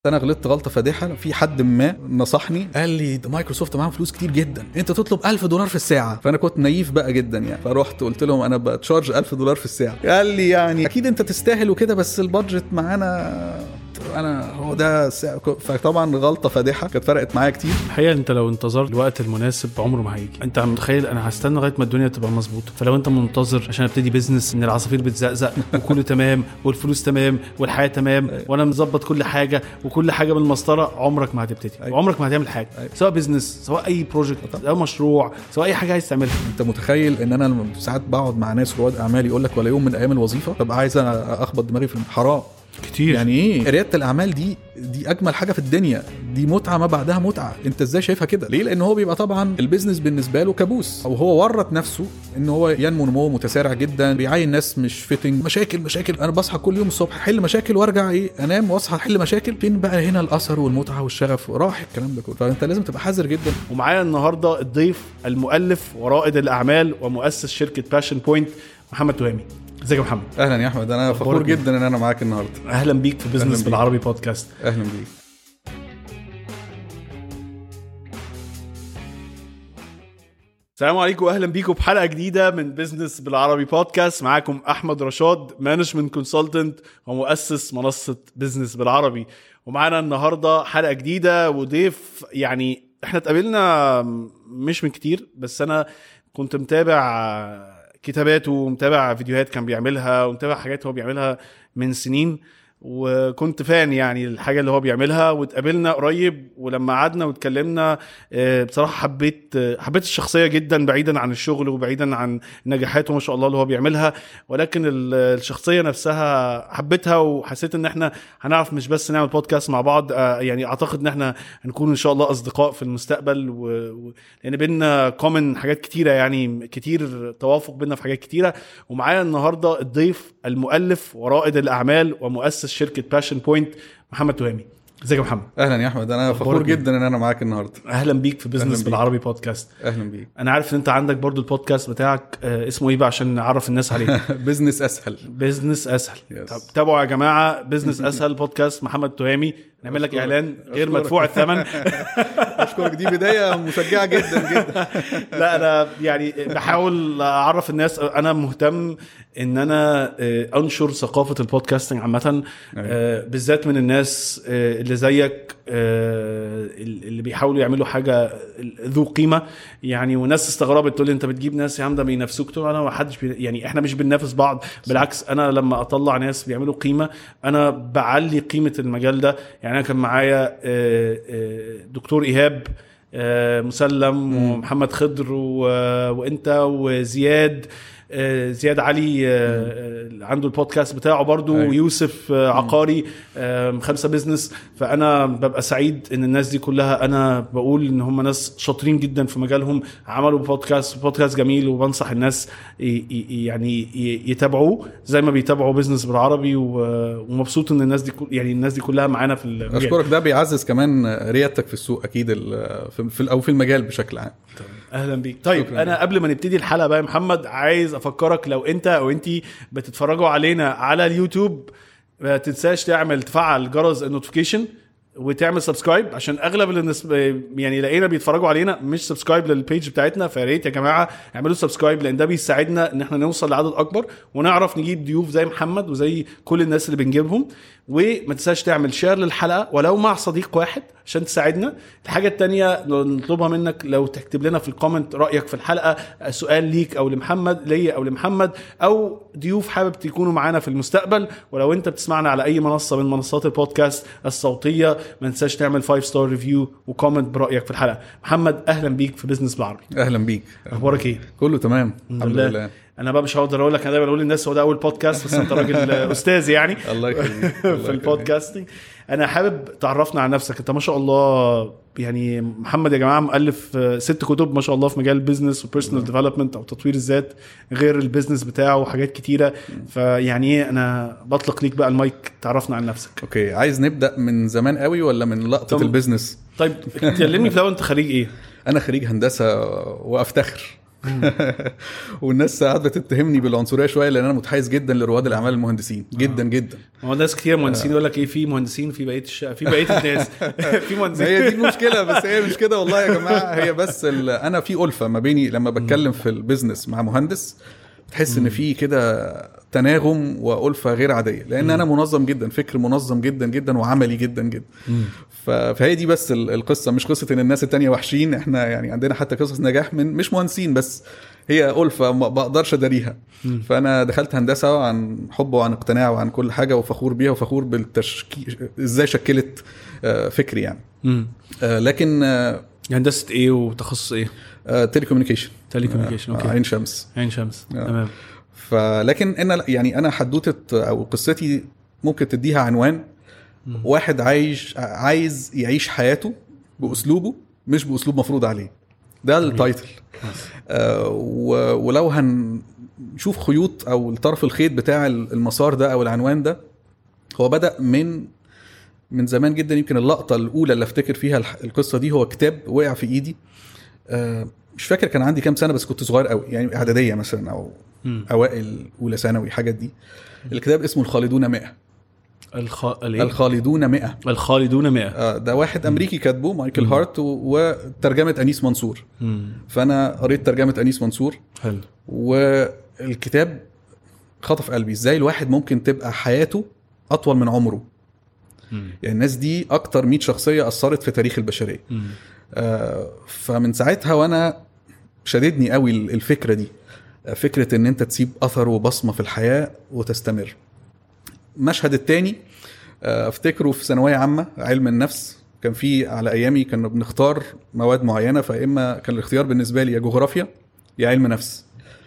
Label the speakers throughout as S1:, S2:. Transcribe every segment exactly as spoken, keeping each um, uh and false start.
S1: انا غلطت غلطه فادحه. في حد ما نصحني قال لي ده مايكروسوفت معاهم فلوس كتير جدا، انت تطلب ألف دولار في الساعه. فانا كنت نايف بقى جدا يعني، فروحت قلت لهم انا بتشارج ألف دولار في الساعه. قال لي يعني اكيد انت تستاهل وكده، بس البادجت معانا انا هو ده. فطبعا غلطه فادحه كانت فرقت معايا كتير.
S2: الحقيقه انت لو انتظرت الوقت المناسب عمره ما هيجي. انت متخيل انا هستنى لغايه ما الدنيا تبقى مظبوطه؟ فلو انت منتظر عشان ابتدي بيزنس ان العصافير بتزقزق وكله تمام والفلوس تمام والحياه تمام وانا مظبط كل حاجه وكل حاجه بالمسطره، عمرك ما هتبتدي وعمرك ما هتعمل حاجه، سواء بيزنس سواء اي بروجكت او مشروع سواء اي حاجه عايز تعملها.
S1: انت متخيل ان انا ساعات بقعد مع ناس رواد اعمال يقول لك ولا يوم من ايام الوظيفه طب عايز انا اخبط دماغي في الحرام
S2: كتير.
S1: يعني ايه رياده الاعمال دي دي اجمل حاجه في الدنيا، دي متعه ما بعدها متعه. انت ازاي شايفها كده؟ ليه؟ لان هو بيبقى طبعا البيزنس بالنسبه له كابوس، او هو ورط نفسه ان هو ينمو نمو متسارع جدا، بيعين ناس مش فيتنج، مشاكل مشاكل انا بصحى كل يوم الصبح احل مشاكل وارجع ايه انام واصحى احل مشاكل. فين بقى هنا الاثر والمتعه والشغف؟ راح الكلام ده كله. فانت لازم تبقى حذر جدا.
S2: ومعايا النهارده الضيف المؤلف ورائد الاعمال ومؤسس شركه باشن بوينت محمد تهامي. ازيك يا محمد؟
S1: اهلا يا احمد، انا فخور جدا ان انا معاك النهارده.
S2: اهلا بيك في بيزنس بالعربي بودكاست.
S1: اهلا بيك.
S2: السلام عليكم واهلا بيكم بحلقه جديده من بيزنس بالعربي بودكاست. معاكم احمد رشاد، مانجمنت كونسلتنت ومؤسس منصه بيزنس بالعربي. ومعانا النهارده حلقه جديده وضيف يعني احنا اتقابلنا مش من كتير، بس انا كنت متابع كتاباته ومتابع فيديوهات كان بيعملها ومتابع حاجات هو بيعملها من سنين، وكنت فان يعني الحاجة اللي هو بيعملها. واتقابلنا قريب ولما قعدنا واتكلمنا بصراحة حبيت حبيت الشخصية جدا، بعيدا عن الشغل وبعيدا عن نجاحاته ما شاء الله اللي هو بيعملها، ولكن الشخصية نفسها حبيتها وحسيت ان احنا هنعرف مش بس نعمل بودكاست مع بعض، يعني اعتقد ان احنا هنكون ان شاء الله اصدقاء في المستقبل، و... لان بينا كومن حاجات كتيرة، يعني كتير توافق بينا في حاجات كتيرة. ومعايا النهاردة الضيف المؤلف ورائد الاعمال ومؤسس شركة باشن بوينت محمد تهامي. ازيك يا محمد؟
S1: اهلا يا احمد، انا فخور جدا ان انا معاك النهارده.
S2: اهلا بيك في بيزنس بالعربي بودكاست.
S1: اهلا بيك.
S2: انا عارف ان انت عندك برضو البودكاست بتاعك آه اسمه ايه بقى عشان نعرف الناس عليه؟
S1: بيزنس اسهل.
S2: بيزنس اسهل.
S1: yes.
S2: تابعوا يا جماعه بيزنس اسهل بودكاست محمد تهامي. نعمل لك اعلان غير مدفوع الثمن.
S1: اشكرك، دي بدايه مشجعه جدا جدا.
S2: لا انا يعني بحاول اعرف الناس، انا مهتم ان انا انشر ثقافه البودكاستنج عامه، بالذات من الناس اللي زيك اللي بيحاولوا يعملوا حاجه ذو قيمه يعني. وناس استغربت تقول لي انت بتجيب ناس يا عم ده بينافسوك، تقول انا ما حدش بي... يعني احنا مش بننافس بعض، بالعكس انا لما اطلع ناس بيعملوا قيمه انا بعلي قيمه المجال ده. يعني انا كان معايا دكتور ايهاب مسلم ومحمد خضر وانت وزياد زياد علي عنده البودكاست بتاعه برضو، ويوسف عقاري خمسة بيزنس. فأنا ببقى سعيد إن الناس دي كلها أنا بقول إن هم ناس شاطرين جدا في مجالهم، عملوا بودكاست بودكاست جميل، وبنصح الناس يعني يتابعوه زي ما بيتابعوا بيزنس بالعربي. ومبسوط إن الناس دي يعني الناس دي كلها معانا في المجال.
S1: أشكرك، ده بيعزز كمان ريادتك في السوق أكيد في أو في المجال بشكل عام.
S2: اهلا بيك. طيب شكرا. انا قبل ما نبتدي الحلقه بقى يا محمد عايز افكرك لو انت او انتي بتتفرجوا علينا على اليوتيوب ما تنساش تعمل تفعل جرس النوتيفيكيشن وتعمل سبسكرايب، عشان اغلب الناس يعني لقينا بيتفرجوا علينا مش سبسكرايب للبيج بتاعتنا. فياريت يا جماعه اعملوا سبسكرايب، لان ده بيساعدنا ان احنا نوصل لعدد اكبر ونعرف نجيب ضيوف زي محمد وزي كل الناس اللي بنجيبهم. وما تنساش تعمل شير للحلقه ولو مع صديق واحد عشان تساعدنا. الحاجه التانية نطلبها منك لو تكتب لنا في الكومنت رايك في الحلقه، سؤال ليك او لمحمد ليا او لمحمد، او ضيوف حابب تكونوا معانا في المستقبل. ولو انت بتسمعنا على اي منصه من منصات البودكاست الصوتيه ما تنساش تعمل فايف ستار ريفيو وكومنت برايك في الحلقه. محمد اهلا بيك في بيزنس بالعربي.
S1: اهلا بيك.
S2: اخبارك ايه؟
S1: كله تمام الحمد لله. لله.
S2: انا بقى مش هقدر اقول لك، انا دايما اقول للناس هو ده اول بودكاست، بس انت راجل استاذ يعني.
S1: الله يخليك.
S2: في البودكاستنج. انا حابب تعرفنا عن نفسك. انت ما شاء الله يعني محمد يا جماعه مؤلف ست كتب ما شاء الله في مجال البيزنس وبيرسونال ديفلوبمنت او تطوير الذات، غير البيزنس بتاعه وحاجات كتيره. فيعني ايه انا بطلق ليك بقى المايك، تعرفنا عن نفسك.
S1: اوكي، عايز نبدا من زمان قوي ولا من لقطه طب... البيزنس؟
S2: طيب كلمني في الاول، انت خريج ايه؟
S1: انا خريج هندسه وافتخر. والناس ساعات بتتهمني بالعنصريه شويه لان انا متحيز جدا لرواد الاعمال المهندسين جدا جدا.
S2: هو ناس كتير مهندسين يقول لك ايه في مهندسين في بقيه الشقه في بقيه الناس في مهندسين.
S1: هي دي المشكله بس هي مش كده والله يا جماعه. هي بس انا في ألفة ما بيني لما بتكلم في البيزنس مع مهندس تحس ان في كده تناغم وألفة غير عاديه لان انا منظم جدا فكر منظم جدا جدا وعملي جدا جدا. فهي دي بس القصه مش قصه ان الناس التانية وحشين. احنا يعني عندنا حتى قصص نجاح من مش مهندسين بس هي ألفة ما بقدرش اداريها. فانا دخلت هندسه عن حب وعن اقتناع وعن كل حاجه وفخور بيها وفخور بالتشكيل ازاي شكلت فكري يعني. لكن
S2: هندسه ايه وتخصص ايه؟
S1: تيلي كوميونيكيشن.
S2: تيلي كوميونيكيشن اوكي.
S1: عين شمس.
S2: عين شمس تمام.
S1: فلكن انا يعني انا حدوته او قصتي ممكن تديها عنوان واحد عايش عايز يعيش حياته باسلوبه مش باسلوب مفروض عليه. ده التايتل. آه ولو هنشوف خيوط او الطرف الخيط بتاع المسار ده او العنوان ده هو بدأ من من زمان جدا. يمكن اللقطة الاولى اللي افتكر فيها القصة دي هو كتاب وقع في ايدي. آه مش فاكر كان عندي كام سنة بس كنت صغير قوي يعني اعدادية مثلا او م. اوائل اولى ثانوي حاجات دي. الكتاب اسمه الخالدون مئة.
S2: الخ...
S1: الخالدون مئة.
S2: الخالدون مئة.
S1: آه ده واحد امريكي كاتبه مايكل م. هارت وترجمة انيس منصور. م. فانا قريت ترجمة انيس منصور.
S2: حلو.
S1: والكتاب خطف قلبي. ازاي الواحد ممكن تبقى حياته اطول من عمره. م. يعني الناس دي اكتر مئة شخصية اثرت في تاريخ البشرية. آه فمن ساعتها وانا شددني قوي الفكرة دي. فكرة ان انت تسيب اثر وبصمة في الحياة وتستمر. مشهد التاني افتكره في ثانوية عامة علم النفس. كان في على ايامي كنا بنختار مواد معينة فاما كان الاختيار بالنسبة لي يا جغرافيا يا علم نفس.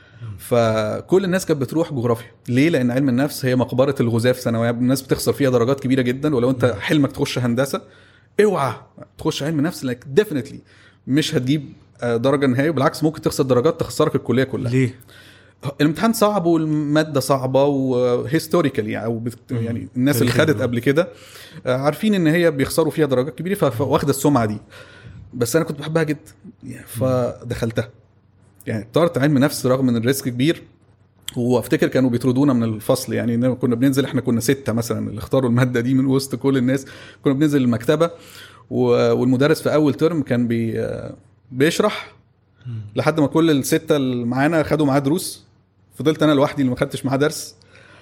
S1: فكل الناس كانت بتروح جغرافيا. ليه؟ لان علم النفس هي مقبرة الغزاة في ثانوية. الناس بتخسر فيها درجات كبيرة جدا ولو انت حلمك تخش هندسة اوعى تخش علم نفس لانك ديفينتلي مش هتجيب درجة نهائية. بالعكس ممكن تخسر درجات تخسرك الكلية كلها.
S2: ليه؟
S1: الامتحان صعب والمادة صعبة وهيستوريكال يعني أو بت... يعني الناس اللي خدت قبل كده عارفين ان هي بيخسروا فيها درجات كبيرة فواخدة السمعة دي. بس انا كنت بحبها جدا فدخلتها يعني اخترت علم نفس رغم ان الريسك كبير. وافتكر كانوا بيطردونا من الفصل يعني كنا بننزل احنا كنا ستة مثلا اللي اختاروا المادة دي من وسط كل الناس. كنا بننزل المكتبة والمدرس في اول ترم كان بي بيشرح لحد ما كل الستة اللي معانا خدوا معاه دروس. فضلت انا لوحدي اللي ما خدتش معاه درس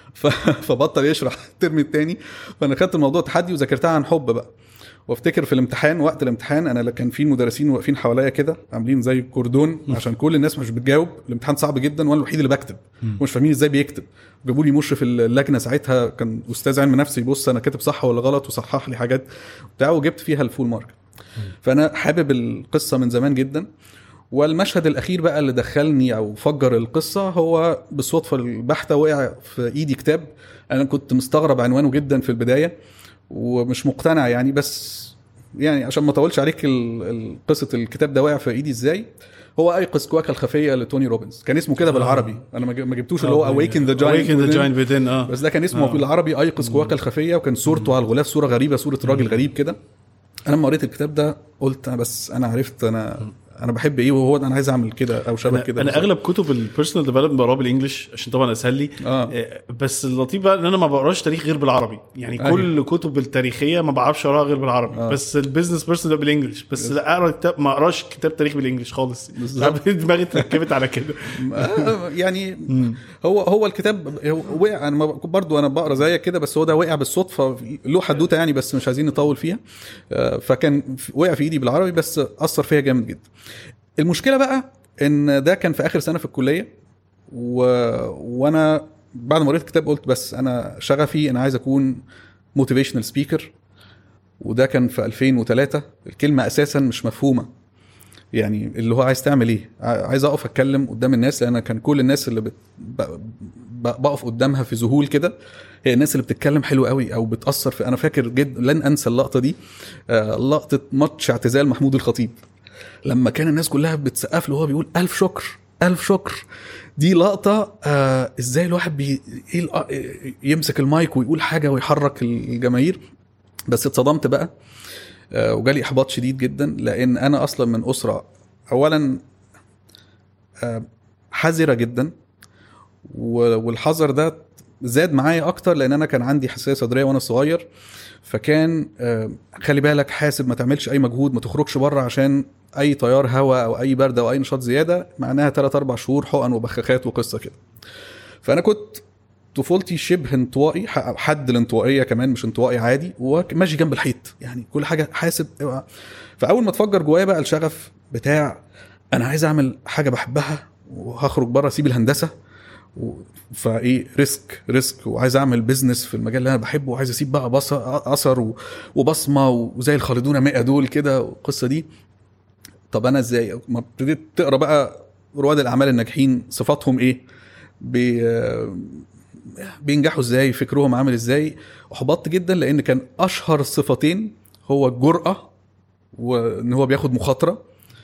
S1: فبطل يشرح الترم الثاني. فانا خدت الموضوع تحدي وذاكرتها عن حب بقى. وافتكر في الامتحان وقت الامتحان انا كان في مدرسين واقفين حواليا كده عاملين زي كوردون عشان كل الناس مش بتجاوب. الامتحان صعب جدا وانا الوحيد اللي بكتب ومش فاهمين ازاي بيكتب. جابوا لي مشرف اللجنه ساعتها كان استاذ علم نفس يبص انا كاتب صح ولا غلط وصحح لي حاجات بتاعه وجبت فيها الفول مارك. فانا حابب القصه من زمان جدا. والمشهد الاخير بقى اللي دخلني او فجر القصه هو بالصدفه البحته وقع في ايدي كتاب. انا كنت مستغرب عنوانه جدا في البدايه ومش مقتنع يعني بس يعني عشان ما اطولش عليك قصه الكتاب ده وقع في ايدي ازاي. هو ايقظ كواكا الخفيه لتوني روبنز. كان اسمه كده بالعربي انا ما جبتوش اللي هو Awaken the Giant Within اه بس ده كان اسمه في العربي ايقظ كواكا الخفيه. وكان صورته على الغلاف صوره غريبه صوره راجل غريب كده. انا لما قريت الكتاب ده قلت انا بس انا عرفت انا انا بحب ايه وهو انا عايز اعمل كده او شبه كده.
S2: انا اغلب كتب البيرسونال ديفلوبمنت بقراها بالانجلش عشان طبعا اسهل لي. آه. بس اللطيف بقى ان انا ما بقراش تاريخ غير بالعربي يعني. آه. كل كتب التاريخيه ما بعرفش اقراها غير بالعربي. آه. بس البيزنس بيرسونال بالانجلش بس لا اقرا كتاب ما اقراش كتاب تاريخ بالانجلش خالص. دماغي اتركبت على كده.
S1: آه يعني هو هو الكتاب وقع. انا برضو انا بقرا زيك كده بس هو ده وقع بالصدفه له حدوته يعني بس مش عايزين نطول فيها. آه فكان وقع في ايدي بالعربي بس اثر فيها جامد جدا. المشكلة بقى ان ده كان في اخر سنة في الكلية و... وانا بعد ما قريت الكتاب قلت بس انا شغفي انا عايز اكون موتيفيشنال سبيكر. وده كان في ألفين وثلاثة. الكلمة اساسا مش مفهومة يعني اللي هو عايز تعمل ايه. عايز اقف اتكلم قدام الناس لان كان كل الناس اللي بت... بقف قدامها في ذهول كده هي الناس اللي بتتكلم حلو قوي او بتأثر في. انا فاكر جدا لن انسى اللقطة دي. لقطة ماتش اعتزال محمود الخطيب لما كان الناس كلها بتسقف له وهو بيقول ألف شكر ألف شكر. دي لقطة آه ازاي الواحد بي يمسك المايك ويقول حاجة ويحرك الجماهير. بس اتصدمت بقى آه وجالي إحباط شديد جدا لأن أنا أصلا من أسرة أولا حذرة جدا، والحذر ده زاد معايا اكتر لان انا كان عندي حساسيه صدريه وانا صغير. فكان خلي بالك، حاسب، ما تعملش اي مجهود، ما تخرجش بره عشان اي تيار هواء او اي برد او اي نشاط زياده، معناها ثلاثة أربعة شهور حقن وبخاخات وقصه كده. فانا كنت طفولتي شبه انطوائي، حد الانطوائيه كمان، مش انطوائي عادي، وماشي جنب الحيط يعني كل حاجه حاسب. فاول ما تفجر جوايا بقى الشغف بتاع انا عايز اعمل حاجه بحبها وهخرج بره اسيب الهندسه، فايه ريسك ريسك وعايز اعمل بيزنس في المجال اللي انا بحبه، وعايز اسيب بقى اثر وبصمه وزي الخالدون مئة دول كده والقصه دي. طب انا ازاي؟ ما ابتديت تقرا بقى رواد الاعمال الناجحين صفاتهم ايه، بي بينجحوا ازاي، فكرهم عامل ازاي. احبطت جدا لان كان اشهر الصفتين هو الجرأة وان هو بياخد مخاطره،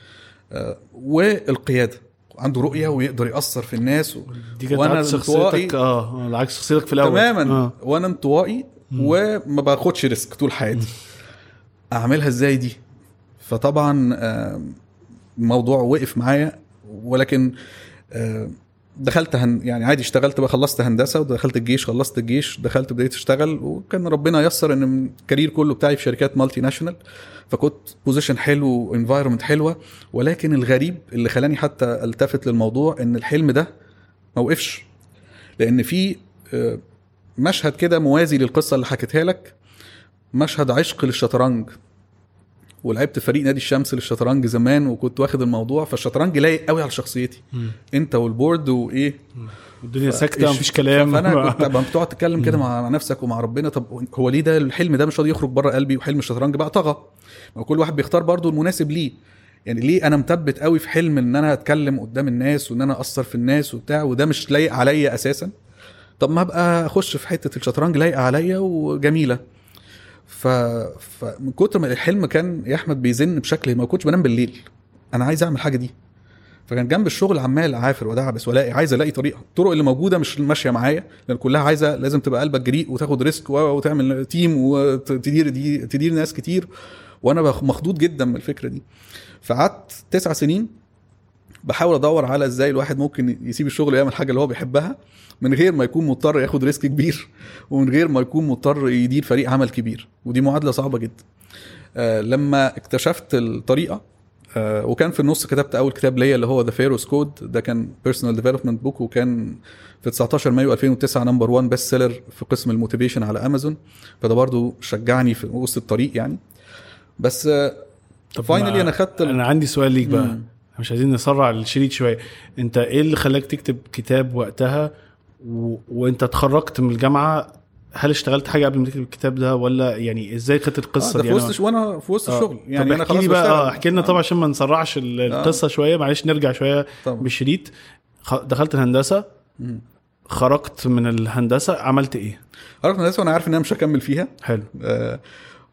S1: والقياده، عنده رؤيه ويقدر يأثر في الناس.
S2: دي كانت عكس شخصيتك. اه العكس شخصيتك في الاول
S1: تماما.
S2: آه.
S1: وانا انطوائي وما باخدش ريسك طول حياتي. اعملها ازاي دي؟ فطبعا الموضوع وقف معايا، ولكن دخلت هن يعني عادي، اشتغلت بقى، خلصت هندسه ودخلت الجيش، خلصت الجيش دخلت بديت اشتغل، وكان ربنا يسر ان الكارير كله بتاعي في شركات مالتي ناشونال، فكنت بوزيشن حلو وانفايرمنت حلوه. ولكن الغريب اللي خلاني حتى التفت للموضوع ان الحلم ده ما وقفش، لان في مشهد كده موازي للقصه اللي حكيتها لك، مشهد عشق للشطرنج، ولعبت فريق نادي الشمس للشطرنج زمان، وكنت واخد الموضوع، فالشطرنج لايق قوي على شخصيتي. مم. انت والبورد وايه،
S2: الدنيا ساكته مفيش كلام.
S1: فانا كنت بتقعد تتكلم كده مع نفسك ومع ربنا، طب هو ليه ده الحلم ده مش راضي يخرج بره قلبي؟ وحلم الشطرنج بقى طغى، وكل واحد بيختار برضو المناسب ليه. يعني ليه انا مثبت قوي في حلم ان انا اتكلم قدام الناس وان انا اثر في الناس وبتاع، وده مش لايق عليا اساسا؟ طب ما ابقى اخش في حته الشطرنج لايقه عليا وجميله. ف... فمن كتر ما الحلم كان يا احمد بيزن بشكل ما كنتش بنام بالليل، انا عايز اعمل حاجه دي. فكان جنب الشغل عمال عافر ودعبس ولاقي، عايز الاقي طريقه، الطرق اللي موجوده مش ماشيه معايا، لان كلها عايزه لازم تبقى قلبك جريء وتاخد ريسك وتعمل تيم وتدير دي تدير ناس كتير، وانا مخضوض جدا من الفكره دي. فقعدت تسع سنين بحاول ادور على ازاي الواحد ممكن يسيب الشغل ويعمل حاجه اللي هو بيحبها من غير ما يكون مضطر ياخد ريسك كبير، ومن غير ما يكون مضطر يدير فريق عمل كبير، ودي معادله صعبه جدا. آه لما اكتشفت الطريقه، آه وكان في النص كتبت اول كتاب ليا اللي هو The Pharaoh's Code، ده كان Personal Development Book، وكان في تسعتاشر مايو ألفين وتسعة نمبر واحد بيست سيلر في قسم الموتيفيشن على امازون، فده برضو شجعني في وسط الطريق يعني. بس آه فاينلي انا خدت
S2: انا عندي سؤال ليك بقى، مم. مش عايزين نسرع الشريط شويه. انت ايه اللي خلاك تكتب كتاب وقتها و... وانت اتخرجت من الجامعه؟ هل اشتغلت حاجه قبل ما تكتب الكتاب ده، ولا يعني ازاي كانت القصه
S1: آه
S2: دي؟
S1: في وسط وانا في وسط الشغل
S2: آه.
S1: يعني انا خلاص
S2: بقى اه احكي لنا طبعا عشان ما نسرعش القصه آه. شويه، معلش نرجع شويه طبعا. بالشريط. دخلت الهندسه، مم. خرجت من الهندسه عملت ايه؟
S1: خرجت من الهندسه وانا عارف ان انا مش هكمل فيها.
S2: حلو.
S1: آه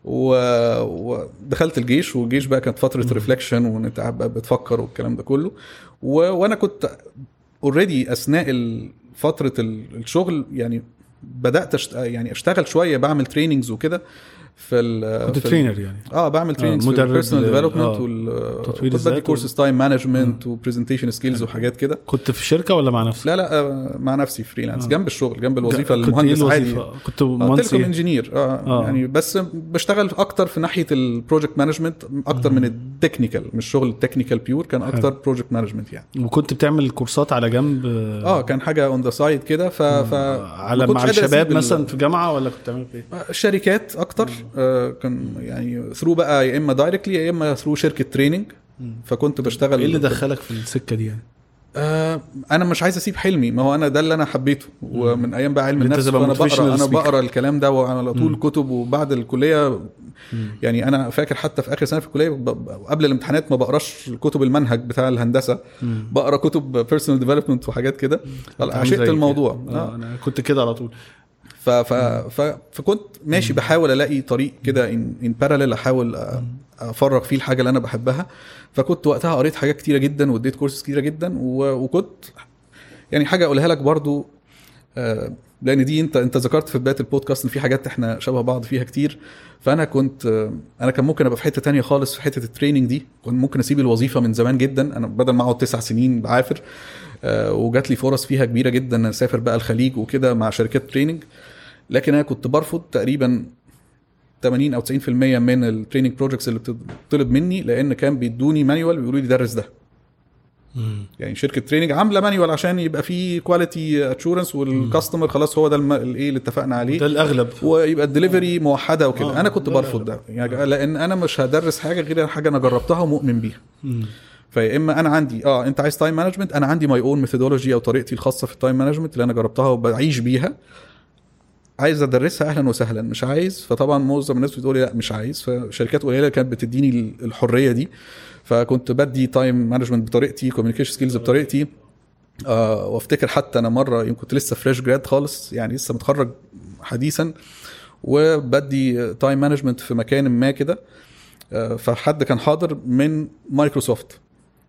S1: ودخلت الجيش، والجيش بقى كانت فتره ريفلكشن وانت بقى بتفكر والكلام ده كله. و... وانا كنت اوريدي اثناء فتره الشغل يعني بدات أشت... يعني اشتغل شويه، بعمل تريننجز وكده في ال
S2: كنت
S1: في
S2: ترينر يعني
S1: اه بعمل تريننجز
S2: آه
S1: في البيرسونال ديفلوبمنت والتطوير الذاتي، كورسز تايم مانجمنت وبرزنتيشن سكيلز وحاجات كده.
S2: كنت في شركه ولا مع نفسك؟
S1: لا لا آه مع نفسي فريلانس آه. جنب الشغل، جنب الوظيفه المهندس عادي.
S2: كنت مهندس
S1: تيليكوم انجينير آه. آه. يعني بس بشتغل اكتر في ناحيه البروجكت مانجمنت اكتر من التكنيكال، مش شغل التكنيكال بيور، كان اكتر بروجكت مانجمنت يعني.
S2: وكنت بتعمل كورسات على جنب؟
S1: اه كان حاجه اون ذا سايد كده. ف... ف
S2: على مع الشباب مثلا في جامعه، ولا كنت بتعمل ايه؟
S1: شركات اكتر. آه كان يعني ثرو بقى يا اما دايركتلي يا اما ثرو شركه تريننج. فكنت بشتغل.
S2: ايه اللي دخلك في السكه دي يعني؟
S1: آه انا مش عايز اسيب حلمي، ما هو انا ده اللي انا حبيته، ومن ايام بقى علم النفس وانا بقرا انا بقرا الكلام ده وعلى طول مم. كتب. وبعد الكليه مم. يعني انا فاكر حتى في اخر سنه في الكليه قبل الامتحانات ما بقراش كتب المنهج بتاع الهندسه، مم. بقرا كتب بيرسونال ديفلوبمنت وحاجات كده. عشقت الموضوع.
S2: آه. انا كنت كده على طول.
S1: ف ف ف فكنت ماشي بحاول الاقي طريق كده ان ان باراليل، احاول افرغ فيه الحاجه اللي انا بحبها. فكنت وقتها قريت حاجات كتيره جدا واديت كورسز كتيره جدا. وكنت يعني حاجه اقولها لك برضو، لان دي انت انت ذكرت في بدايه البودكاست ان في حاجات احنا شبه بعض فيها كتير. فانا كنت انا كان ممكن ابقى في حته تانية خالص في حته التريننج دي، كنت ممكن اسيب الوظيفه من زمان جدا، انا بدل ما اقعد تسع سنين بعافر أه وجات لي فرص فيها كبيره جدا اسافر بقى الخليج وكده مع شركات تريننج. لكن انا كنت برفض تقريبا ثمانين او تسعين بالمية من التريننج بروجكتس اللي بتطلب مني، لان كان بيدوني مانيوال ويقولوا لي درس ده. يعني شركه تريننج عامله مانيوال عشان يبقى فيه كواليتي اشورنس والكاستمر خلاص هو ده الايه اللي اتفقنا عليه،
S2: ده الاغلب،
S1: ويبقى الدليفري موحده وكده.
S2: آه
S1: انا كنت برفض ده يعني، لان انا مش هدرس حاجه غير حاجه انا جربتها ومؤمن بيها. فيا اما انا عندي اه انت عايز تايم مانجمنت، انا عندي ماي اون ميثودولوجي او طريقتي الخاصه في التايم مانجمنت اللي انا جربتها وبعيش بيها، عايز ادرسها اهلا وسهلا، مش عايز فطبعا معظم الناس بتقول لي لا مش عايز. فشركات قليله كانت بتديني الحريه دي، فكنت بدي تايم مانجمنت بطريقتي، كوميونيكيشن سكيلز بطريقتي. آه وافتكر حتى انا مره يوم كنت لسه فريش جراد خالص يعني لسه متخرج حديثا، وبدي تايم مانجمنت في مكان ما كده، آه فحد كان حاضر من مايكروسوفت،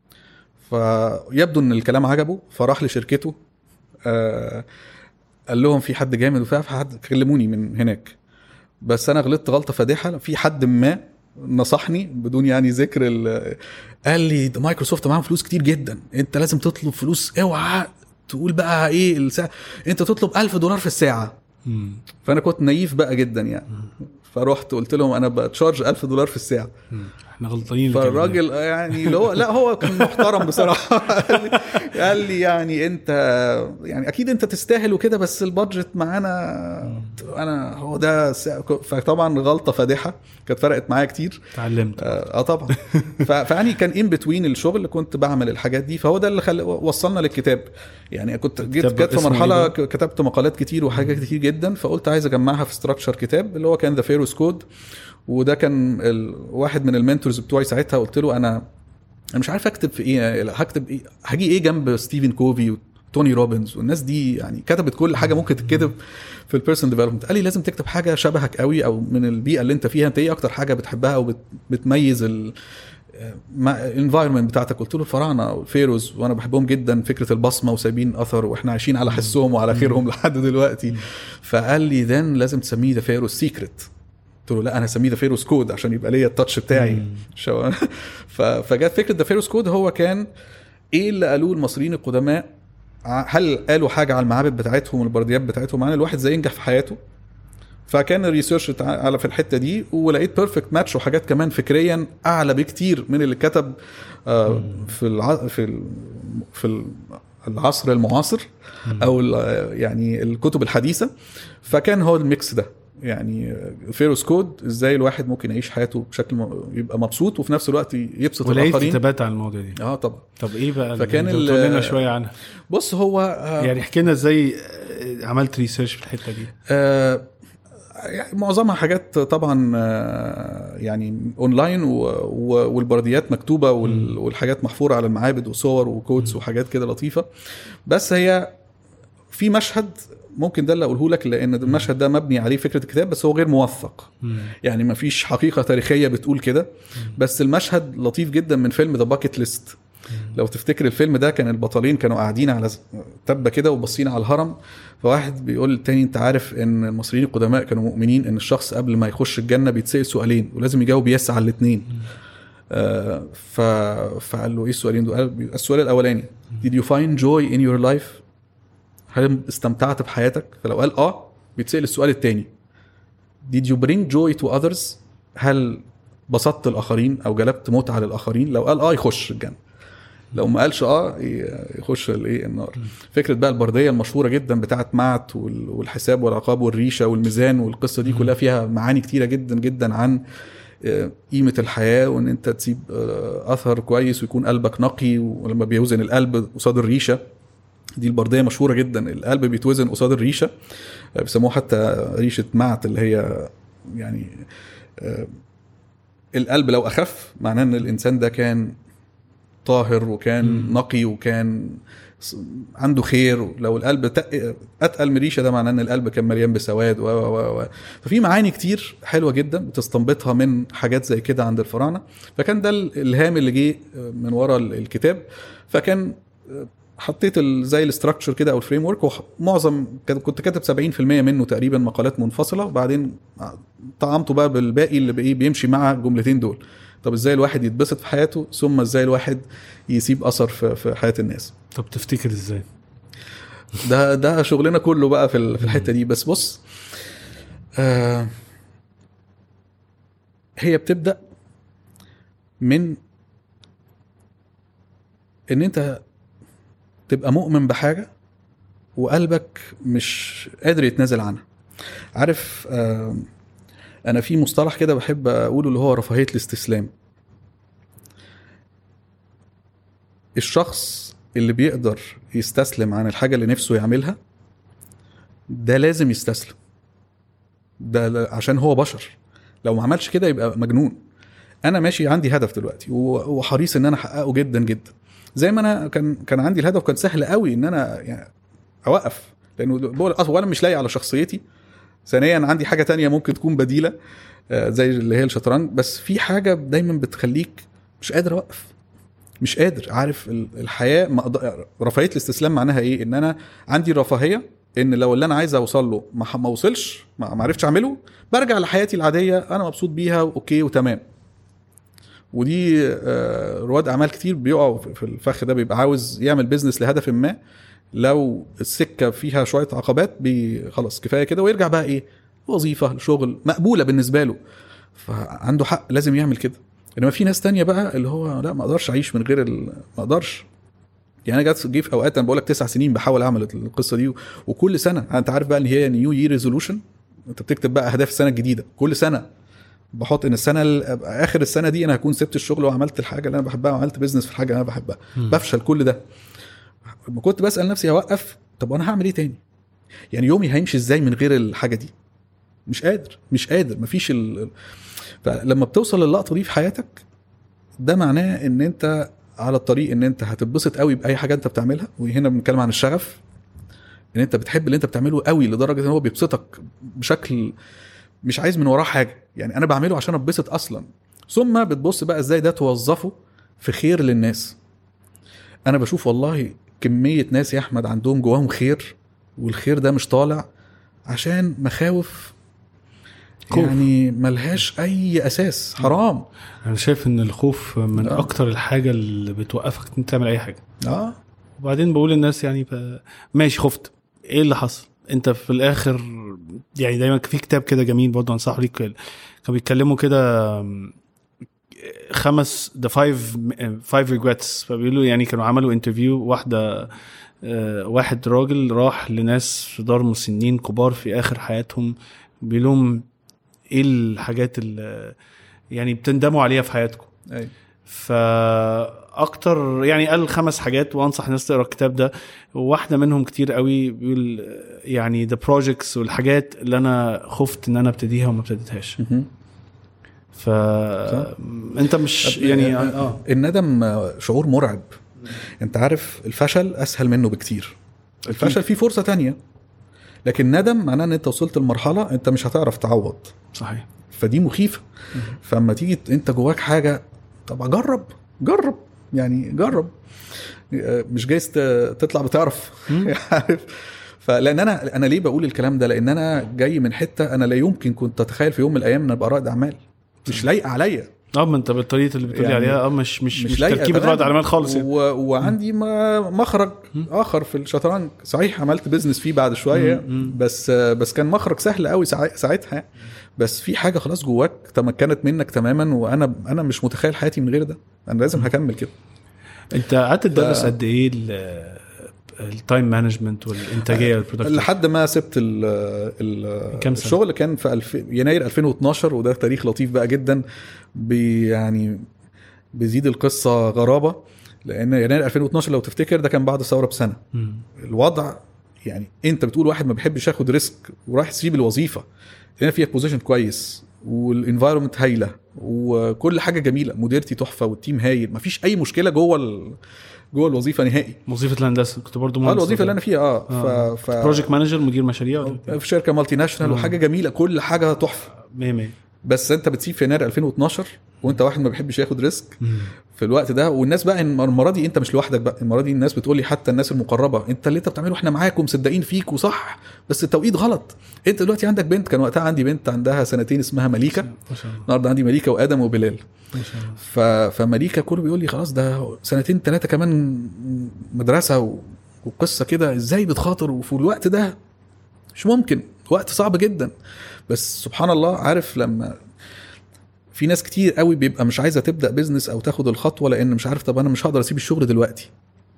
S1: فيبدو ان الكلام عجبه فراح لشركته، آه قال لهم في حد جامد وفيها حد، كلموني من هناك. بس انا غلطت غلطه فادحه، في حد ما نصحني بدون يعني ذكر، قال لي ده مايكروسوفت معاهم فلوس كتير جدا، انت لازم تطلب فلوس، اوعى تقول بقى ايه الساعه، انت تطلب ألف دولار في الساعه. مم. فانا كنت نايف بقى جدا يعني، مم. فروحت قلت لهم انا بتشارج ألف دولار في الساعه. مم.
S2: احنا غلطانين.
S1: فالراجل يعني لو لا هو كان محترم بصراحه، قال لي يعني انت يعني اكيد انت تستاهل وكده، بس البادجت معانا انا هو ده. فطبعا غلطه فادحه كانت فرقت معايا كتير،
S2: اتعلمت
S1: اه طبعا. فاني كان ان بتوين الشغل اللي كنت بعمل الحاجات دي، فهو ده اللي خل... وصلنا للكتاب. يعني كنت جيت جت في مرحله كتبت مقالات كتير وحاجات كتير جدا، فقلت عايز اجمعها في ستراكشر كتاب اللي هو كان ذا فيروس كود. وده كان ال... واحد من المنتورز بتوعي ساعتها، قلت له انا انا مش عارف اكتب في ايه، هكتب ايه، هاجي ايه جنب ستيفن كوفي وتوني روبنز والناس دي، يعني كتبت كل حاجه ممكن تتكتب في البيرسون ديفلوبمنت. قال لي لازم تكتب حاجه شبهك قوي او من البيئه اللي انت فيها، انت ايه اكتر حاجه بتحبها او بتميز ال الانفايرمنت بتاعتك. قلت له الفراعنه والفيروز وانا بحبهم جدا، فكره البصمه وسايبين اثر واحنا عايشين على حسهم وعلى خيرهم لحد دلوقتي. فقال لي ذن لازم تسميه ذا فيروز سيكريت. قلت له لا انا هسميه ذا فيروز كود عشان يبقى ليا التاتش بتاعي. فجت فكره ذا فيروز كود، هو كان ايه اللي قالوه المصريين القدماء، هل قالوا حاجه على المعابد بتاعتهم والبرديات بتاعتهم عن الواحد زي ينجح في حياته. فكان الريسيرش على في الحته دي، ولقيت بيرفكت ماتش وحاجات كمان فكريا اعلى بكتير من اللي كتب في الع... في في العصر المعاصر او يعني الكتب الحديثه. فكان هو الميكس ده، يعني فيروس كود ازاي الواحد ممكن يعيش حياته بشكل يبقى مبسوط وفي نفس الوقت يبسط الاخرين.
S2: ولقيت كتابات عن الموضوع دي؟
S1: اه طبعا.
S2: طب ايه بقى
S1: فكان
S2: تقول لنا شويه عنها؟
S1: بص هو
S2: آه يعني احكي لنا ازاي عملت ريسيرش في الحته دي.
S1: آه يعني معظمها حاجات طبعا يعني اونلاين، والبرديات مكتوبه والحاجات محفوره على المعابد وصور وكودز وحاجات كده لطيفه. بس هي في مشهد ممكن ده اللي اقوله لك، لان المشهد ده مبني عليه فكره الكتاب بس هو غير موثق، يعني ما فيش حقيقه تاريخيه بتقول كده. بس المشهد لطيف جدا من فيلم ذا باكيت ليست. لو تفتكر الفيلم ده، كان البطلين كانوا قاعدين على تبه كده وبصين على الهرم، فواحد بيقول للتاني انت عارف ان المصريين القدماء كانوا مؤمنين ان الشخص قبل ما يخش الجنه بيتسال سؤالين ولازم يجاوب يس على الاثنين. آه ف... فقال له ايه السؤالين دول؟ السؤال الاولاني did you find joy in your life؟ هل استمتعت بحياتك؟ فلو قال اه بيتسال السؤال الثاني did you bring joy to others؟ هل بسطت الاخرين او جلبت متعه للاخرين؟ لو قال اه يخش الجنه، لو ما قالش اه يخش الايه النار. فكره بقى البرديه المشهوره جدا بتاعت معت والحساب والعقاب والريشه والميزان والقصه دي كلها فيها معاني كتيره جدا جدا عن قيمه الحياه، وان انت تسيب اثر كويس ويكون قلبك نقي. ولما بيوزن القلب قصاد الريشه، دي البرديه مشهوره جدا، القلب بيتوزن قصاد الريشه، بيسموها حتى ريشه معت اللي هي يعني القلب لو اخف معناه ان الانسان ده كان طاهر وكان م. نقي وكان عنده خير. لو القلب اتقل من ريشه ده معناه ان القلب كان مليان بسواد و و و ففي معاني كتير حلوه جدا بتستنبطها من حاجات زي كده عند الفراعنه. فكان ده الالهام اللي جه من وراء الكتاب. فكان حطيت زي الاستراكشر كده او الفريم ورك، ومعظم كنت كاتب سبعين في المية منه تقريبا مقالات منفصله، وبعدين طعمته بقى بالباقي اللي بقى بيمشي مع الجملتين دول. طب ازاي الواحد يتبسط في حياته، ثم ازاي الواحد يسيب اثر في حياه الناس.
S2: طب تفتكر ازاي؟
S1: ده ده شغلنا كله بقى في في الحته دي. بس بص، آه هي بتبدا من ان انت تبقى مؤمن بحاجه وقلبك مش قادر يتنازل عنها. عارف، آه انا في مصطلح كده بحب اقوله اللي هو رفاهيه الاستسلام. الشخص اللي بيقدر يستسلم عن الحاجه اللي نفسه يعملها ده لازم يستسلم، ده عشان هو بشر. لو ما عملش كده يبقى مجنون. انا ماشي عندي هدف دلوقتي وحريص ان انا احققه جدا جدا، زي ما انا كان كان عندي الهدف، كان سهل قوي ان انا يعني اوقف، لانه بقول اولا مش لاقي على شخصيتي، ثانيا عندي حاجه تانية ممكن تكون بديله زي اللي هي الشطرنج، بس في حاجه دايما بتخليك مش قادر اوقف، مش قادر. عارف الحياه رفاهيه الاستسلام معناها ايه؟ ان انا عندي رفاهيه ان لو اللي انا عايز اوصل له ما وصلش، ما عرفتش اعمله، برجع لحياتي العاديه انا مبسوط بيها اوكي وتمام. ودي رواد اعمال كتير بيقعوا في الفخ ده، بيبقى عاوز يعمل بيزنس لهدف ما، لو السكه فيها شويه عقبات خلاص كفايه كده، ويرجع بقى ايه، وظيفه شغل مقبوله بالنسبه له، فعنده حق لازم يعمل كده. انما في ناس تانية بقى اللي هو لا، ما اقدرش اعيش من غير ال... ما اقدرش. يعني انا جات جه في اوقات، انا بقول لك تسع سنين بحاول اعمل القصه دي، وكل سنه انت عارف بقى ان هي نيو يير ريزولوشن، انت بتكتب بقى اهداف السنه الجديده كل سنه، بحط ان السنه اخر السنه دي انا هكون سبت الشغل وعملت الحاجه اللي انا بحبها وعملت بيزنس في الحاجه اللي انا بحبها. م. بفشل كل ده. لما كنت بسال نفسي هوقف، طب انا هعمل ايه تاني؟ يعني يومي هيمشي ازاي من غير الحاجه دي؟ مش قادر مش قادر مفيش ال... فلما بتوصل للقطه دي في حياتك، ده معناه ان انت على الطريق، ان انت هتتبسط قوي باي حاجه انت بتعملها. وهنا بنتكلم عن الشغف، ان انت بتحب اللي انت بتعمله قوي لدرجه ان هو بيبسطك بشكل مش عايز من وراه حاجه. يعني انا بعمله عشان اتبسط اصلا، ثم بتبص بقى ازاي ده توظفه في خير للناس. انا بشوف والله كميه ناس يا احمد عندهم جواهم خير، والخير ده مش طالع عشان مخاوف خوف. يعني ملهاش اي اساس، حرام.
S2: انا شايف ان الخوف من آه. اكتر الحاجه اللي بتوقفك انت تعمل اي حاجه.
S1: اه
S2: وبعدين بقول للناس يعني ماشي خفت، ايه اللي حصل؟ انت في الاخر يعني دايما في كتاب كده جميل برضه انصحه ليك، كانوا بيتكلموا كده خمس the five five regrets، فبيقولوا يعني كانوا عملوا انترفيو واحده، واحد راجل راح لناس في دار مسنين كبار في اخر حياتهم، بيقولهم ايه الحاجات اللي يعني بتندموا عليها في حياتكم.
S1: اي
S2: فاكتر يعني قال خمس حاجات، وانصح الناس تقرا الكتاب ده. وواحده منهم كتير قوي بيقول يعني the projects والحاجات اللي انا خفت ان انا ابتديها وما ابتديتهاش. فانت مش يعني
S1: اه الندم شعور مرعب. انت عارف الفشل اسهل منه بكتير. الفشل فيه فرصه تانية، لكن ندم معناه ان انت وصلت لمرحله انت مش هتعرف تعوض.
S2: صحيح.
S1: فدي مخيفه. فاما تيجي انت جواك حاجه، طب جرب جرب يعني جرب، مش جايز تطلع بتعرف. عارف، فلان انا انا ليه بقول الكلام ده؟ لان انا جاي من حته انا لا يمكن كنت اتخيل في يوم من الايام ان ابقى رائد اعمال. مش لايقه عليا.
S2: اه ما انت بالطريقه اللي بتقولي يعني عليها اه مش مش مش, مش تركيبه رائد اعمال خالص يعني.
S1: و... وعندي ما مخرج اخر في الشطرنج، صحيح عملت بيزنس فيه بعد شويه، بس بس كان مخرج سهل قوي ساع... ساعتها. بس في حاجه خلاص جواك تمكنت منك تماما، وانا انا مش متخيل حياتي من غير ده، انا لازم هكمل كده.
S2: انت قعدت تدرس قد ايه التايم مانجمنت والانتاجيه والبرودكتيف
S1: لحد ما سبت ال ال الشغل؟ كان في الف... يناير ألفين واثناشر، وده تاريخ لطيف بقى جدا، بي يعني بيزيد القصه غرابه، لان يناير ألفين واثناشر لو تفتكر ده كان بعد الثوره بسنه. م. الوضع يعني انت بتقول واحد ما بيحبش ياخد ريسك وراح يسيب الوظيفه لان فيها بوزيشن كويس والانفايرمنت هايله وكل حاجه جميله، مديرتي تحفه والتيم هايل، مفيش اي مشكله جوه ال... جوه الوظيفه نهائي.
S2: وظيفه الهندسه كنت برضو
S1: مهندس. اه الوظيفه اللي انا فيها اه, آه. ف... ف...
S2: بروجكت مانجر، مدير مشاريع
S1: في شركه مالتي ناشونال، وحاجه جميله، كل حاجه تحفه
S2: مية مية.
S1: بس انت بتسيب في يناير ألفين واثناشر وانت واحد ما بيحبش ياخد ريسك في الوقت ده. والناس بقى المره دي انت مش لوحدك بقى، المره دي الناس بتقول لي حتى الناس المقربه انت اللي انت بتعمله احنا معاك ومصدقين فيك وصح، بس التوقيت غلط. انت دلوقتي عندك بنت، كان وقتها عندي بنت عندها سنتين اسمها مليكه، النهارده عندي مليكه وادم وبلال
S2: ما شاء الله.
S1: ف... فمليكه كله بيقول لي خلاص ده سنتين ثلاثه كمان مدرسه و... وقصه كده، ازاي بتخاطر وفي الوقت ده؟ مش ممكن، وقت صعب جدا. بس سبحان الله، عارف لما في ناس كتير قوي بيبقى مش عايزه تبدا بيزنس او تاخد الخطوه لان مش عارف طب انا مش هقدر اسيب الشغل دلوقتي.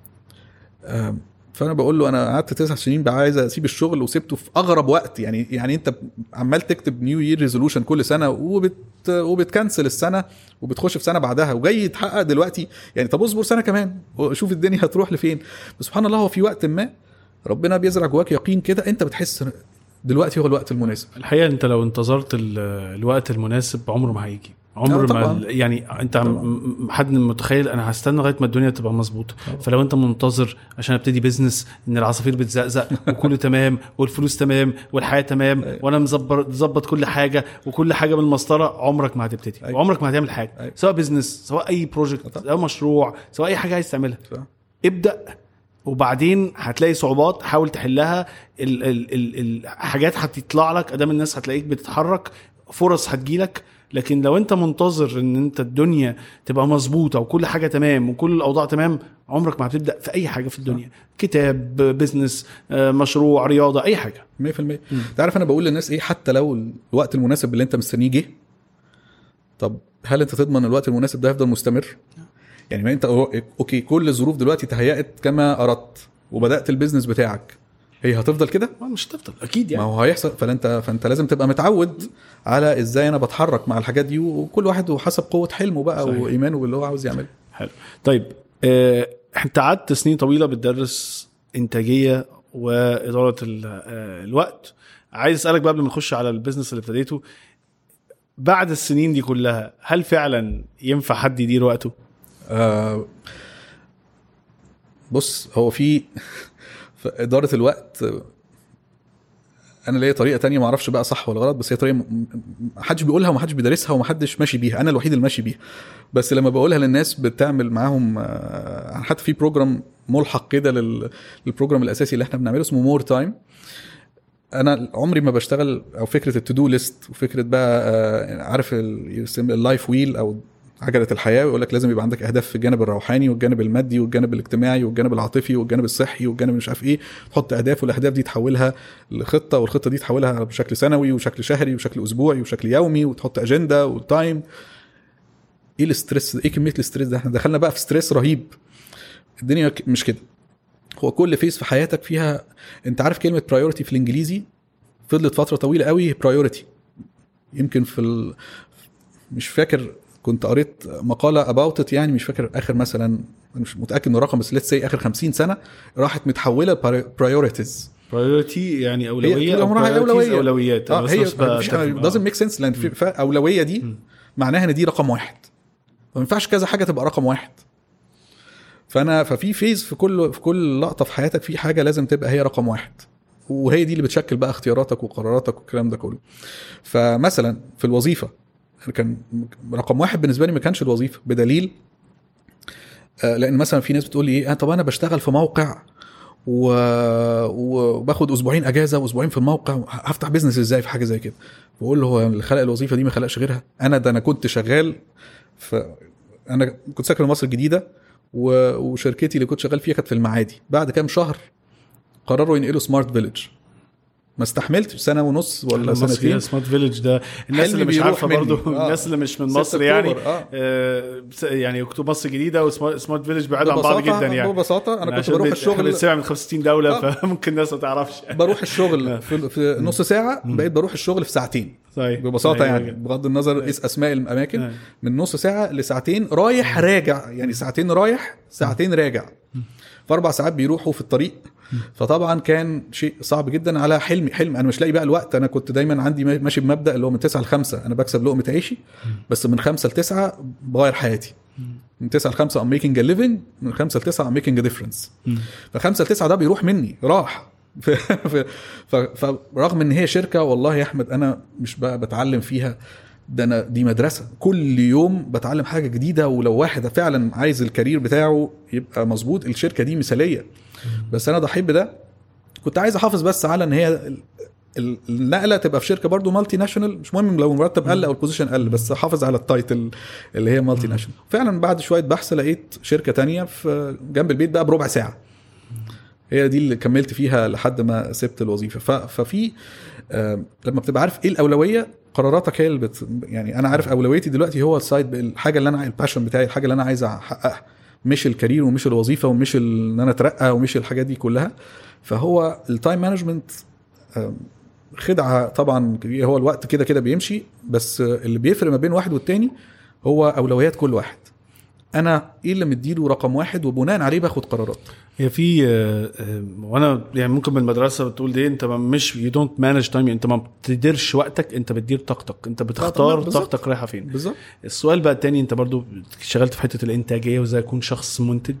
S1: فانا بقول له انا قعدت تسع سنين بقى عايز اسيب الشغل وسبته في اغرب وقت. يعني يعني انت عمال تكتب نيو يير ريزولوشن كل سنه وبت وبتكنسل السنه وبتخش في سنه بعدها وجاي يتحقق دلوقتي. يعني طب اصبر سنه كمان وشوف الدنيا هتروح لفين. بس سبحان الله، هو في وقت ما ربنا بيزرع جواك يقين كده، انت بتحس دلوقتي هو الوقت المناسب.
S2: الحقيقه انت لو انتظرت الوقت المناسب عمره ما هيجي، عمر ما يعني انت طبعاً. حد متخيل انا هستنى لغايه ما الدنيا تبقى مظبوطه. فلو انت منتظر عشان ابتدي بيزنس ان العصافير بتزقزق وكله تمام والفلوس تمام والحياه تمام وانا مظبط مظبط كل حاجه وكل حاجه بالمسطره، عمرك ما هتبتدي وعمرك ما هتعمل حاجه، سواء بيزنس سواء اي بروجكت سواء مشروع سواء اي حاجه عايز تعملها. ابدا وبعدين هتلاقي صعوبات حاول تحلها. ال ال ال الحاجات هتطلع لك ادام الناس هتلاقيك بتتحرك، فرص هتجيلك. لكن لو انت منتظر ان انت الدنيا تبقى مظبوطه وكل حاجه تمام وكل الاوضاع تمام، عمرك ما هتبدا في اي حاجه في الدنيا، كتاب، بيزنس، مشروع، رياضه، اي حاجه.
S1: مية في المية. تعرف انا بقول للناس ايه، حتى لو الوقت المناسب اللي انت مستنيه جه، طب هل انت تضمن الوقت المناسب ده يفضل مستمر؟ يعني ما انت اوكي كل الظروف دلوقتي تهيأت كما اردت وبدات البيزنس بتاعك، هي هتفضل كده؟
S2: مش هتفضل اكيد يعني،
S1: ما هو هيحصل. فانت فانت لازم تبقى متعود على ازاي انا بتحرك مع الحاجات دي، وكل واحد وحسب قوه حلمه بقى صحيح. وايمانه باللي هو عاوز يعمله.
S2: حلو. طيب اه انت قعدت سنين طويله بتدرس انتاجيه واداره الوقت. عايز اسالك بقى قبل ما نخش على البيزنس اللي ابتديته، بعد السنين دي كلها هل فعلا ينفع حد يدير وقته؟ آه
S1: بص، هو في إدارة الوقت أنا ليا طريقة تانية، ما أعرفش بقى صح ولا غلط، بس هي طريقة محدش بيقولها ومحدش بيدرسها ومحدش ماشي بيها، أنا الوحيد اللي ماشي بيها. بس لما بقولها للناس بتعمل معاهم، حتى في بروجرام ملحق كده للبروجرام الأساسي اللي احنا بنعمله اسمه مور تايم. أنا عمري ما بشتغل أو فكرة التودو ليست وفكرة بقى عارف اللايف ويل أو عجلة الحياة، ويقول لك لازم يبقى عندك أهداف في الجانب الروحاني والجانب المادي والجانب الاجتماعي والجانب العاطفي والجانب الصحي والجانب مش عارف ايه، تحط أهداف والأهداف دي تحولها لخطة والخطة دي تحولها بشكل سنوي وشكل شهري وشكل أسبوعي وشكل يومي، وتحط أجندة وتايم. ايه الاسترس ايه كمية الاسترس ده؟ احنا دخلنا بقى في ستريس رهيب. الدنيا مش كده. هو كل فيس في حياتك فيها، انت عارف كلمة priority في الانجليزي فضلت فترة طويلة قوي priority. يمكن في ال... مش فاكر كنت قريت مقالة about it، يعني مش فاكر آخر مثلا، مش متأكد من الرقم، بس let's say آخر خمسين سنة راحت متحولة priorities.
S2: priority يعني أولوية
S1: أو
S2: أولوية أولويات.
S1: آه هي doesn't make sense، لأن في أولوية دي م. معناها إن دي رقم واحد، ما ينفعش كذا حاجة تبقى رقم واحد. فأنا ففي فيز في كل في كل لقطة في حياتك في حاجة لازم تبقى هي رقم واحد، وهي دي اللي بتشكل بقى اختياراتك وقراراتك والكلام ده كله. فمثلا في الوظيفة كان رقم واحد بالنسبه لي ما كانش الوظيفه، بدليل آه لان مثلا في ناس بتقول لي ايه، طب انا بشتغل في موقع و... وباخد اسبوعين اجازه واسبوعين في الموقع، هفتح بيزنس ازاي في حاجه زي كده؟ بقول له هو اللي خلق الوظيفه دي ما خلقش غيرها. انا ده انا كنت شغال في، انا كنت ساكن في مصر الجديده و... وشركتي اللي كنت شغال فيها كانت في المعادي. بعد كام شهر قرروا ينقلوا سمارت فيليج، ما استحملت سنه ونص ولا سنتين.
S2: سمارت فيليج ده الناس اللي مش عارفه برضو آه. الناس اللي مش من مصر يعني آه. آه يعني اكتوبر مصر جديده وسمارت فيليج بعيد عن بعض جدا يعني.
S1: ببساطه انا كنت بروح الشغل
S2: بنسمع من خمسة وستين دوله آه. فممكن الناس ما تعرفش.
S1: بروح الشغل في, في نص ساعه، بقيت بروح الشغل في ساعتين.
S2: صحيح.
S1: ببساطه صحيح. يعني بغض النظر اس اسماء الاماكن آه. من نص ساعه لساعتين رايح راجع، يعني ساعتين رايح ساعتين راجع، فاربع ساعات بيروحوا في الطريق. فطبعا كان شيء صعب جدا على حلمي حلم انا مش لاقي بقى الوقت. انا كنت دايما عندي ماشي بمبدا اللي هو من تسعة لخمسة انا بكسب لقمه عيشي، بس من خمسة لتسعة بغير حياتي. من تسعة لخمسة I'm making a living، من خمسة لتسعة I'm making a difference. فخمسة لتسعة ده بيروح مني راح. فرغم ان هي شركه والله يا احمد انا مش بقى بتعلم فيها ده أنا دي مدرسة، كل يوم بتعلم حاجة جديدة. ولو واحد فعلا عايز الكارير بتاعه يبقى مظبوط الشركة دي مثالية. بس أنا ضحيت بده، كنت عايز أحافظ بس على إن هي النقلة تبقى في شركة برضو مالتي ناشونال، مش مهم لو المرتب قل أو البوزيشن قل، بس حافظ على التايتل اللي هي مالتي ناشونال. فعلا بعد شوية بحث لقيت شركة تانية في جنب البيت بقى بربع ساعة، هي دي اللي كملت فيها لحد ما سبت الوظيفة. ففي آه لما بتبقى عارف ايه الأولوية، قراراتك هي اللي بت... يعني انا عارف اولويتي دلوقتي هو السايد، الحاجه اللي انا الباشن بتاعي، الحاجه اللي انا عايز احققها، مش الكارير ومش الوظيفه ومش ان انا اترقى ومش الحاجات دي كلها. فهو التايم مانجمنت خدعه طبعا، هو الوقت كده كده بيمشي، بس اللي بيفرق ما بين واحد والتاني هو اولويات كل واحد. انا ايه اللي مديله رقم واحد وبناء عليه باخد قرارات.
S2: هي في وانا يعني ممكن من المدرسه بتقول دي انت مش you don't manage time، انت ما بتديرش وقتك، انت بتدير طاقتك، انت بتختار طاقتك رايحه فين
S1: بالظبط.
S2: السؤال بقى التاني، انت برضو اشتغلت في حته الانتاجيه وازاي اكون شخص منتج.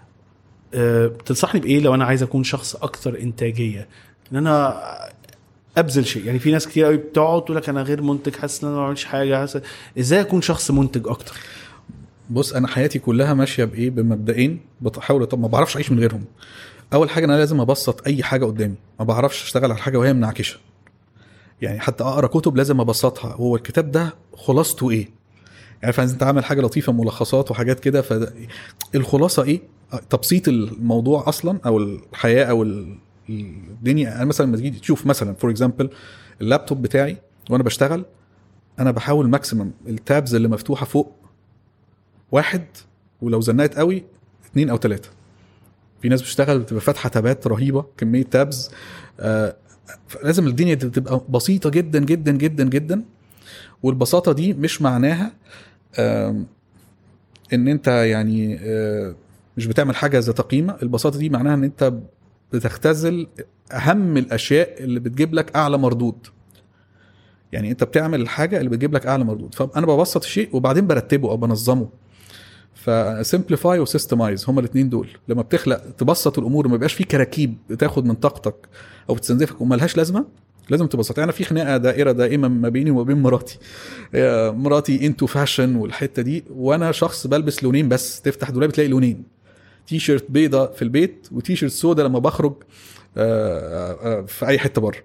S2: أه بتنصحني بايه لو انا عايز اكون شخص اكتر انتاجيه، ان انا ابذل شيء؟ يعني في ناس كتير قوي بتقعد تقول لك انا غير منتج، حاسس ان انا ما بعملش حاجه. ازاي اكون شخص منتج اكتر؟
S1: بص انا حياتي كلها ماشيه بايه، بمبدئين بحاول، طب ما بعرفش اعيش من غيرهم. اول حاجه انا لازم ابسط اي حاجه قدامي، ما بعرفش اشتغل على حاجه وهي منعكشه. يعني حتى اقرا كتب لازم ابسطها، هو الكتاب ده خلاصته ايه؟ يعني فانت انت عامل حاجه لطيفه ملخصات وحاجات كده، فالخلاصه ايه؟ تبسيط الموضوع اصلا او الحياه او الدنيا. انا مثلا لما تيجي تشوف مثلا فور اكزامبل اللابتوب بتاعي وانا بشتغل، انا بحاول ماكسيمم التابز اللي مفتوحه فوق واحد، ولو زنقت قوي اتنين او تلاتة. في ناس بتشتغل بتبقى فاتحه تابات رهيبه، كميه تابز. آه لازم الدنيا تبقى بسيطه جدا جدا جدا جدا. والبساطه دي مش معناها آه ان انت يعني آه مش بتعمل حاجه ذات قيمه. البساطه دي معناها ان انت بتختزل اهم الاشياء اللي بتجيب لك اعلى مردود. يعني انت بتعمل الحاجه اللي بتجيب لك اعلى مردود. فانا ببسط الشيء وبعدين برتبه او بنظمه. فسيمبليفاي وسيستمايز هما الاثنين دول. لما بتخلق تبسط الامور وما يبقاش في كراكيب بتاخد من طاقتك او بتستنزفك وما لهاش لازمه، لازم تبسط. يعني في خناقه دائره دائما ما بيني وما بين مراتي. مراتي انتو فاشن والحته دي، وانا شخص بلبس لونين بس. تفتح دولاب تلاقي لونين، تي شيرت بيضه في البيت وتي شيرت سودا لما بخرج في اي حته بره.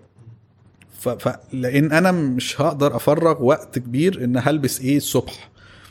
S1: فلان انا مش هقدر افرغ وقت كبير ان هلبس ايه الصبح.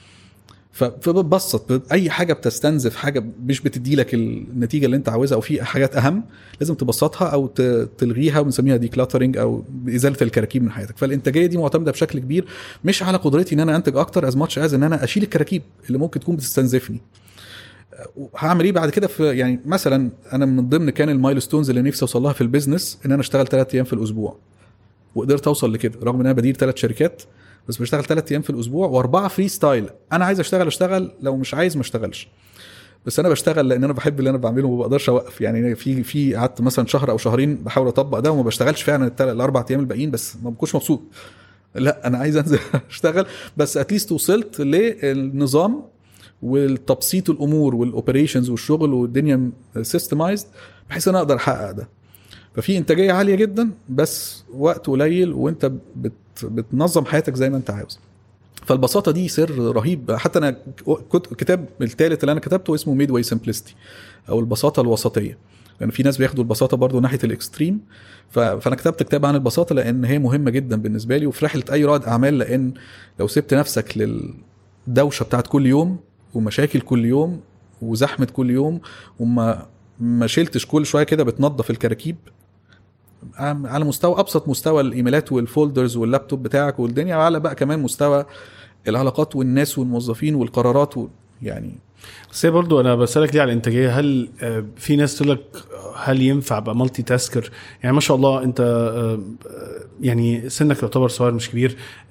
S1: فبتبسط اي حاجه بتستنزف حاجه مش بتدي لك النتيجه اللي انت عاوزها، او في حاجات اهم لازم تبسطها او تلغيها، وبنسميها ديكلاترنج او ازاله الكراكيب من حياتك. فالانتاجيه دي معتمده بشكل كبير مش على قدرتي ان انا انتج اكتر از ماتش از ان انا اشيل الكراكيب اللي ممكن تكون بتستنزفني. هعمل ايه بعد كده؟ في يعني مثلا انا من ضمن كان المايلستونز اللي نفسي اوصل لها في البيزنس ان انا اشتغل ثلاثة ايام في الاسبوع، وقدرت اوصل لكده رغم ان انا بدير ثلاث شركات، بس بشتغل ثلاث ايام في الاسبوع واربعه فري ستايل. انا عايز اشتغل اشتغل، لو مش عايز ما اشتغلش. بس انا بشتغل لان انا بحب اللي انا بعمله وما بقدرش اوقف. يعني في في قعدت مثلا شهر او شهرين بحاول اطبق ده وما بشتغلش فعلا الاربع ايام الباقيين، بس ما بكونش مبسوط. لا انا عايز انزل اشتغل، بس اتليست وصلت للنظام والتبسيط الامور والاوبريشنز والشغل والدنيا سيستمايزد بحيث انا اقدر احقق ده. ففي انتاجيه عاليه جدا بس وقت قليل، وانت بت بتنظم حياتك زي ما انت عاوز. فالبساطه دي سر رهيب. حتى انا كتاب الثالث اللي انا كتبته اسمه ميدواي سمبلستي او البساطه الوسطيه، لان يعني في ناس بياخدوا البساطه برضو ناحيه الاكستريم. فانا كتبت كتاب عن البساطه لان هي مهمه جدا بالنسبه لي وفي رحله اي رائد اعمال. لان لو سبت نفسك للدوشه بتاعت كل يوم ومشاكل كل يوم وزحمه كل يوم وما ما شلتش كل شويه كده بتنظف الكراكيب على مستوى ابسط، مستوى الايميلات والفولدرز واللابتوب بتاعك والدنيا، وعلى بقى كمان مستوى العلاقات والناس والموظفين والقرارات و... يعني
S2: بس برضو انا بسالك ليه على الانتاجيه. هل في ناس تقول لك هل ينفع ابقى مالتي تاسكر؟ يعني ما شاء الله انت يعني سنك يعتبر صغير مش كبير.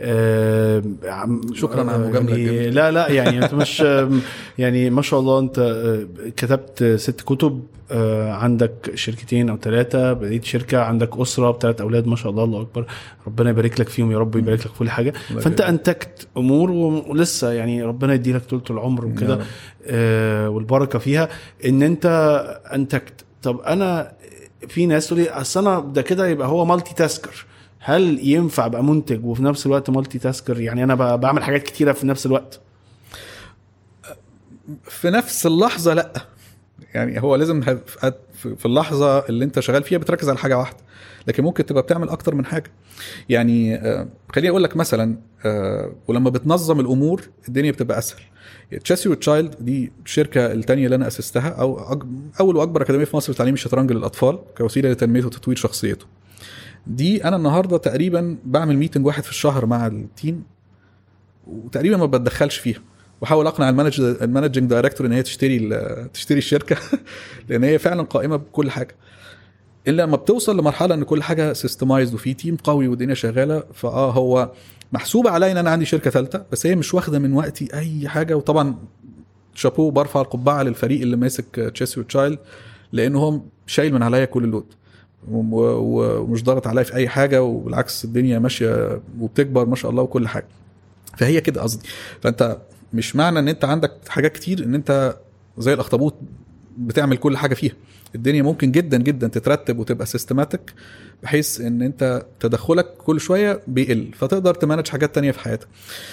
S1: شكرا على المجامله.
S2: يعني لا لا يعني انت مش يعني ما شاء الله انت كتبت ست كتب، عندك شركتين او ثلاثه، بديت شركه، عندك اسره بثلاث اولاد ما شاء الله، الله اكبر، ربنا يبارك لك فيهم يا رب، يبارك لك في كل حاجه. فانت انتجت امور ولسه يعني ربنا يدي لك طول العمر وكده آه والبركه فيها ان انت انتجت. طب انا في ناس تقول لي اصل انا ده كده يبقى هو مالتي تاسكر. هل ينفع ابقى منتج وفي نفس الوقت مالتي تاسكر؟ يعني انا بعمل حاجات كتيره في نفس الوقت
S1: في نفس اللحظه لا، يعني هو لازم في اللحظه اللي انت شغال فيها بتركز على حاجه واحده، لكن ممكن تبقى بتعمل اكتر من حاجه. يعني خليني اقول لك مثلا، ولما بتنظم الامور الدنيا بتبقى اسهل. تشيسي وتشايلد دي الشركه الثانيه اللي انا اسستها، او اول واكبر اكاديميه في مصر لتعليم الشطرنج للاطفال كوسيله لتنميه وتطوير شخصيته. دي انا النهارده تقريبا بعمل ميتنج واحد في الشهر مع التيم، وتقريبا ما بتدخلش فيها، وحاول اقنع المانجر المانجنج دايركتور ان هي تشتري تشتري الشركه لان هي فعلا قائمه بكل حاجه. الا لما بتوصل لمرحله ان كل حاجه سيستمايزد وفي تيم قوي والدنيا شغاله، فاه هو محسوب عليا ان انا عندي شركه ثالثه، بس هي مش واخده من وقتي اي حاجه. وطبعا شابو، برفع القبعه للفريق اللي ماسك تشيسي وتشايلد، لانه هو شايل من عليا كل اللود ومش ضاغط عليا في اي حاجه، وبالعكس الدنيا ماشيه وبتكبر ما شاء الله وكل حاجه. فهي كده قصدي. فانت مش معنى ان انت عندك حاجات كتير ان انت زي الاخطبوط بتعمل كل حاجه فيها. الدنيا ممكن جدا جدا تترتب وتبقى سيستماتيك، بحيث ان انت تدخلك كل شويه بيقل، فتقدر تمانج حاجات تانية في حياتك.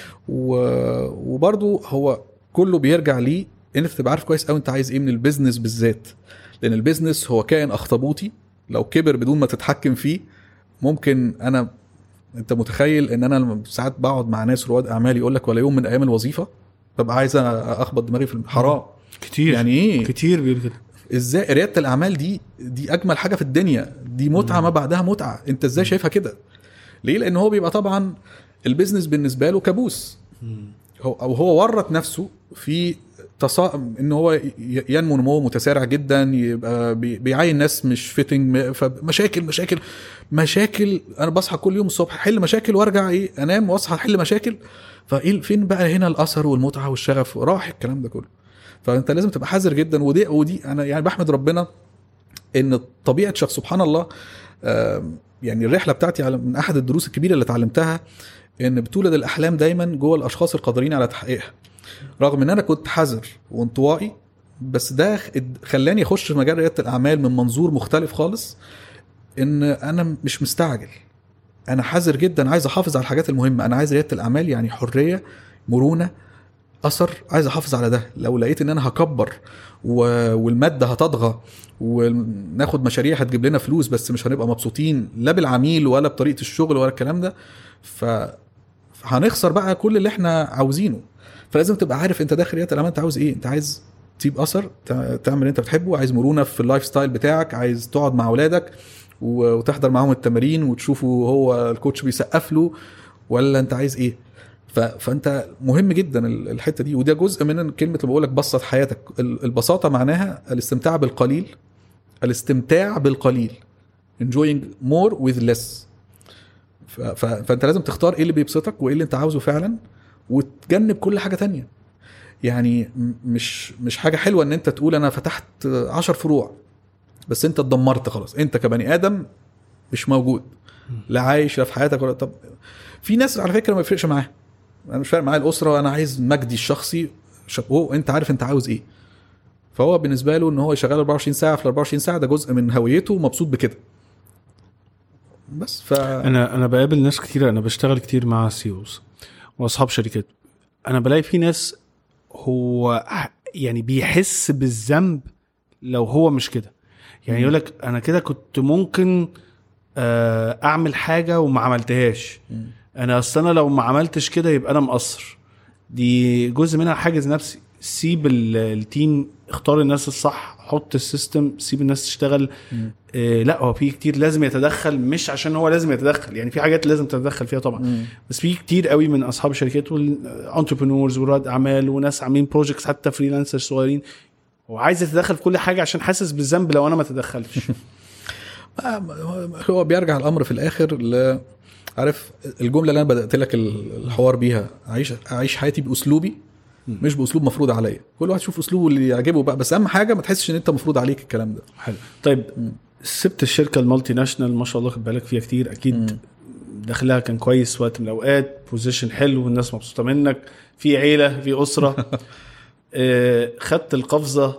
S1: وبرضو هو كله بيرجع ليه ان انت تبقى عارف كويس قوي انت عايز ايه من البيزنس بالذات، لان البيزنس هو كائن اخطبوطي لو كبر بدون ما تتحكم فيه. ممكن انا انت متخيل ان انا ساعات بقعد مع ناس رواد اعمال يقول لك ولا يوم من ايام الوظيفه ببقى عايز اخبط دماغي في الحرام
S2: كتير.
S1: يعني ايه
S2: كتير بيقول كده.
S1: ازاي رياده الاعمال دي دي اجمل حاجه في الدنيا، دي متعه ما بعدها متعه. انت ازاي شايفها كده؟ ليه؟ لان هو بيبقى طبعا البيزنس بالنسبه له كابوس، هو او هو ورط نفسه في تصائم ان هو ينمو نمو متسارع جدا، يبقى بيعين ناس مش فيتنج، فمشاكل مشاكل مشاكل. انا بصحى كل يوم الصبح احل مشاكل وارجع ايه انام واصحى احل مشاكل. فايه فين بقى هنا الاثر والمتعه والشغف؟ راح الكلام ده كله. فانت لازم تبقى حذر جدا. ودي ودي انا يعني بحمد ربنا ان طبيعه شخص سبحان الله. يعني الرحله بتاعتي على من احد الدروس الكبيره اللي اتعلمتها ان بتولد الاحلام دايما جوه الاشخاص القادرين على تحقيقها. رغم ان انا كنت حذر وانطوائي، بس ده خلاني اخش في مجال رياده الاعمال من منظور مختلف خالص. ان انا مش مستعجل، انا حذر جدا، عايز احافظ على الحاجات المهمه. انا عايز رياده الاعمال يعني حريه، مرونه، اثر. عايز احافظ على ده. لو لقيت ان انا هكبر والماده هتطغى وناخد مشاريع هتجيب لنا فلوس بس مش هنبقى مبسوطين لا بالعميل ولا بطريقه الشغل ولا الكلام ده، فهنخسر بقى كل اللي احنا عاوزينه. فلازم تبقى عارف انت داخل رياده الاعمال انت عاوز ايه. انت عايز تسيب اثر، تعمل اللي انت بتحبه، عايز مرونه في اللايف ستايل بتاعك، عايز تقعد مع اولادك وتحضر معاهم التمارين وتشوفوا هو الكوتش بيسقف له، ولا انت عايز ايه. فانت مهم جدا الحته دي. وده جزء من كلمه اللي بقولك بسط حياتك. البساطه معناها الاستمتاع بالقليل، الاستمتاع بالقليل enjoying more with less. فانت لازم تختار ايه اللي بيبسطك وايه اللي انت عاوزه فعلا، وتجنب كل حاجه تانية. يعني مش مش حاجه حلوه ان انت تقول انا فتحت عشر فروع بس انت اتدمرت خلاص، انت كبني ادم مش موجود، لا عايش لا في حياتك ولا. طب في ناس على فكره ما يفرقش معاها، انا مش فارق معايا الاسره، انا عايز مجدي الشخصي. هو انت عارف انت عاوز ايه، فهو بالنسبه له ان هو يشغل أربعة وعشرين ساعه في أربعة وعشرين ساعه ده جزء من هويته ومبسوط بكده بس. ف
S2: انا انا بقابل ناس كتير، انا بشتغل كتير مع سيوز واصحاب شركات. انا بلاقي في ناس هو يعني بيحس بالذنب لو هو مش كده. يعني يقول لك انا كده كنت ممكن اعمل حاجه وما عملتهاش، انا اصلا لو ما عملتش كده يبقى انا مقصر. دي جزء منها حاجز نفسي. سيب التيم، اختار الناس الصح، حط السيستم، سيب الناس تشتغل. آه لا هو في كتير لازم يتدخل، مش عشان هو لازم يتدخل، يعني في حاجات لازم تتدخل فيها طبعا. مم. بس في كتير قوي من اصحاب الشركات والانتربرنورز وراد اعمال وناس عاملين بروجكتس حتى فريلانسر صغيرين، وعايز يتدخل في كل حاجه عشان حاسس بالذنب لو انا ما تدخلتش.
S1: هو بيرجع الامر في الاخر ل عارف الجمله اللي انا بدات لك الحوار بيها، اعيش اعيش حياتي باسلوبي مش باسلوب مفروض عليا. كل واحد يشوف اسلوبه اللي يعجبه بقى، بس اهم حاجه ما تحسش ان انت مفروض عليك الكلام ده.
S2: حلو. طيب م. سبت الشركه المالتي ناشونال ما شاء الله خد بالك فيها كتير، اكيد م. دخلها كان كويس وقت من الاوقات، بوزيشن حلو والناس مبسوطه منك، في عيله في اسره. آه خدت القفزه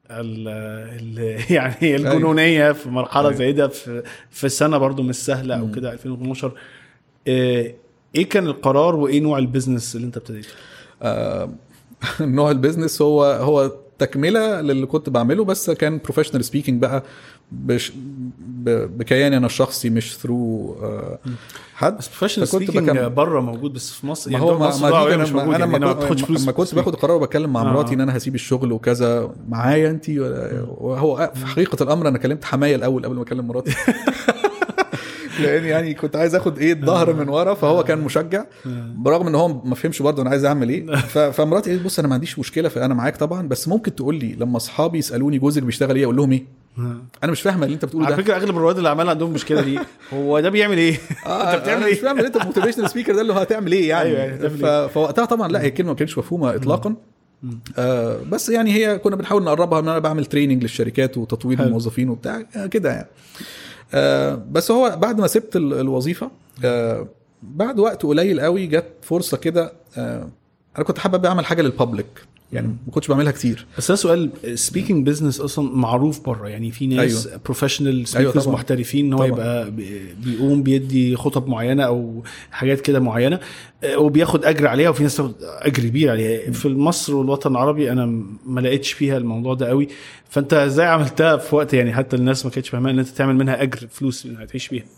S2: ال ال يعني الجنونيه في مرحله زي ده في في السنه برضو مش سهله او كده ألفين واثناشر. ايه كان القرار وايه نوع البيزنس اللي انت ابتديته؟
S1: آه نوع البيزنس هو هو تكمله للي كنت بعمله، بس كان بروفيشنال سبيكينج بقى بش بكياني انا الشخصي مش ثرو آه حد.
S2: بس بروفيشنال سبيكينج بره موجود بس في مصر
S1: يعني هو ما ما
S2: مش موجود.
S1: انا
S2: يعني
S1: ما كنت, كنت باخد قرار وبتكلم مع مراتي آه. ان انا هسيب الشغل وكذا معايا انت، وهو في حقيقه الامر انا كلمت حمايه الاول قبل ما اكلم مراتي لان يعني كنت عايز اخد ايه الظهر من ورا، فهو كان مشجع برغم ان هو ما فهمش برضه انا عايز اعمل ايه. فمراتي قالت بص انا ما عنديش مشكله، فانا معاك طبعا، بس ممكن تقول لي لما اصحابي يسالوني جوزك بيشتغل ايه اقول لهم ايه؟ انا مش فاهمه اللي انت بتقوله ده.
S2: على فكره اغلب الرواد اللي عمال عندهم مشكله دي هو ده بيعمل ايه؟
S1: آه انت بتعمل ايه؟ مش فاهم انت الموتيفيشنال سبيكر ده اللي هو هتعمل ايه يعني.
S2: أيوة يعني
S1: ف... فوقتها طبعا لا هي كلمه ما كانتش مفهومه اطلاقا. آه بس يعني هي كنا بنحاول نقربها ان انا بعمل تريننج للشركات وتطوير الموظفين وبتاع كده يعني. آه بس هو بعد ما سبت الوظيفه آه بعد وقت قليل قوي جت فرصه كده. آه انا كنت حابب اعمل حاجه للبابليك يعني ما كنتش بعملها كتير.
S2: بس ده سؤال، سبيكينج بيزنس اصلا معروف بره يعني في ناس بروفيشنال سبيكرز أيوة محترفين ان هو يبقى بيقوم بيدي خطب معينه او حاجات كده معينه وبياخد اجر عليها، وفي ناس تاخد اجر كبير عليها. في مصر والوطن العربي انا ما لقيتش فيها الموضوع ده قوي. فانت ازاي عملتها في وقت يعني حتى الناس ما كانتش فاهمه ان انت تعمل منها اجر فلوس انها تعيش بيها؟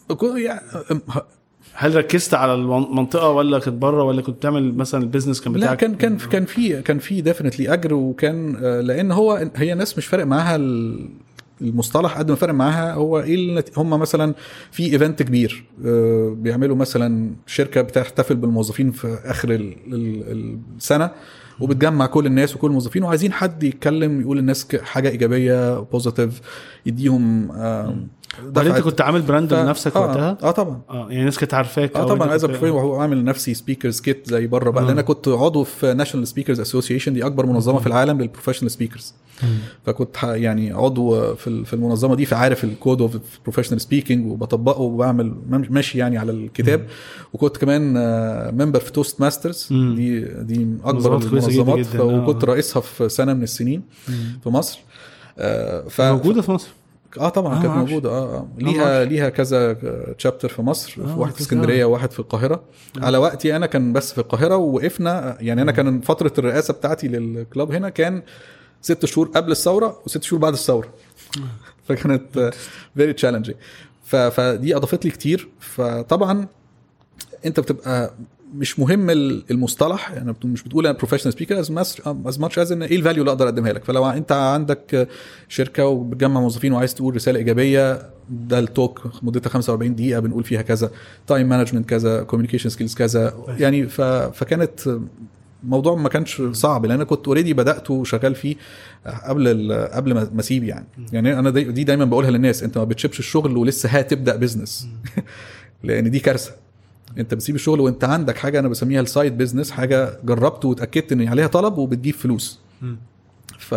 S2: هل ركزت على المنطقه ولا كنت بره ولا كنت بتعمل مثلا البيزنس كان بتاعك؟
S1: لا كان كان كان في كان في ديفينتلي اجر، وكان لان هو هي الناس مش فارق معاها المصطلح قد ما فارق معاها هو ايه. هم مثلا في ايفنت كبير بيعملوا مثلا شركه بتحتفل بالموظفين في اخر السنه وبتجمع كل الناس وكل الموظفين وعايزين حد يتكلم يقول للناس حاجه ايجابيه بوزيتيف يديهم.
S2: ده انت كنت عامل براند لنفسك
S1: آه
S2: وقتها؟
S1: اه طبعا اه
S2: يعني الناس كانت عارفاك.
S1: اه طبعا عايز ابقى وهو عامل لنفسي سبيكرز كيت زي بره بقى. آه. لان انا كنت عضو في ناشونال سبيكرز اسوسيشن، دي اكبر منظمه في العالم للبروفيشنال سبيكرز. فكنت يعني عضو في في المنظمه دي، فعارف الكود اوف بروفيشنال سبيكينج وبطبقه وبعمل ماشي يعني على الكتاب. وكنت كمان ممبر في توست ماسترز، دي دي اكبر المنظمات، وكنت رئيسها في سنه من السنين في مصر.
S2: آه ف... موجوده في مصر؟
S1: اه طبعا آه كانت موجوده. اه, آه. ليها ليها كذا تشابتر في مصر. آه واحد في اسكندريه وواحد في القاهره. آه. على وقتي انا كان بس في القاهره، ووقفنا يعني انا كان فتره الرئاسه بتاعتي للكلاب هنا كان ست شهور قبل الثوره وست شهور بعد الثوره. فكانت فيري تشالنجينج. فدي اضافت لي كتير. فطبعا انت بتبقى مش مهم المصطلح يعني، مش بتقول انا بروفيشنال سبيكر از ماتش از ان ايه الفاليو اللي اقدر اقدمها لك. فلو انت عندك شركه وبتجمع موظفين وعايز تقول رساله ايجابيه، ده التوك مدتها خمسة وأربعين دقيقه بنقول فيها كذا، تايم مانجمنت كذا، كوميونيكيشن سكيلز كذا يعني. فكانت موضوع ما كانش صعب لان انا كنت اوريدي بدات وشغال فيه قبل قبل ما اسيب يعني. يعني انا دي دايما بقولها للناس، انت ما بتسيبش الشغل ولسه هتبدا بيزنس لان دي كارثه. انت بتسيب الشغل وانت عندك حاجه انا بسميها السايد بيزنس، حاجه جربت وتاكدت ان عليها طلب وبتجيب فلوس. ف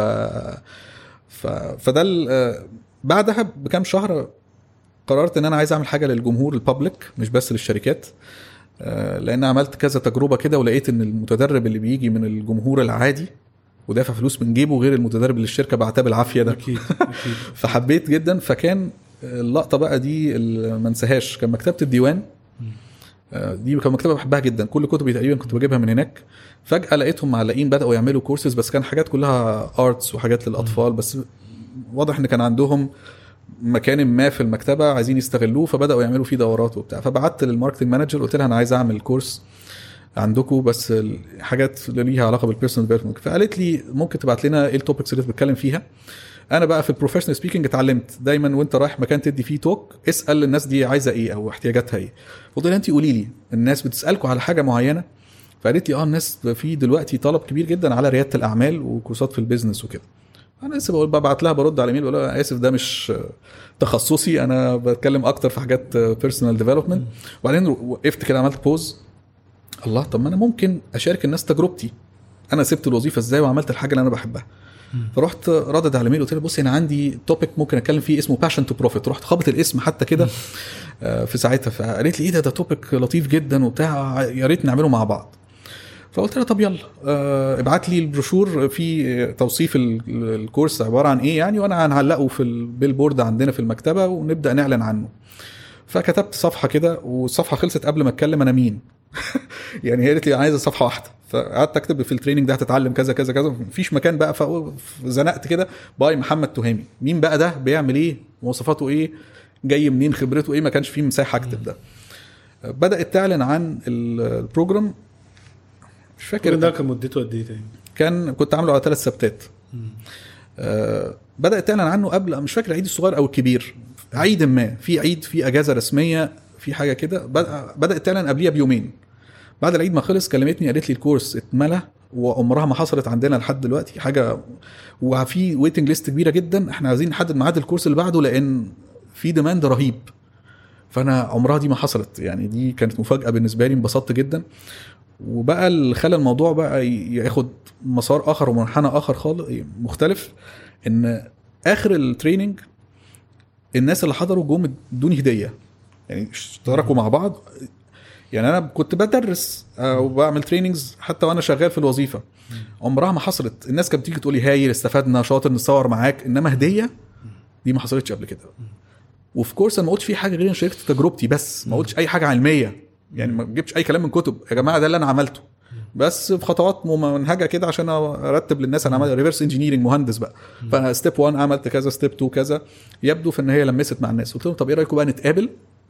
S1: ف فده بعدها بكام شهر قررت ان انا عايز اعمل حاجه للجمهور البابليك مش بس للشركات. لان عملت كذا تجربه كده ولقيت ان المتدرب اللي بيجي من الجمهور العادي ودافع فلوس من جيبه غير المتدرب اللي الشركه بعتها بالعافيه ده.
S2: اكيد اكيد.
S1: فحبيت جدا. فكان اللقطه بقى دي ما انساهاش، كان مكتبه الديوان دي كان مكتبه بحبها جدا، كل كتبي تقريبا كنت بجيبها من هناك. فجاه لقيتهم معلقين بداوا يعملوا كورسز، بس كان حاجات كلها ارتس وحاجات للاطفال، بس واضح ان كان عندهم مكان ما في المكتبه عايزين يستغلوه، فبداوا يعملوا فيه دورات وبتاع. فبعت للماركتنج مانجر قلت لها انا عايز اعمل كورس عندكم بس حاجات ليها علاقه بالبيرسونال ديفلوبمنت. فقالت لي ممكن تبعت لنا ايه التوبكس اللي بتتكلم فيها. انا بقى في البروفيشنال سبيكينج اتعلمت دايما وانت رايح مكان تدي فيه توك اسال الناس دي عايزه ايه او احتياجاتها ايه. قلت لها انت قولي لي الناس بتسالكم على حاجه معينه. فقالت لي اه الناس في دلوقتي طلب كبير جدا على رياده الاعمال وكورسات في البيزنس وكده. انا لسه بقول ببعت لها برد على ايميل بقول لها اسف ده مش تخصصي، انا بتكلم اكتر في حاجات بيرسونال ديفلوبمنت. وبعدين وقفت كده عملت بوز، الله طب ما انا ممكن اشارك الناس تجربتي، انا سبت الوظيفه ازاي وعملت الحاجه اللي انا بحبها. فرحت ردد على ايميل قلت له بص انا عندي توبيك ممكن اتكلم فيه اسمه باشن تو بروفيت. رحت خابط الاسم حتى كده في ساعتها. فقالت لي ايه ده ده توبيك لطيف جدا وبتاع، يا ريت نعمله مع بعض. فقلت لها طب يلا آه، ابعت لي البروشور في توصيف ال- الكورس عباره عن ايه يعني، وانا هنعلقه في البيلبورد عندنا في المكتبه ونبدا نعلن عنه. فكتبت صفحه كده، والصفحه خلصت قبل ما اتكلم انا مين. يعني هي قالت لي عايزه صفحه واحده، فقعدت اكتب في التريننج ده هتتعلم كذا كذا كذا، مفيش مكان بقى، فزنقت كده باي محمد تهامي، مين بقى ده، بيعمل ايه، مواصفاته ايه، جاي منين، خبرته ايه، ما كانش فيه مساحه اكتب ده. بدات تعلن عن البروجرام، مش فاكر
S2: ده كان مدته قد ايه تاني؟
S1: كان كنت عامله على ثلاث سبتات. آه بدات تعلن عنه قبل، مش فاكر العيد الصغير او الكبير، عيد ما في عيد في اجازه رسميه في حاجه كده، بدات تعلن قبليها بيومين. بعد العيد ما خلص كلمتني قالت لي الكورس اتملى وعمرها ما حصلت عندنا لحد دلوقتي حاجه، وفي ويتنج ليست كبيره جدا، احنا عايزين نحدد ميعاد الكورس اللي بعده لان في ديماند رهيب. فانا عمرها دي ما حصلت يعني، دي كانت مفاجاه بالنسبه لي، انبسطت جدا. وبقى اللي خلى الموضوع بقى ياخد مسار اخر ومنحنى اخر خالص مختلف، ان اخر التريننج الناس اللي حضروا جم ادوني هديه، يعني اشتركوا مع بعض. يعني انا كنت بدرس وبعمل تريننجز حتى وانا شغال في الوظيفه، عمرها ما حصلت. الناس كانت بتيجي تقول لي هايل استفدنا شاطر نتصور معاك، انما هديه دي ما حصلتش قبل كده. وفي كورس انا ما قلتش فيه حاجه غير ان شاركت تجربتي بس، ما قلتش اي حاجه علميه، يعني ما جبتش اي كلام من كتب. يا جماعه ده اللي انا عملته، بس بخطوات ممنهجه كده عشان ارتب للناس. انا عملت ريفرس انجينيرنج، مهندس بقى، فستيب واحد عملت كذا، ستيب اتنين كذا. يبدو في ان هي لمست مع الناس. قلت لهم طب ايه رايكم بقى نتقابل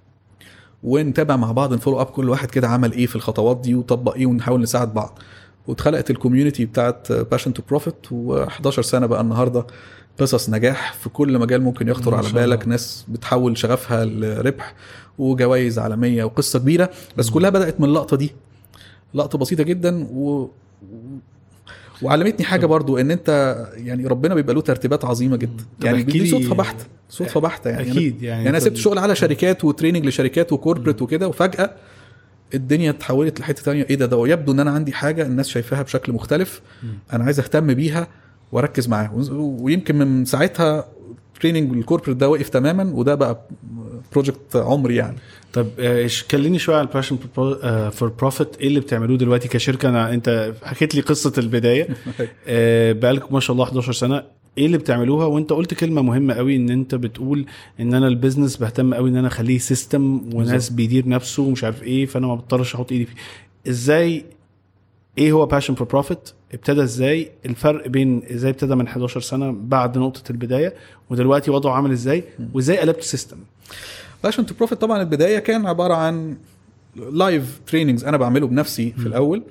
S1: ونتابع مع بعض، نفولو اب كل واحد كده عمل ايه في الخطوات دي وطبق ايه، ونحاول نساعد بعض. واتخلقت الكوميونتي بتاعت باشن تو بروفيت، و11 سنه بقى النهارده قصص نجاح في كل مجال ممكن يخطر على بالك. ناس بتحول شغفها لربح وجوائز عالميه وقصه كبيره، بس كلها بدات من اللقطه دي، لقطه بسيطه جدا. و... وعلمتني حاجه برضو، ان انت يعني ربنا بيبقى له ترتيبات عظيمه جدا. يعني دي صدفه بحته، صدفه بحته يعني.
S2: اكيد يعني,
S1: يعني انا سبت شغل على شركات وتريننج لشركات وكوربريت وكده، وفجاه الدنيا اتحولت لحته تانية. ايه ده ده يبدو ان انا عندي حاجه الناس شايفاها بشكل مختلف، انا عايز اهتم بيها واركز معاها. ويمكن من ساعتها تريننج الكوربريت ده وقف تماما، وده بقى بروجكت عمري يعني.
S2: طب ايش كلمني شويه على الباشن فور بروفيت، ايه اللي بتعملوه دلوقتي كشركه؟ أنا انت حكيت لي قصه البدايه، بقالكم ما شاء الله احداشر سنه، ايه اللي بتعملوها؟ وانت قلت كلمه مهمه قوي، ان انت بتقول ان انا البيزنس بهتم قوي ان انا اخليه سيستم وناس بيدير نفسه ومش عارف ايه، فانا ما بضطرش احط ايدي فيه. ازاي، ايه هو باشن فور بروفيت؟ ابتدى ازاي؟ الفرق بين ازاي ابتدى من احداشر سنه بعد نقطه البدايه ودلوقتي وضعه عامل ازاي، وازاي قلبت سيستم؟
S1: باشن تو بروفيت طبعا البدايه كان عباره عن لايف تريننجز انا بعمله بنفسي في الاول،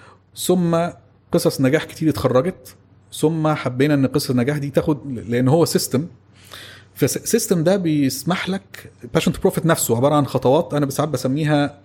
S1: ثم قصص نجاح كتير اتخرجت، ثم حبينا ان قصص النجاح دي تاخد، لان هو سيستم. فالسيستم ده بيسمح لك، باشن تو بروفيت نفسه عباره عن خطوات انا ساعات بسميها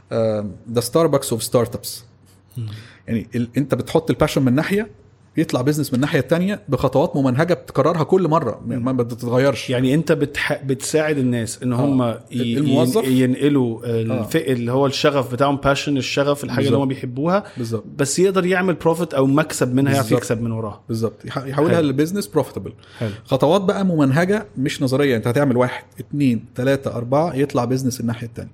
S1: ذا ستاربكس اوف ستارت ابس. يعني ال... انت بتحط الباشن من ناحيه، يطلع بيزنس من الناحيه التانية بخطوات ممنهجه بتكررها كل مره، ما بتتغيرش.
S2: يعني انت بتح... بتساعد الناس ان هم آه. ي... الموظف ينقلوا الف... آه. اللي هو الشغف بتاعهم، باشن، الشغف، الحاجه بالزبط. اللي هم بيحبوها بالزبط. بس يقدر يعمل بروفيت او مكسب منها، يعرف يكسب من وراها
S1: بالظبط، يحولها لبيزنس بروفيتبل. خطوات بقى ممنهجه مش نظريه، انت هتعمل واحد اتنين تلاتة اربعة يطلع بيزنس الناحيه التانية.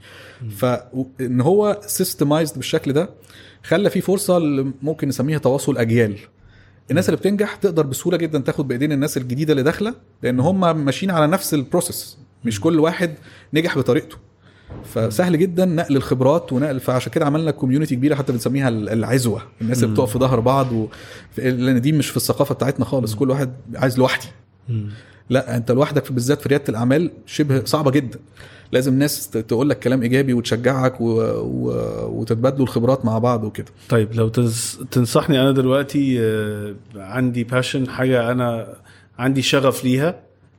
S1: فان هو سيستمايزد بالشكل ده خلى فيه فرصه ممكن نسميها تواصل اجيال. الناس اللي بتنجح تقدر بسهوله جدا تاخد بايدين الناس الجديده اللي داخله، لان هم ماشيين على نفس البروسيس، مش كل واحد نجح بطريقته، فسهل جدا نقل الخبرات ونقل. فعشان كده عملنا كوميونتي كبيره حتى بنسميها العزوه، الناس اللي بتقف في ظهر بعض و... لان دي مش في الثقافه بتاعتنا خالص، كل واحد عايز لوحدي. لا، انت لوحدك بالذات في رياده الاعمال شبه صعبه جدا، لازم ناس تقول لك كلام ايجابي وتشجعك و... و... وتتبادلوا الخبرات مع بعض وكده.
S2: طيب لو تنص... تنصحني انا دلوقتي عندي باشن، حاجه انا عندي شغف ليها،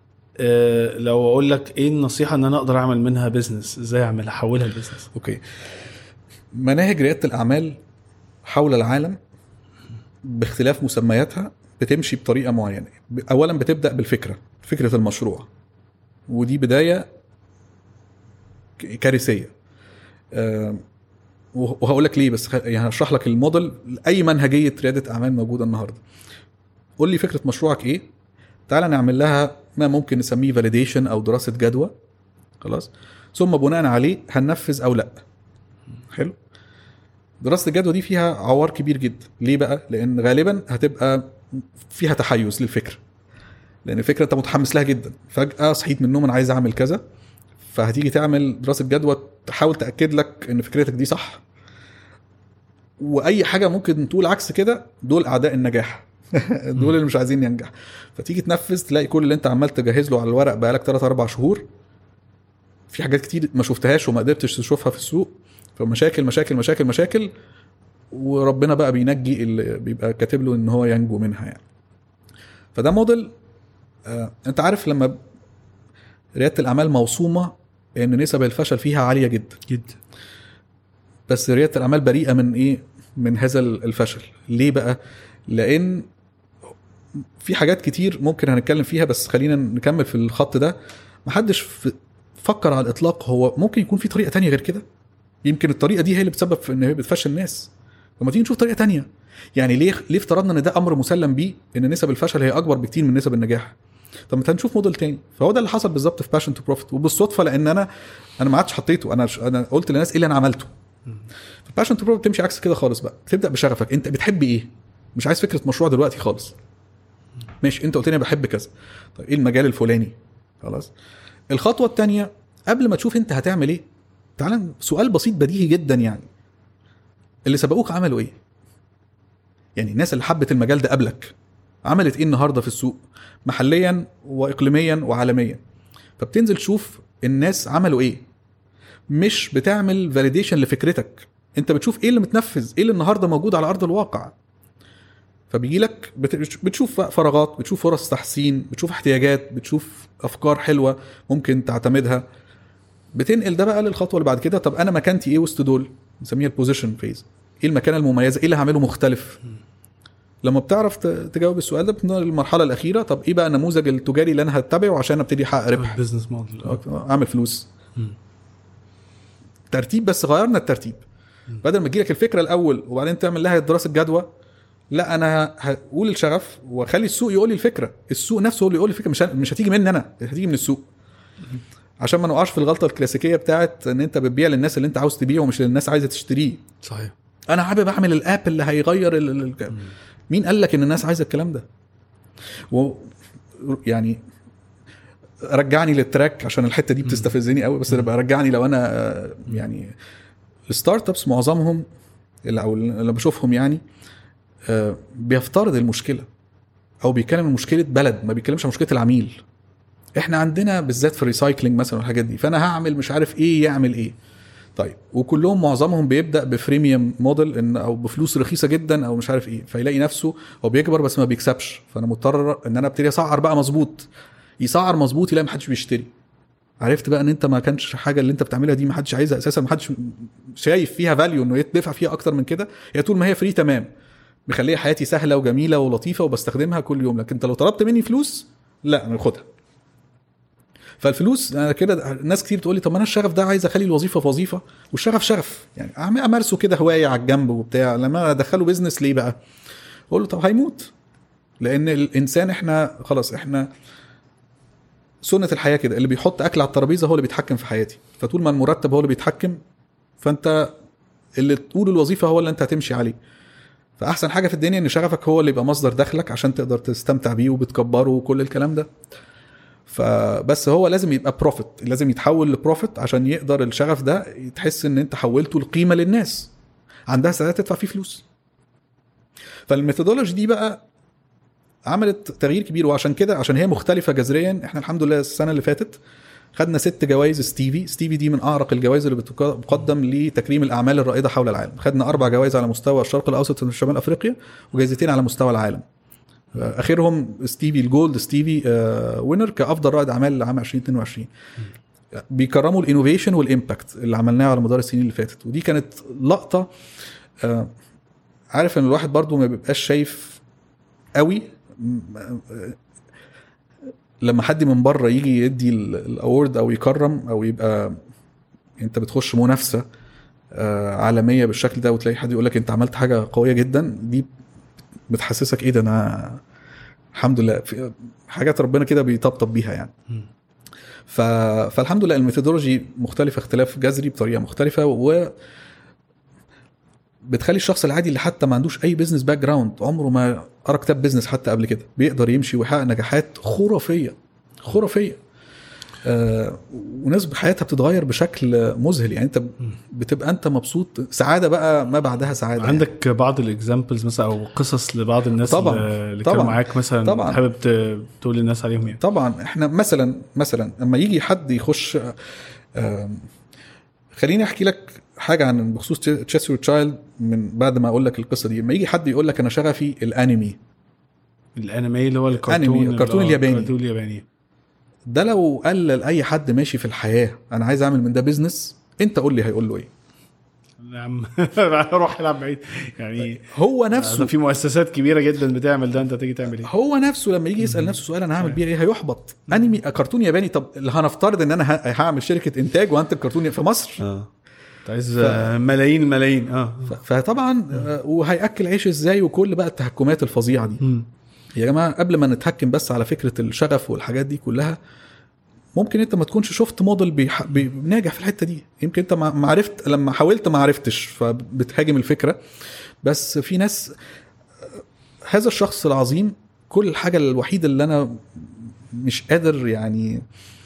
S2: لو اقول لك ايه النصيحه ان انا اقدر اعمل منها بيزنس، ازاي اعمل احولها لبيزنس؟
S1: اوكي، مناهج رياده الاعمال حول العالم باختلاف مسمياتها بتمشي بطريقه معينه. اولا بتبدا بالفكره، فكره المشروع، ودي بدايه كارثيه. أه وهقول لك ليه، بس يعني هشرح لك الموديل. اي منهجيه رياده اعمال موجوده النهارده، قول لي فكره مشروعك ايه، تعال نعمل لها ما ممكن نسميه فاليديشن او دراسه جدوى، خلاص، ثم بناء عليه هننفذ او لا. حلو، دراسه الجدوى دي فيها عوار كبير جدا. ليه بقى؟ لان غالبا هتبقى فيها تحيز للفكره، لان الفكره انت متحمس لها جدا، فجاه صحيت من النوم انا عايز اعمل كذا، فهتيجي تعمل دراسه جدوى تحاول تاكد لك ان فكرتك دي صح. واي حاجه ممكن تقول عكس كده دول اعداء النجاح دول اللي مش عايزين ينجح. فتيجي تنفذ تلاقي كل اللي انت عمال تجهز له على الورق بقالك ثلاثة أربعة شهور في حاجات كتير ما شفتهاش وما قدرتش تشوفها في السوق، فمشاكل مشاكل مشاكل مشاكل، وربنا بقى بينجي اللي بيبقى كاتب له ان هو ينجو منها يعني. فده موديل. آه انت عارف لما ريادة الاعمال موصومة ان نسب الفشل فيها عالية جدا
S2: جدا،
S1: بس ريادة الاعمال بريئة من ايه؟ من هذا الفشل. ليه بقى؟ لان في حاجات كتير ممكن هنتكلم فيها، بس خلينا نكمل في الخط ده. محدش فكر على الاطلاق هو ممكن يكون في طريقة تانية غير كده. يمكن الطريقة دي هي اللي بتسبب في ان هي بتفشل الناس. لما تيجي نشوف طريقة تانية، يعني ليه ليه افترضنا ان ده امر مسلم بيه ان نسب الفشل هي اكبر بكتير من نسب النجاح؟ طب ما هنشوف موديل تاني. فهو ده اللي حصل بالظبط في باشن تو بروفيت، وبالصدفه لان انا انا ما عادش حطيته، انا انا قلت للناس ايه اللي انا عملته. في باشن تو بروفيت تمشي عكس كده خالص بقى، تبدا بشغفك، انت بتحب ايه؟ مش عايز فكره مشروع دلوقتي خالص، ماشي انت قلت لي بحب كذا، طيب ايه المجال الفلاني؟ خلاص. الخطوه الثانيه قبل ما تشوف انت هتعمل ايه، تعال سؤال بسيط بديهي جدا، يعني اللي سبقوك عملوا ايه؟ يعني الناس اللي حبت المجال ده قبلك عملت ايه النهارده في السوق محليا واقليميا وعالميا؟ فبتنزل تشوف الناس عملوا ايه، مش بتعمل فاليديشن لفكرتك، انت بتشوف ايه اللي متنفذ، ايه اللي النهارده موجود على ارض الواقع. فبيجي لك بتشوف فراغات، بتشوف فرص تحسين، بتشوف احتياجات، بتشوف افكار حلوه ممكن تعتمدها، بتنقل ده بقى للخطوه اللي بعد كده. طب انا مكانتي ايه وسط دول؟ نسميها البوزيشن فيز. ايه المكانه المميزه؟ ايه اللي هعمله مختلف؟ لما بتعرف تجاوب السؤال ده بتنقل للمرحله الاخيره. طب ايه بقى النموذج التجاري اللي انا هتبعه عشان ابتدي احقق ربح،
S2: بزنس موديل،
S1: اعمل فلوس. م. ترتيب، بس غيرنا الترتيب. م. بدل ما تجيلك الفكره الاول وبعدين تعمل لها دراسه جدوى، لا انا هقول الشغف واخلي السوق يقول لي الفكره. السوق نفسه هو اللي يقول لي الفكره، مش مش هتيجي مني انا، هتيجي من السوق. م. عشان ما نوقعش في الغلطه الكلاسيكيه بتاعت ان انت بتبيع للناس اللي انت عاوز تبيعه ومش للناس عايزه تشتريه.
S2: صحيح.
S1: انا حابب اعمل الاب اللي هيغير ال ال مين قال لك ان الناس عايزه الكلام ده؟ و يعني رجعني للتراك عشان الحته دي بتستفزني قوي، بس بقى رجعني لو انا يعني الستارت ابس معظمهم اللي او اللي بشوفهم يعني بيفترض المشكله او بيتكلم مشكله بلد، ما بيتكلمش عن مشكله العميل. احنا عندنا بالذات في الريسايكلينج مثلا والحاجات دي، فانا هعمل مش عارف ايه يعمل ايه. طيب وكلهم معظمهم بيبدا بفريميوم موديل ان او بفلوس رخيصه جدا او مش عارف ايه، فيلاقي نفسه هو بيكبر بس ما بيكسبش، فانا مضطر ان انا ابتدي اسعر بقى مظبوط. يسعر مظبوط يلاقي محدش بيشتري. عرفت بقى ان انت ما كانش حاجه اللي انت بتعملها دي محدش عايزها اساسا، محدش شايف فيها فاليو انه يدفع فيها اكتر من كده. هي طول ما هي فري تمام، بخليها حياتي سهله وجميله ولطيفه وبستخدمها كل يوم، لكن انت لو طلبت مني فلوس لا انا خدها. فالفلوس كده ناس كتير تقول لي طب انا الشغف ده عايز اخلي الوظيفه في وظيفه والشغف شغف، يعني امارسه كده هوايه على الجنب وبتاع، لما ادخله بيزنس ليه بقى؟ اقول له طب هيموت، لان الانسان احنا خلاص احنا سنه الحياه كده، اللي بيحط اكل على الترابيزه هو اللي بيتحكم في حياتي. فطول ما المرتب هو اللي بيتحكم، فانت اللي تقول الوظيفه هو اللي انت هتمشي عليه. فاحسن حاجه في الدنيا ان شغفك هو اللي يبقى مصدر دخلك عشان تقدر تستمتع بيه وبتكبره وكل الكلام ده. فبس هو لازم يبقى بروفيت، لازم يتحول لبروفيت عشان يقدر الشغف ده تحس ان انت حولته لقيمه للناس عندها ساعات تدفع فيه فلوس. فالميثودولوجي دي بقى عملت تغيير كبير، وعشان كده عشان هي مختلفه جذريا. احنا الحمد لله السنه اللي فاتت خدنا ست جوائز ستيفي. ستيفي دي من اعرق الجوائز اللي بتقدم لتكريم الاعمال الرائده حول العالم. خدنا اربع جوائز على مستوى الشرق الاوسط وشمال افريقيا، وجائزتين على مستوى العالم. اخرهم ستيفي الجولد ستيفي آه وينر كافضل رائد اعمال لعام ألفين واثنين وعشرين. بيكرموا الانوفيشن والامباكت اللي عملناه على مدار السنين اللي فاتت. ودي كانت لقطه آه عارف ان الواحد برضو ما بيبقاش شايف قوي لما حد من بره يجي يدي الاورد او يكرم او يبقى انت بتخش منافسه آه عالميه بالشكل ده، وتلاقي حد يقول لك انت عملت حاجه قويه جدا. دي بتحسسك ايه ده، انا الحمد لله في حاجات ربنا كده بيطبطب بيها يعني. ف... فالحمد لله الميثودولوجي مختلفه اختلاف جذري بطريقه مختلفه، و بتخلي الشخص العادي اللي حتى ما عندوش اي بيزنس باك جراوند، عمره ما قرا كتاب بيزنس حتى قبل كده، بيقدر يمشي ويحقق نجاحات خرافيه خرافيه. آه وناس حياتها بتتغير بشكل مذهل. يعني انت بتبقى انت مبسوط، سعاده بقى ما بعدها سعاده.
S2: عندك يعني بعض الاكزامبلز مثلا او قصص لبعض الناس طبعًا اللي كانوا معاك مثلا طبعًا حابب تقول للناس عليهم يعني؟
S1: طبعا احنا مثلا مثلا لما يجي حد يخش، آه خليني احكي لك حاجه عن بخصوص تشيسيو تشايلد من بعد ما اقول لك القصه دي. لما يجي حد يقول لك انا شغفي الانمي،
S2: الانمي اللي هو الكرتون
S1: الكرتون الياباني،
S2: الكرتون الياباني ده
S1: لو قال لاي حد ماشي في الحياه انا عايز اعمل من ده بيزنس، انت قول لي هيقول له ايه؟
S2: يا عم روح العب بعيد. يعني
S1: هو نفسه
S2: في مؤسسات كبيره جدا بتعمل ده، انت تيجي تعمل ايه؟
S1: هو نفسه لما يجي يسال نفسه سؤال انا هعمل بيه ايه هيحبط. انمي كرتون ياباني، طب هنفترض ان انا هعمل شركه انتاج وانتج كرتون في مصر،
S2: اه عايز ف... ملايين الملايين اه
S1: فطبعا وهياكل عيش ازاي، وكل بقى التحكمات الفظيعه دي. م. يا جماعه قبل ما نتحكم بس على فكره الشغف والحاجات دي كلها، ممكن انت ما تكونش شفت موديل بيح... بناجح في الحته دي. يمكن انت ما عرفت، لما حاولت ما عرفتش فبتهاجم الفكره. بس في ناس، هذا الشخص العظيم كل الحاجه الوحيده اللي انا مش قادر يعني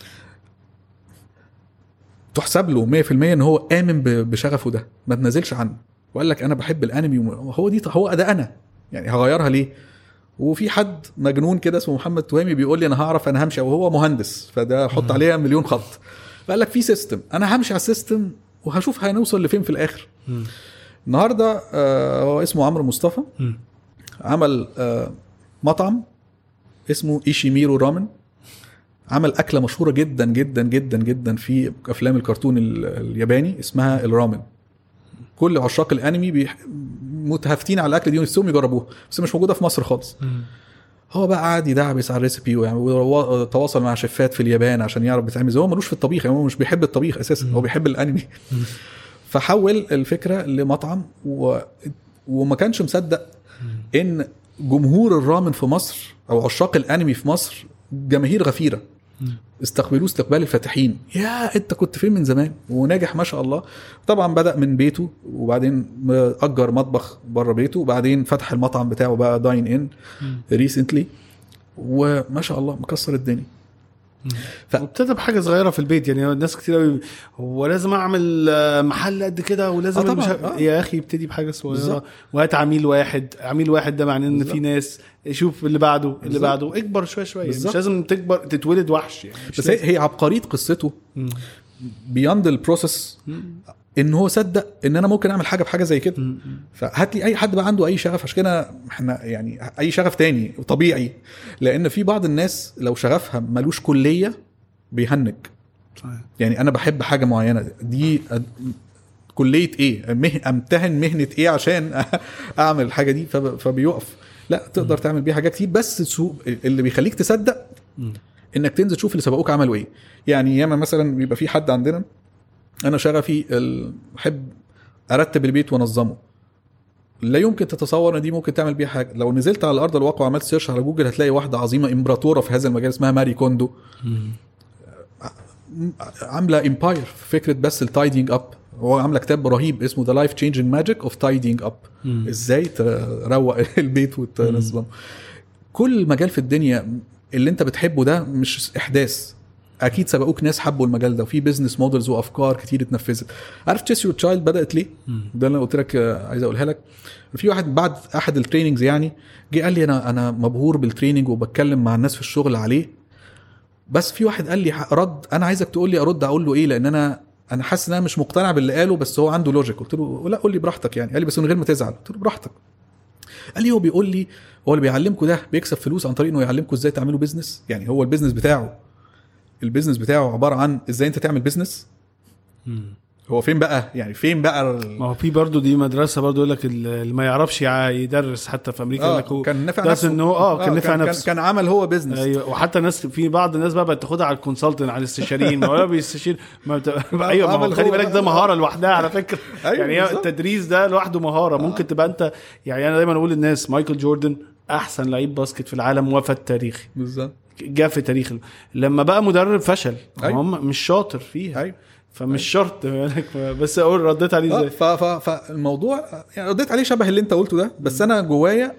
S1: تحسب له مية في المية ان هو آمن بشغفه ده، ما تنزلش عنه وقال لك انا بحب الانمي، وهو دي هو ده انا يعني هغيرها ليه؟ وفي حد مجنون كده اسمه محمد توامي بيقول لي انا هعرف انا همشي، وهو مهندس فده حط عليها مليون خط، فقال لك في سيستم انا همشي على السيستم وهشوف هنوصل لفين في الاخر. م. النهارده آه هو اسمه عمرو مصطفى، م. عمل آه مطعم اسمه ايشيميرو رامن، عمل أكلة مشهورة جدا جدا جدا جدا في أفلام الكرتون الياباني اسمها الرامن. كل عشاق الأنمي بيح... متهافتين على الأكل دي ونفسهم يجربوها، بس مش موجودة في مصر خالص. م. هو بقى قاعد يدعبس على الريسبي وتواصل مع شيفات في اليابان عشان يعرف بيتعمل ازاي. هو ملوش في الطبيخ، يعني هو مش بيحب الطبيخ أساسا، م. هو بيحب الأنمي. م. فحول الفكرة لمطعم و... وما كانش مصدق م. إن جمهور الرامن في مصر أو عشاق الأنمي في مصر جماهير غفيرة، استقبلوه استقبال الفاتحين. يا انت كنت فين من زمان؟ وناجح ما شاء الله. طبعا بدأ من بيته، وبعدين أجر مطبخ بره بيته، وبعدين فتح المطعم بتاعه بقى داين ان ريسنتلي، وما شاء الله مكسر الدنيا.
S2: ف... وابتدى بحاجه صغيره في البيت. يعني الناس كتير هو لازم اعمل محل قد كده ولازم
S1: آه
S2: مش...
S1: آه.
S2: يا اخي ابتدي بحاجه صغيره وهات عميل واحد. عميل واحد ده معناه ان في ناس، شوف اللي بعده اللي بالزبط. بعده اكبر شويه شويه. مش لازم تكبر تتولد وحش يعني.
S1: بس هي, هي عبقريه قصته بياند البروسيس، ان هو صدق ان انا ممكن اعمل حاجه بحاجه زي كده. فهات لي اي حد بقى عنده اي شغف، عشان كده احنا يعني اي شغف تاني طبيعي، لان في بعض الناس لو شغفها ملوش كليه بيهنج. صحيح. يعني انا بحب حاجه معينه دي كليه ايه، مه... امتهن مهنه ايه عشان اعمل الحاجه دي، فب... فبيقف. لا تقدر م. تعمل بيها حاجات كتير، بس سو... اللي بيخليك تصدق م. انك تنزل تشوف اللي سبقوك عملوا ايه. يعني ياما مثلا بيبقى في حد عندنا، انا شغفي بحب ارتب البيت وانظمه، لا يمكن تتصور ان دي ممكن تعمل بيها حاجه. لو نزلت على الارض الواقع وعملت سيرش على جوجل هتلاقي واحده عظيمه امبراطوره في هذا المجال اسمها ماري كوندو، عامله امباير في فكره بس التايدينج اب. هو عامله كتاب رهيب اسمه The Life Changing Magic of Tidying Up، ازاي تروق البيت وتنظمه. كل مجال في الدنيا اللي انت بتحبه ده مش احداث، اكيد سبقوك ناس حبوا المجال ده، وفي بيزنس مودلز وافكار كتير اتنفذت. عارف تشيسيو تشايلد بدات ليه؟ ده اللي قلت لك عايز اقولها لك. في واحد بعد احد التريننجز يعني جه قال لي انا انا مبهور بالتريننج وبتكلم مع الناس في الشغل عليه، بس في واحد قال لي رد انا عايزك تقول لي ارد اقول له ايه، لان انا انا حاسس ان انا مش مقتنع باللي قاله، بس هو عنده لوجيك. قلت له لا قول لي براحتك يعني. قال لي بس من غير ما تزعل. قلت له براحتك. قال لي هو بيقول لي هو اللي بيعلمكم ده بيكسب فلوس عن طريق انه يعلمكم ازاي تعملوا بيزنس. يعني هو البيزنس بتاعه البيزنس بتاعه عبارة عن ازاي انت تعمل بيزنس. هو فين بقى يعني فين بقى ال...
S2: ما هو في برضو دي مدرسة برضو يقول لك اللي ما يعرفش يدرس حتى في امريكا.
S1: آه
S2: لك هو
S1: كان نفع نفسه
S2: إنه اه كان نفع نفسه،
S1: كان عمل هو بيزنس.
S2: ايوه. وحتى ناس في بعض الناس بقى بتاخدها على الكونسلتنت على الاستشاريين ولا بيستشير ما بت... ايوه ما خلي بالك ده مهارة لوحدها على فكرة. أيوة يعني التدريس ده لوحده مهارة. آه. ممكن تبقى انت يعني انا دايما اقول للناس مايكل جوردن احسن لعيب باسكت في العالم وفى التاريخ
S1: بالظبط،
S2: جاء في تاريخ. لما بقى مدرب فشل. أيوة. هم مش شاطر فيها.
S1: أيوة.
S2: فمش شرط بس اقول رديت عليه ازاي.
S1: ف فالموضوع يعني رديت عليه شبه اللي انت قلته ده, بس انا جوايا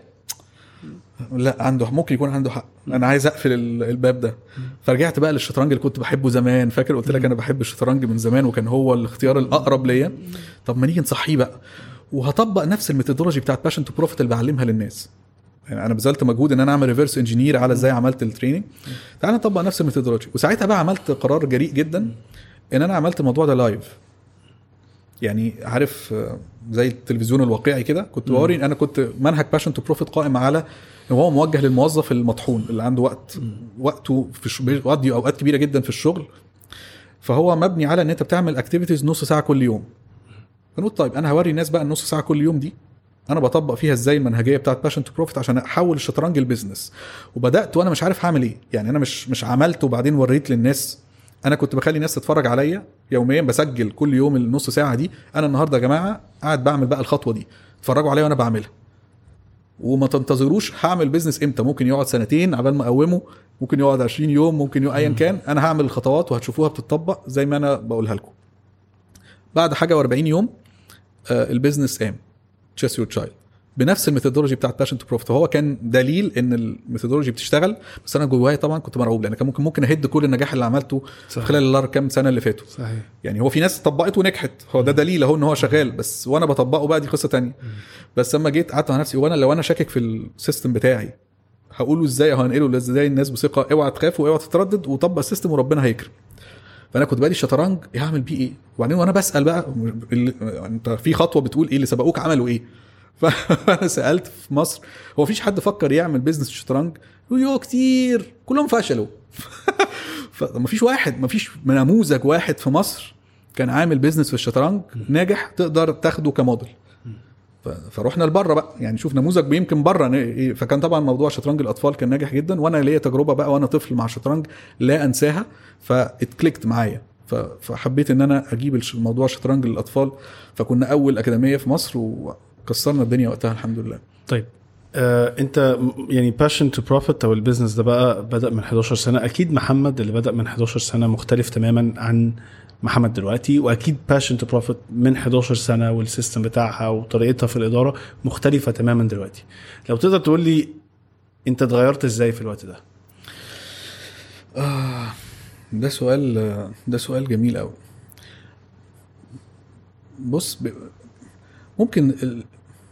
S1: لا, عنده ممكن يكون عنده حق, انا عايز اقفل الباب ده. فرجعت بقى للشطرنج اللي كنت بحبه زمان. فاكر قلت لك انا بحب الشطرنج من زمان وكان هو الاختيار الاقرب ليا. طب ما نيجي نصحيه بقى وهطبق نفس الميثودولوجي بتاعت باشن تو بروفيت اللي بعلمها للناس. يعني انا بذلت مجهود ان انا اعمل ريفرس انجينير على ازاي عملت التريننج, تعال نطبق نفس الميثودولوجي. وساعتها بقى عملت قرار جريء جدا ان انا عملت الموضوع ده لايف. يعني عارف زي التلفزيون الواقعي كده, كنت بوري انا كنت منهج باشن تو بروفيت قائم على ان هو موجه للموظف المطحون اللي عنده وقت وقته في بيقضي اوقات كبيره جدا في الشغل, فهو مبني على ان انت بتعمل اكتيفيتيز نص ساعه كل يوم. فنقول طيب انا هوري الناس بقى النص ساعه كل يوم دي انا بطبق فيها ازاي المنهجيه بتاعت باشن تو بروفيت عشان احول الشطرنج البيزنس. وبدات وانا مش عارف هعمل ايه, يعني انا مش مش عملت وبعدين وريت للناس. انا كنت بخلي الناس تتفرج عليا يوميا, بسجل كل يوم النص ساعه دي. انا النهارده يا جماعه قاعد بعمل بقى الخطوه دي, اتفرجوا عليا وانا بعملها. وما تنتظروش هعمل بيزنس امتى, ممكن يقعد سنتين عبال ما اقومه, ممكن يقعد عشرين يوم, ممكن يقعد ايا كان. انا هعمل الخطوات وهتشوفوها بتطبق زي ما انا بقولها لكم. بعد حاجه واربعين يوم آه البيزنس قام تشيس يور تشايلد بنفس الميثودولوجي بتاعت باشن تو بروفيت. هو كان دليل ان الميثودولوجي بتشتغل, بس انا جوايا طبعا كنت مرعوب لان كان ممكن ممكن اهد كل النجاح اللي عملته صحيح. خلال الكام سنه اللي فاتوا.
S2: صحيح.
S1: يعني هو في ناس طبقت ونجحت, هو ده دليل اهو ان هو شغال, بس وانا بطبقه بقى دي قصه تانية. بس لما جيت قعدت مع نفسي, وانا لو انا شاكك في السيستم بتاعي هقوله ازاي, هنقله ازاي الناس بثقه, اوعى تخاف واوعى تتردد وطبق السيستم وربنا هيكرم. فانا كنت بادي الشطرنج هعمل بيه ايه, وبعدين وانا بسال بقى انت في خطوه بتقول ايه اللي سبقوك عملوا ايه. فانا سالت في مصر هو فيش حد فكر يعمل بيزنس الشطرنج؟ يو كتير كلهم فشلوا. فمفيش واحد, مفيش نموذج واحد في مصر كان عامل بيزنس في الشطرنج ناجح تقدر تاخده كموديل. فروحنا لبره بقى, يعني شوف نموذج يمكن بره. فكان طبعا موضوع شطرنج الاطفال كان ناجح جدا, وانا ليا تجربه بقى وانا طفل مع الشطرنج لا انساها, فاتكليكت معايا. فحبيت ان انا اجيب الموضوع شطرنج للاطفال, فكنا اول اكاديميه في مصر وكسرنا الدنيا وقتها الحمد لله.
S2: طيب آه، انت يعني باشن تو بروفيت او البيزنس ده بقى بدأ من حداشر سنة. اكيد محمد اللي بدأ من حداشر سنة مختلف تماما عن محمد دلوقتي, واكيد باشن تو بروفيت من حداشر سنة والسيستم بتاعها وطريقتها في الادارة مختلفة تماما دلوقتي. لو تقدر تقول لي انت اتغيرت ازاي في الوقت ده؟
S1: آه ده سؤال ده سؤال جميل قوي. بص ب... ممكن ال...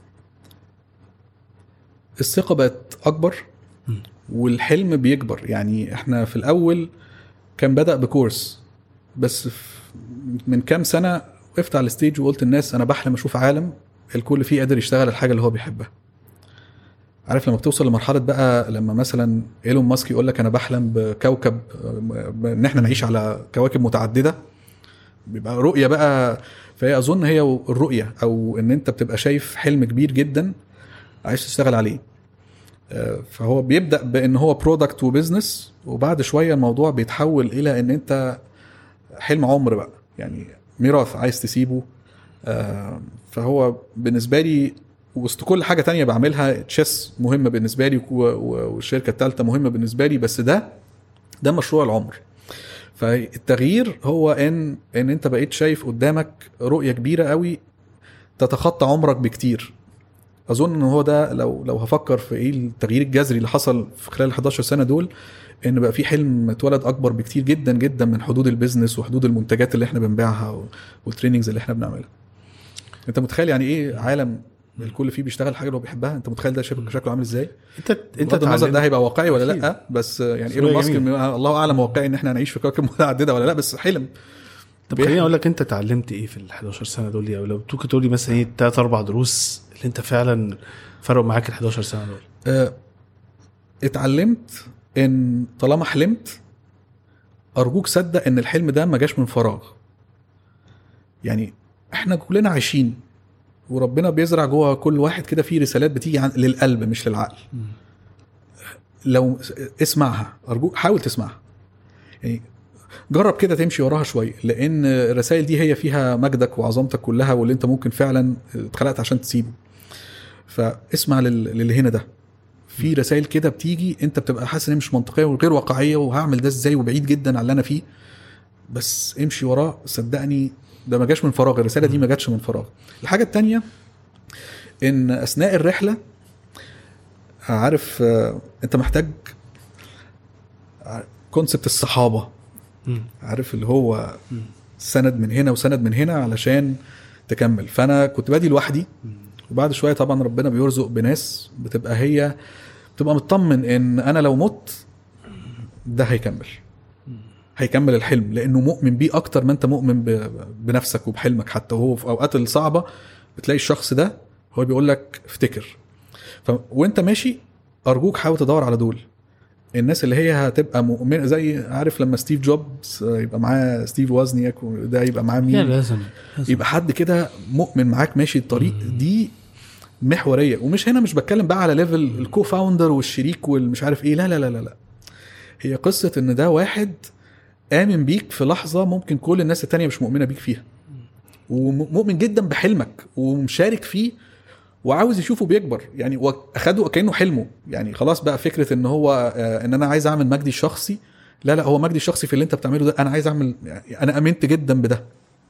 S1: الثقة بقت أكبر والحلم بيكبر. يعني احنا في الأول كان بدأ بكورس, بس من كام سنة وقفت على الستيج وقلت الناس أنا بحلم أشوف عالم الكل فيه قادر يشتغل الحاجة اللي هو بيحبها. عارف لما بتوصل لمرحلة بقى لما مثلا إيلون ماسك يقول لك أنا بحلم بكوكب إن احنا نعيش على كواكب متعددة, بيبقى رؤية بقى. فهي أظن هي الرؤية, أو إن أنت بتبقى شايف حلم كبير جدا عايز تشتغل عليه. فهو بيبدأ بأن هو برودكت وبزنس, وبعد شوية الموضوع بيتحول إلى أن أنت حلم عمر بقى, يعني ميراث عايز تسيبه. فهو بالنسبة لي وسط كل حاجة تانية بعملها, تشيس مهمة بالنسبة لي والشركة الثالثة مهمة بالنسبة لي, بس ده ده مشروع العمر. فالتغيير هو ان ان انت بقيت شايف قدامك رؤية كبيرة قوي تتخطى عمرك بكتير. اظن ان هو ده لو لو هفكر في ايه التغيير الجذري اللي حصل في خلال حداشر سنة دول, ان بقى في حلم اتولد اكبر بكتير جدا جدا من حدود البيزنس وحدود المنتجات اللي احنا بنبيعها والتريننجز اللي احنا بنعملها. انت متخيل يعني ايه عالم الكل فيه بيشتغل حاجه اللي هو بيحبها؟ انت متخيل ده شكله عامل ازاي؟
S2: انت انت
S1: النظر ده هيبقى واقعي ولا لا؟ بس يعني ايلون ماسك الله اعلم واقعي ان احنا هنعيش في كوكب متعدده ولا لا, بس حلم.
S2: طب خليني اقول لك, انت اتعلمت ايه في ال حداشر سنه دول؟ او لو تقدر تقول لي مثلا ايه ثلاث اربع دروس اللي انت فعلا فرقوا معاك ال حداشر سنه دول؟
S1: اه اتعلمت ان طالما حلمت ارجوك صدق ان الحلم ده ما جاش من فراغ. يعني احنا كلنا عايشين وربنا بيزرع جوه كل واحد كده فيه رسالات بتيجي عن للقلب مش للعقل. لو اسمعها ارجوك, حاول تسمعها, يعني جرب كده تمشي وراها شويه, لان الرسائل دي هي فيها مجدك وعظمتك كلها, واللي انت ممكن فعلا اتخلقت عشان تسيبه. فاسمع للي هنا ده, في رسائل كده بتيجي انت بتبقى حاسس ان مش منطقيه وغير واقعيه, وهعمل ده ازاي وبعيد جدا عن اللي انا فيه. بس امشي وراه صدقني ده ما جاش من فراغ، الرساله دي ما جاتش من فراغ. الحاجه التانية ان اثناء الرحله عارف انت محتاج كونسبت الصحابه، عارف اللي هو سند من هنا وسند من هنا علشان تكمل. فانا كنت بادي لوحدي، وبعد شويه طبعا ربنا بيرزق بناس بتبقى هي بتبقى مطمن ان انا لو مت ده هيكمل هيكمل الحلم، لانه مؤمن بيه اكتر ما انت مؤمن بنفسك وبحلمك. حتى وهو في اوقات الصعبه بتلاقي الشخص ده هو بيقول لك افتكر. ف... وانت ماشي ارجوك حاول تدور على دول الناس اللي هي هتبقى مؤمنه، زي عارف لما ستيف جوبز يبقى معاه ستيف وازنياك وده يبقى معاه مين،
S2: لازم. لازم
S1: يبقى حد كده مؤمن معاك ماشي الطريق. دي محوريه. ومش هنا مش بتكلم بقى على ليفل الكو فاوندر والشريك والمش عارف ايه، لا لا لا لا لا هي قصه ان ده واحد آمن بيك في لحظة ممكن كل الناس التانية مش مؤمنة بيك فيها، ومؤمن جدا بحلمك ومشارك فيه وعاوز يشوفه بيكبر. يعني واخده كأنه حلمه، يعني خلاص بقى فكرة ان هو ان انا عايز اعمل مجدي الشخصي، لا لا هو مجدي الشخصي في اللي انت بتعمله ده. انا عايز اعمل، يعني انا امنت جدا بده.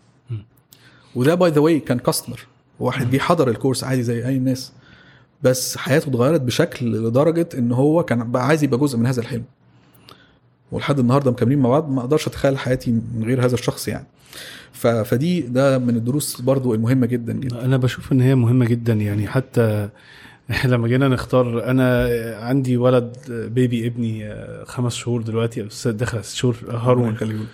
S1: وده باي ذا واي كان كاستمر، واحد جه حضر الكورس عادي زي اي الناس، بس حياته اتغيرت بشكل لدرجة ان هو كان بقى عايز يبقى جزء من هذا الحلم، ولحد النهارده مكملين مع بعض. ما اقدرش اتخيل حياتي من غير هذا الشخص يعني. فدي ده من الدروس برضو المهمة جدا جدا.
S2: انا بشوف ان هي مهمة جدا. يعني حتى لما جينا نختار، انا عندي ولد بيبي ابني خمس شهور دلوقتي، استاذ دخل ست شهور، هارون.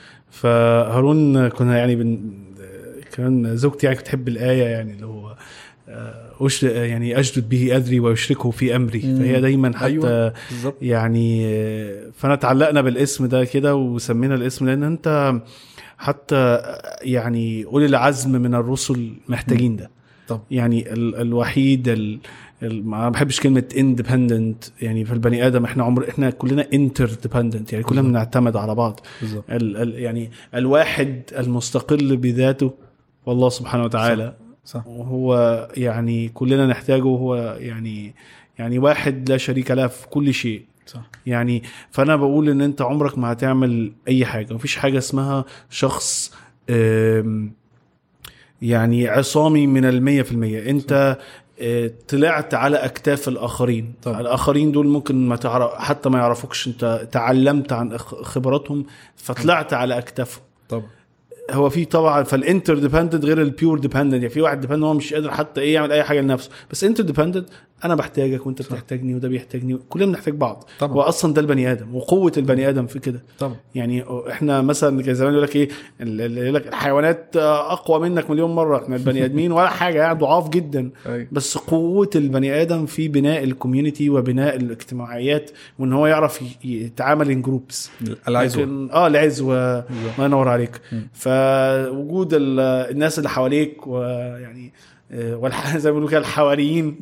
S2: فهارون كنا يعني بن... كان زوجتي يعني بتحب الآية، يعني اللي هو وش يعني أجدد به أذري ويشركه في أمري. فهي دايما حتى أيوة. يعني فأنا تعلقنا بالاسم ده كده وسمينا الاسم، لأن أنت حتى يعني أولي العزم من الرسل محتاجين ده.
S1: طب. يعني
S2: ال الوحيد ال ما بحبش كلمة independent، يعني في البني آدم احنا عمر احنا كلنا interdependent، يعني كلنا بنعتمد على بعض. ال ال يعني الواحد المستقل بذاته والله سبحانه وتعالى،
S1: صح. صح.
S2: وهو يعني كلنا نحتاجه. هو يعني يعني واحد لا شريك له في كل شيء،
S1: صح.
S2: يعني فأنا بقول ان انت عمرك ما هتعمل اي حاجة، مفيش حاجة اسمها شخص يعني عصامي من المية في المية. انت طلعت على أكتاف الآخرين. طبعا. الآخرين دول ممكن ما تعرف حتى ما يعرفوكش، انت تعلمت عن خبراتهم فطلعت طبعا. على أكتافهم.
S1: طبعا.
S2: هو في طبعا فالانتر ديبندنت غير البيور ديبندنت. يعني في واحد ديبندنت هو مش قادر حتى ايه يعمل اي حاجه لنفسه، بس انتر ديبندنت انا بحتاجك وانت بتحتاجني وده بيحتاجني، كلنا بنحتاج بعض. هو اصلا ده البني ادم وقوه البني ادم في كده.
S1: طبعا.
S2: يعني احنا مثلا كان زمان يقول لك ايه، يقول لك الحيوانات اقوى منك مليون مره، احنا البني ادمين ولا حاجه يعني ضعاف جدا.
S1: أي.
S2: بس قوه البني ادم في بناء الكوميونتي وبناء الاجتماعيات، وان هو يعرف يتعامل ان جروبس.
S1: العزوه
S2: اه العزوه ما ينور عليك. فوجود الناس اللي حواليك ويعني والح... زي ما بيقولوا كده الحواريين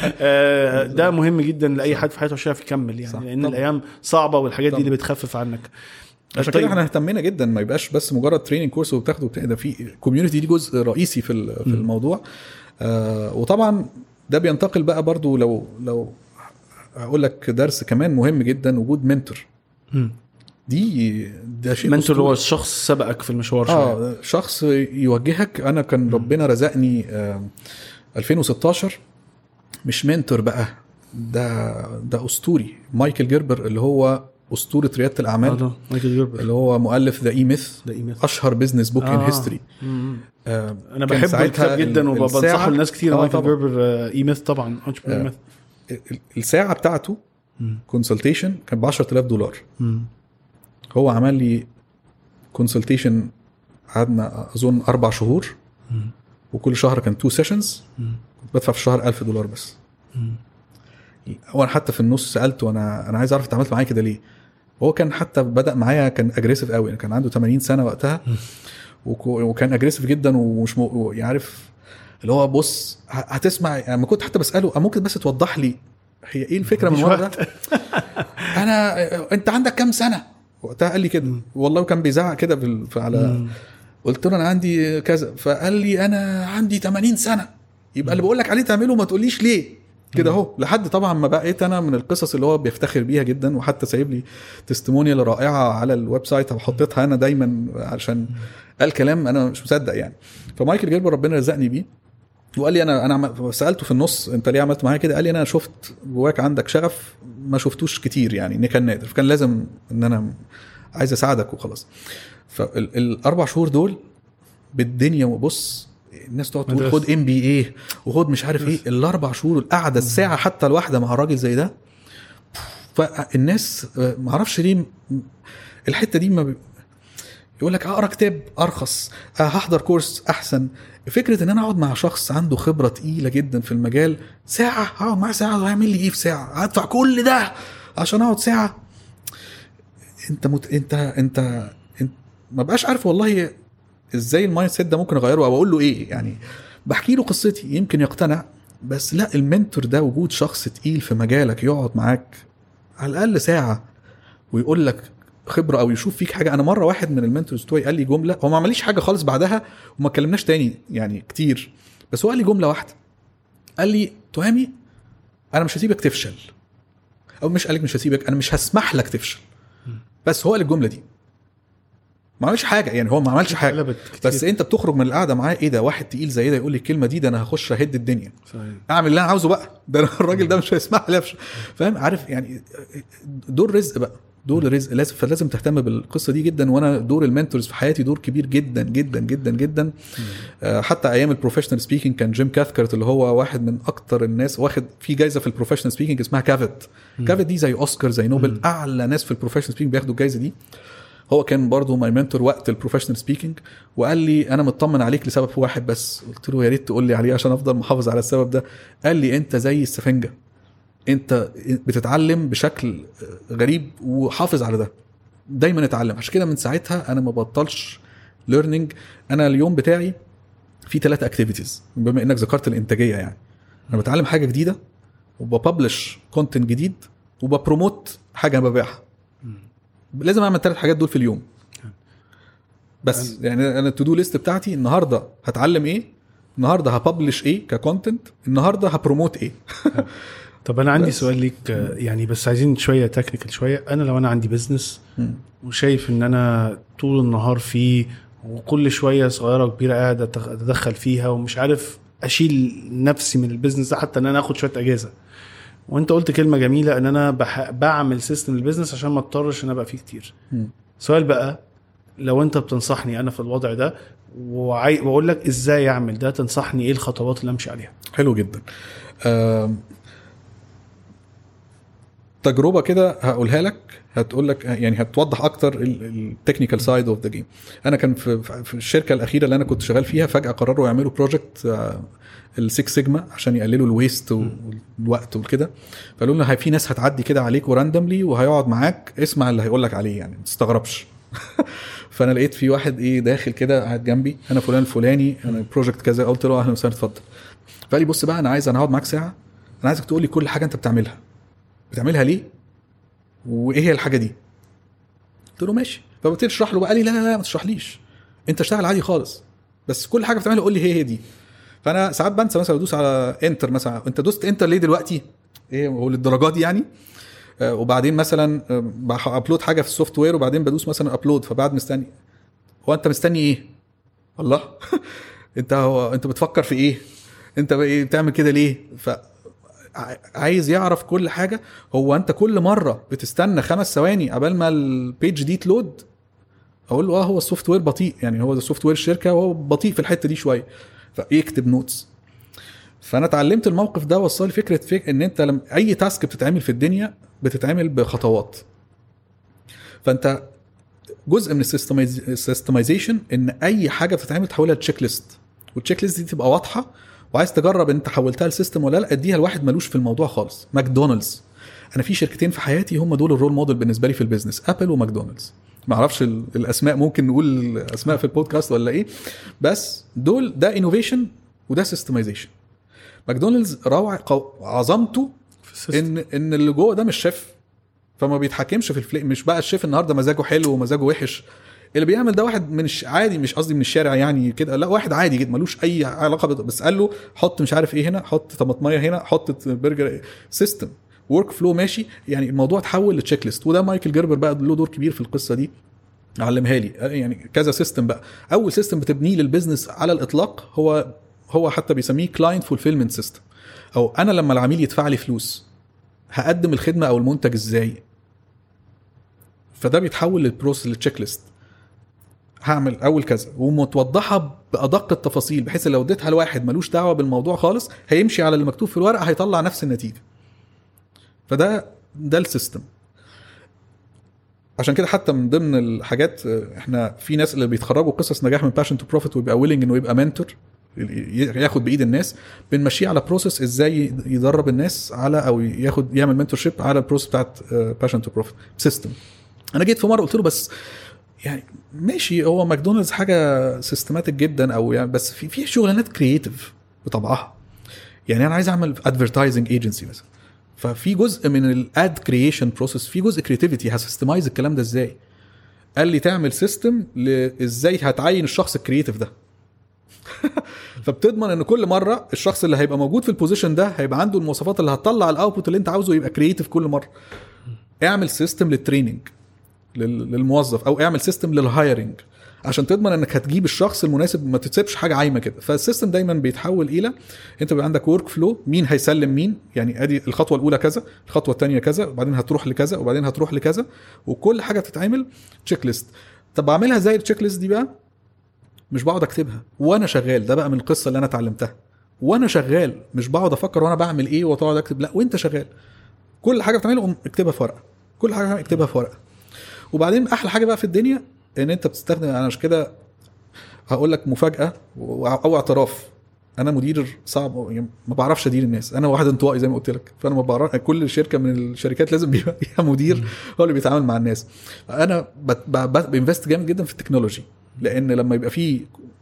S2: ده مهم جدا لاي حد في حياته عشان يكمل يعني. لان الايام صعبه والحاجات دي اللي بتخفف عنك.
S1: عشان كده احنا اهتمينا جدا ما يبقاش بس مجرد تريننج كورس وبتاخده، ده في كوميونتي دي جزء رئيسي في في الموضوع. آه وطبعا ده بينتقل بقى برضو لو لو اقول لك درس كمان مهم جدا، وجود منتور. م. دي ده شيء
S2: منتور هو الشخص سبقك في المشوار شويه.
S1: اه شخص يوجهك. انا كان ربنا رزقني آه ألفين وستاشر مش منتور بقى، ده ده اسطوري مايكل جيربر اللي هو اسطوره رياده الاعمال.
S2: آه مايكل جيربر
S1: اللي هو مؤلف ذا اي ميث، اشهر بزنس بوك ان هيستوري.
S2: انا بحب الكتاب جدا وبنصحه للناس كتير. آه مايكل جيربر اي ميث طبعا
S1: آه ميث. الساعه بتاعته كونسلتيشن كان ب عشرة آلاف دولار. م. هو عمل لي كونسلتيشن قعدنا اظن اربع شهور. م. وكل شهر كان تو سيشنز. كنت بدفع في الشهر ألف دولار بس. م. وانا حتى في النص سالته انا انا عايز اعرف اتعاملت معايا كده ليه. هو كان حتى بدا معايا كان اجريسيف قوي، كان عنده ثمانين سنه وقتها. م. وكان اجريسيف جدا ومش م... يعرف اللي هو بص هتسمع. يعني ما كنت حتى بساله ممكن بس توضح لي هي ايه الفكره من ورا ده. انا انت عندك كام سنه وقتها؟ قال لي كده والله، وكان بيزعق كده بال... على. قلت له انا عندي كذا، فقال لي انا عندي ثمانين سنه. يبقى اللي بقول لك عليه تعمله ما تقوليش ليه. كده اهو، لحد طبعا ما بقيت انا من القصص اللي هو بيفتخر بيها جدا، وحتى سايب لي تستمونيال رائعه على الويب سايت وحطيتها انا دايما عشان قال كلام انا مش مصدق يعني. فمايكل جيربر ربنا رزقني بيه وقال لي انا انا سالته في النص انت ليه عملت معايا كده؟ قال لي انا شفت جواك عندك شغف ما شفتوش كتير يعني، ان كان نادر، فكان لازم ان انا عايز اساعدك وخلاص. فالاربع شهور دول بالدنيا، وبص الناس تقعد تقول خد ام بي اي وخد مش عارف ايه، الاربع شهور القعده الساعه حتى الواحده مع الراجل زي ده. فالناس ما اعرفش ليه الحته دي ما بي... يقول لك اقرا كتاب ارخص، هحضر كورس احسن. فكره ان انا اقعد مع شخص عنده خبره تقيله جدا في المجال ساعه، هقعد معاه ساعه وهيعمل لي ايه في ساعه؟ هدفع كل ده عشان اقعد ساعه؟ انت مت... انت انت, انت... ما بقاش عارف والله ازاي المايند سيت ده ممكن اغيره او اقول له ايه يعني. بحكي له قصتي يمكن يقتنع، بس لا، المنتور ده وجود شخص تقيل في مجالك يقعد معاك على الاقل ساعه ويقول لك خبره او يشوف فيك حاجه. انا مره واحد من المنتورز بتوعي قال لي جمله، هو ما عمليش حاجه خالص بعدها وما اتكلمناش تاني يعني كتير، بس هو قال لي جمله واحده، قال لي تهامي انا مش هسيبك تفشل، او مش قالك مش هسيبك، انا مش هسمح لك تفشل. بس هو قال الجمله دي، ما عملش حاجه يعني، هو ما عملش حاجه، بس انت بتخرج من القعده معاه ايه ده، واحد تقيل زي ده يقول لي الكلمه دي، ده انا هخش اهد الدنيا صحيح. اعمل اللي انا عاوزه بقى، ده الراجل ده مش هيسمح لي افشل، فاهم؟ عارف يعني دور رزق بقى، دور رزق لازم، فلازم تهتم بالقصه دي جدا. وانا دور المنتورز في حياتي دور كبير جدا جدا جدا جدا. آه حتى ايام البروفيشنال سبيكينج كان جيم كاثكرت اللي هو واحد من اكتر الناس واخد في جايزه في البروفيشنال سبيكينج اسمها كافيت. كافيت دي زي اوسكار زي نوبل، م. اعلى ناس في البروفيشنال سبيكينج بياخدوا الجايزه دي. هو كان برضو ماي منتور وقت البروفيشنال سبيكينج، وقال لي انا مطمن عليك لسبب واحد بس. قلت له يا ريت تقول لي عليه عشان افضل محافظ على السبب ده. قال لي انت زي السفنجه، انت بتتعلم بشكل غريب وحافظ على ده، دايما اتعلم. عشان كده من ساعتها انا ما بطلش ليرنينج. انا اليوم بتاعي في ثلاثه اكتيفيتيز، بما انك ذكرت الانتاجيه يعني، انا بتعلم حاجه جديده وببلش كونتنت جديد وببروموت حاجه انا ببيعها. لازم اعمل ثلاث حاجات دول في اليوم بس. يعني انا التو دو ليست بتاعتي النهارده هتعلم ايه، النهارده هببلش ايه ككونتنت، النهارده هبروموت ايه.
S2: طب انا عندي سؤال ليك يعني، بس عايزين شويه تكنيكال شويه. انا لو انا عندي بزنس وشايف ان انا طول النهار فيه وكل شويه صغيره وكبيره قاعد اتدخل فيها ومش عارف اشيل نفسي من البزنس ده، حتى ان انا اخد شويه اجازه، وانت قلت كلمه جميله ان انا بح... بعمل سيستم البيزنس عشان ما اضطرش ان ابقى فيه كتير. م. سؤال بقى، لو انت بتنصحني انا في الوضع ده وعي... واقول لك ازاي اعمل ده، تنصحني ايه الخطوات اللي امشي عليها؟
S1: حلو جدا. أه... تجربه كده هقولها لك، هتقول لك يعني هتوضح اكتر التكنيكال سايد اوف ذا جيم. انا كان في... في الشركه الاخيره اللي انا كنت شغال فيها فجاه قرروا يعملوا بروجكت السيكس سيجما عشان يقللوا الويست والوقت وكده. فقالوا لنا هاي في ناس هتعدي كده عليك وراندملي وهيقعد معاك اسمع اللي هيقول لك عليه يعني، ما تستغربش. فانا لقيت في واحد ايه داخل كده قاعد جنبي، انا فلان الفلاني، انا البروجكت كذا. قلت له اهلا وسهلا اتفضل. فقال لي بص بقى انا عايز انا اقعد معاك ساعه، انا عايزك تقول لي كل حاجه انت بتعملها بتعملها ليه وايه هي الحاجه دي. قلت له ماشي. فبتبتدي اشرح له بقى. قال لي لا لا لا ما تشرحليش، انت اشتغل عادي خالص، بس كل حاجه بتعملها قول لي هي هي دي. فانا ساعات بنسى مثلا ادوس على انتر مثلا، انت دوست انتر ليه دلوقتي؟ ايه هو للدرجات دي يعني؟ آه وبعدين مثلا ابلود حاجه في السوفت وير وبعدين بدوس مثلا ابلود، فبعد مستني، هو انت مستني ايه؟ الله. انت هو انت بتفكر في ايه؟ انت بتعمل كده ليه؟ ف عايز يعرف كل حاجه. هو انت كل مره بتستنى خمس ثواني قبل ما البيج دي تلود؟ اقول له اه هو السوفت وير بطيء يعني، هو السوفت وير الشركه وهو بطيء في الحته دي شويه، فيكتب نوتس. فانا اتعلمت الموقف ده وصل فكره فيك ان انت لما اي تاسك بتتعمل في الدنيا بتتعمل بخطوات. فانت جزء من السيستمايزيشن ان اي حاجه بتتعمل تحولها لتشيك ليست، والتشيك ليست دي تبقى واضحه وعايز تجرب انت حولتها لسيستم ولا لا، اديها لواحد ملوش في الموضوع خالص. ماكدونالدز، انا في شركتين في حياتي هم دول الرول موديل بالنسبه لي في البيزنس، ابل وماكدونالدز. ما اعرفش الاسماء، ممكن نقول اسماء في البودكاست ولا ايه، بس دول ده انوفيشن وده سيستمايزيشن. ماكدونالدز روعه عظمته ان ان اللي جوه ده مش شيف، فما بيتحكمش في الفليك، مش بقى الشيف النهارده مزاجه حلو ومزاجه وحش. اللي بيعمل ده واحد من الش... عادي، مش قصدي من الشارع يعني كده، لا واحد عادي جدا ملوش اي علاقه بت... بس قال له حط مش عارف ايه هنا، حط طماطميه هنا، حط برجر، سيستم ورك فلو ماشي. يعني الموضوع اتحول لتشيك ليست. وده مايكل جيربر بقى له دور كبير في القصه دي، علمها لي يعني كذا سيستم. بقى اول سيستم بتبنيه للبيزنس على الاطلاق هو هو حتى بيسميه كلاينت فولفيلمنت سيستم، او انا لما العميل يدفع لي فلوس هقدم الخدمه او المنتج ازاي. فده بيتحول للبروسيس للتشيك ليست. هعمل اول كذا ومتوضحه بادق التفاصيل، بحيث لو اديتها لواحد ملوش دعوه بالموضوع خالص هيمشي على اللي مكتوب في الورقه هيطلع نفس النتيجه. فده ده السيستم. عشان كده حتى من ضمن الحاجات احنا في ناس اللي بيتخرجوا قصص نجاح من باشن تو بروفيت ويبقى ويلنج انه يبقى منتور ياخد بايد الناس، بنمشيه على بروسيس ازاي يدرب الناس على او ياخد يعمل منتورشيب على البروسيس بتاعت باشن تو بروفيت سيستم. انا جيت في مره قلت له بس يعني ماشي هو ماكدونالدز حاجه سيستماتيك جدا او يعني، بس في في شغلانات كرييتيف بطبعها. يعني انا عايز اعمل ادفرتايزنج ايجنسي مثلا، ففي جزء من الاد كرييشن بروسيس في جزء كرياتيفيتي، هسيستمايز الكلام ده ازاي. قال لي تعمل سيستم ازاي هتعين الشخص الكرياتيف ده. فبتضمن ان كل مره الشخص اللي هيبقى موجود في البوزيشن ده هيبقى عنده المواصفات اللي هتطلع الاوتبوت اللي انت عاوزه يبقى كرياتيف كل مره. اعمل سيستم للتريننج للموظف، او اعمل سيستم للهايرنج عشان تضمن انك هتجيب الشخص المناسب، ما تتسيبش حاجه عايمه كده. فالسيستم دايما بيتحول الى انت بيبقى عندك ورك فلو، مين هيسلم مين، يعني ادي الخطوه الاولى كذا، الخطوه الثانيه كذا، وبعدين هتروح لكذا، وبعدين هتروح لكذا، وكل حاجه بتتعمل تشيك ليست. طب بعملها ازاي التشيك ليست دي بقى؟ مش بقعد اكتبها وانا شغال، ده بقى من القصه اللي انا اتعلمتها وانا شغال، مش بقعد افكر وانا بعمل ايه وتقعد اكتب، لا وانت شغال كل حاجه بتعملها اكتبها في ورقه، كل حاجه اكتبها في ورقه. وبعدين احلى حاجه بقى في الدنيا ان انت بتستخدم، انا مش كده هقول لك مفاجاه او اعتراف، انا مدير صعب يعني ما بعرفش ادير الناس، انا واحد انطوائي زي ما قلت لك، فانا ما بعرف. كل شركه من الشركات لازم يبقى فيها مدير هو اللي بيتعامل مع الناس. انا بانفست جامد جدا في التكنولوجي، لان لما يبقى فيه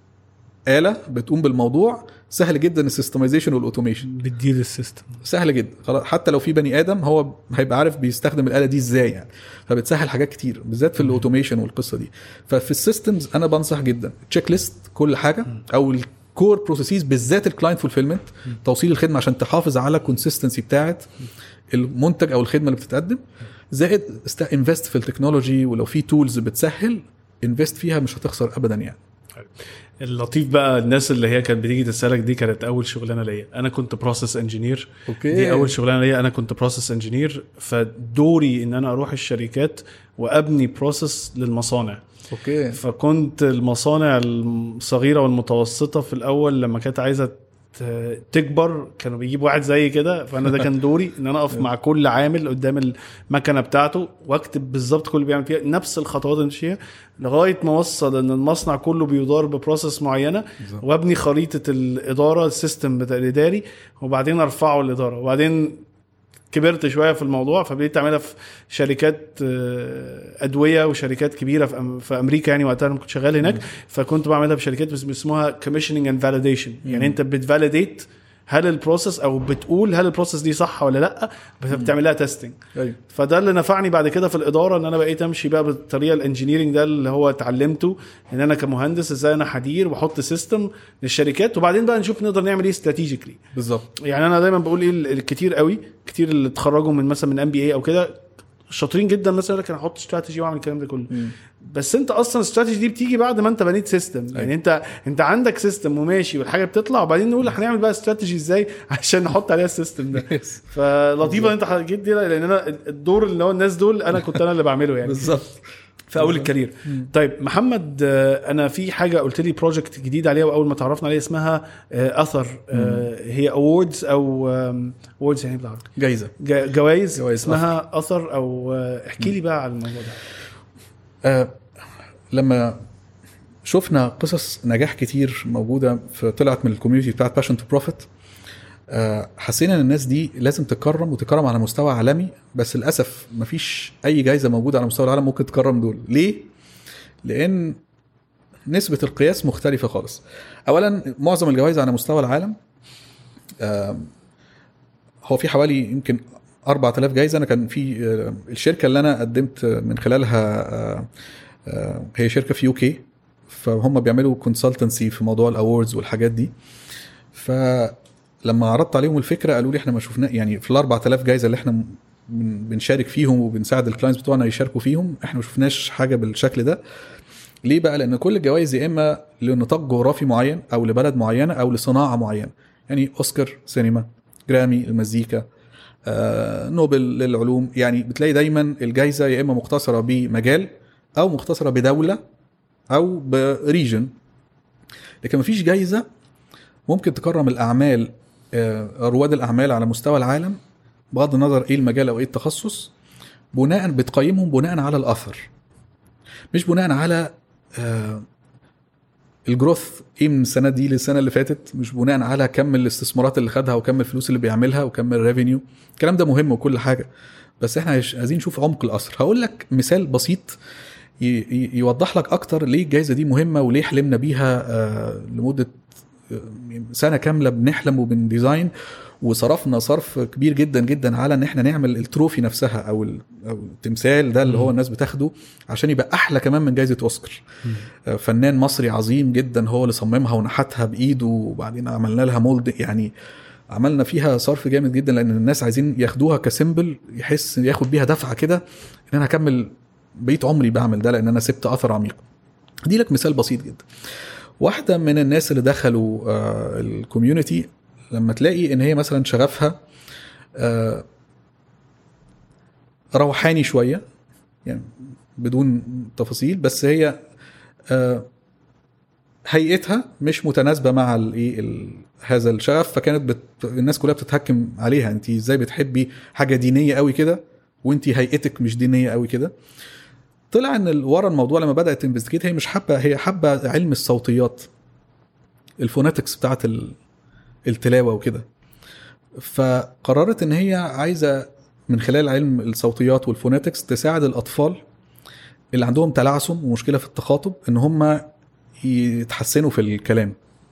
S1: آلة بتقوم بالموضوع سهل جدا السيستمايزيشن والاوتوميشن،
S2: بتدير السيستم
S1: سهل جدا خلاص. حتى لو في بني ادم هو هيبقى عارف بيستخدم الآلة دي ازاي يعني، فبتسهل حاجات كتير بالذات في الاوتوميشن والقصه دي. ففي السيستمز انا بنصح جدا تشيك ليست كل حاجه، او الكور بروسيسز بالذات الكلاينت فولفيلمنت، توصيل الخدمه عشان تحافظ على كونسيستنسي بتاعه المنتج او الخدمه اللي بتتقدم، زائد انفست في التكنولوجي، ولو في تولز بتسهل انفست فيها مش هتخسر ابدا يعني.
S2: اللطيف بقى الناس اللي هي كانت بتيجي تسالك دي كانت اول شغلانه ليا، انا كنت بروسيس انجينير. دي اول شغلانه ليا، انا كنت بروسيس انجينير، فدوري ان انا اروح الشركات وابني بروسيس للمصانع.
S1: اوكي.
S2: فكنت المصانع الصغيره والمتوسطه في الاول لما كانت عايزه تكبر كانوا بيجيبوا واحد زي كده، فانا ده كان دوري ان انا اقف مع كل عامل قدام المكنه بتاعته واكتب بالظبط كل اللي بيعمل فيها نفس الخطوات اللي فيها، لغايه ما وصل ان المصنع كله بيدار ببروسيس معينه، وابني خريطه الاداره السيستم بتاع الاداري، وبعدين ارفعه الاداره. وبعدين كبرت شويه في الموضوع، فبقيت اعملها في شركات ادويه وشركات كبيره في امريكا يعني وقتها انا كنت شغال هناك. فكنت بعملها بشركات اسمها كوميشننج اند فاليديشن، يعني انت بتفاليديت هل البروسيس او بتقول هل البروسيس دي صح ولا لا، بتعمل لها تيستنج. فده اللي نفعني بعد كده في الاداره، ان انا بقيت امشي بقى بالطريقه الانجينيرنج ده اللي هو اتعلمته، ان انا كمهندس ازاي انا هدير واحط سيستم للشركات، وبعدين بقى نشوف نقدر نعمل ايه استراتيجيكلي بالظبط. يعني انا دايما بقول ايه الكتير قوي كتير اللي اتخرجوا من مثلا من ام بي اي او كده شاطرين جدا مثلا لكن احط استراتيجي واعمل الكلام ده كله، م. بس انت اصلا الاستراتيجي دي بتيجي بعد ما انت بنيت سيستم. يعني انت انت عندك سيستم وماشي والحاجه بتطلع، وبعدين نقول هنعمل بقى استراتيجي ازاي عشان نحط عليها السيستم ده. فلطيفه انت جيت دي، لان انا الدور اللي هو الناس دول انا كنت انا اللي بعمله يعني بالظبط في اول الكارير. طيب محمد، انا في حاجه قلت لي بروجكت جديد عليها واول ما تعرفنا عليها اسمها اثر، هي اووردز او اووردز يعني بالعربي جايزه جوائز اسمها اثر، او احكي لي بقى على الموضوع ده.
S1: أه لما شفنا قصص نجاح كتير موجوده في طلعت من الكوميونتي بتاعت باشن تو بروفيت، أه حسينا ان الناس دي لازم تكرم وتكرم على مستوى عالمي، بس للاسف مفيش اي جايزه موجوده على مستوى العالم ممكن تكرم دول. ليه؟ لان نسبه القياس مختلفه خالص. اولا معظم الجوائز على مستوى العالم أه هو في حوالي يمكن أربعة آلاف جايزه. انا كان في الشركه اللي انا قدمت من خلالها هي شركه في يوكي، فهم بيعملوا كونسلتنسي في موضوع الاووردز والحاجات دي. فلما عرضت عليهم الفكره قالوا لي احنا ما شفنا يعني في الأربعة آلاف جايزه اللي احنا بنشارك فيهم وبنساعد الكلاينتس بتوعنا يشاركوا فيهم، احنا ما شفناش حاجه بالشكل ده. ليه بقى؟ لان كل الجوائز يا اما لنطاق جغرافي معين او لبلد معينه او لصناعه معينه، يعني اوسكار سينما، جرامي المزيكا، آه، نوبل للعلوم. يعني بتلاقي دايما الجائزه يا اما مختصره بمجال او مختصره بدوله او بريجن، لكن مفيش جائزه ممكن تكرم الاعمال، آه، رواد الاعمال على مستوى العالم بغض النظر ايه المجال او ايه التخصص، بناء بتقيمهم بناء على الاثر، مش بناء على آه الجروث ايه من السنه دي للسنه اللي فاتت، مش بناء على كم الاستثمارات اللي خدها وكم الفلوس اللي بيعملها وكم الريفينيو. الكلام ده مهم وكل حاجه، بس احنا عايزين نشوف عمق الاثر. هقول لك مثال بسيط يوضح لك اكتر ليه الجائزه دي مهمه وليه حلمنا بيها آه لمده سنه كامله بنحلم وبنديزاين، وصرفنا صرف كبير جدا جدا على ان احنا نعمل التروفي نفسها او او التمثال ده اللي هو الناس بتاخده عشان يبقى احلى كمان من جائزه اوسكار. فنان مصري عظيم جدا هو اللي صممها ونحتها بايده، وبعدين عملنا لها مولد، يعني عملنا فيها صرف جامد جدا لان الناس عايزين ياخدوها كسيمبل، يحس ياخد بيها دفعه كده ان انا هكمل بقيت عمري بعمل ده لان انا سبت اثر عميق. دي لك مثال بسيط جدا. واحده من الناس اللي دخلوا الكوميونتي لما تلاقي ان هي مثلا شغفها روحاني شويه، يعني بدون تفاصيل، بس هي هيئتها مش متناسبه مع الايه هذا الشغف، فكانت بت... الناس كلها بتتهكم عليها، انت ازاي بتحبي حاجه دينيه قوي كده وانت هيئتك مش دينيه قوي كده. طلع ان ورا الموضوع لما بدات تنفستيجيت هي مش حابه، هي حابه علم الصوتيات، الفوناتكس بتاعه التلاوه وكده. فقررت ان هي عايزه من خلال علم الصوتيات والفوناتكس تساعد الاطفال اللي عندهم تلعثم ومشكله في التخاطب ان هم يتحسنوا في الكلام.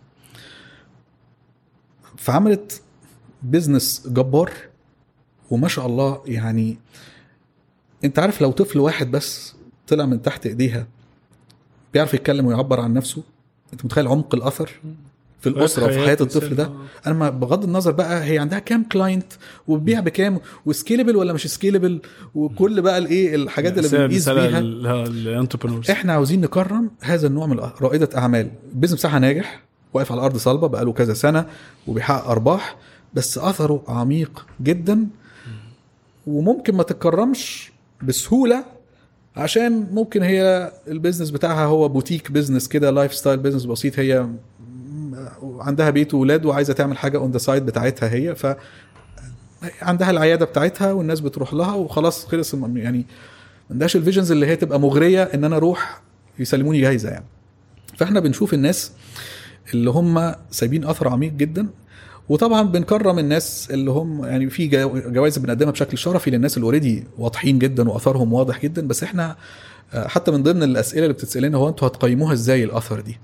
S1: فعملت بيزنس جبار وما شاء الله. يعني انت عارف لو طفل واحد بس طلع من تحت ايديها بيعرف يتكلم ويعبر عن نفسه، انت متخيل عمق الاثر في الاسره وفي حياه الطفل ده؟ انا ما بغض النظر بقى هي عندها كام كلاينت وبيبيع بكام وسكيلبل ولا مش سكيلبل وكل بقى الايه الحاجات اللي بنقيس بيها الانتربرنورز. احنا عاوزين نكرم هذا النوع من رائده اعمال، البيزنس بتاعها ناجح، واقف على الارض صلبه بقاله كذا سنه وبيحقق ارباح، بس اثره عميق جدا وممكن ما تتكرمش بسهوله عشان ممكن هي البيزنس بتاعها هو بوتيك بيزنس كده، لايف ستايل بيزنس بسيط، هي عندها بيت وولاد وعايزه تعمل حاجه اون ذا سايد بتاعتها هي، ف عندها العياده بتاعتها والناس بتروح لها وخلاص خلص. يعني ما عندهاش الفيجنز اللي هي تبقى مغريه ان انا اروح يسلموني جايزه يعني. فاحنا بنشوف الناس اللي هم سايبين اثر عميق جدا، وطبعا بنكرم الناس اللي هم يعني في جوائز بنقدمها بشكل شرفي للناس اللي اوريدي واضحين جدا واثرهم واضح جدا. بس احنا حتى من ضمن الاسئله اللي بتتسالنا هو انتوا هتقيموها ازاي الاثر دي؟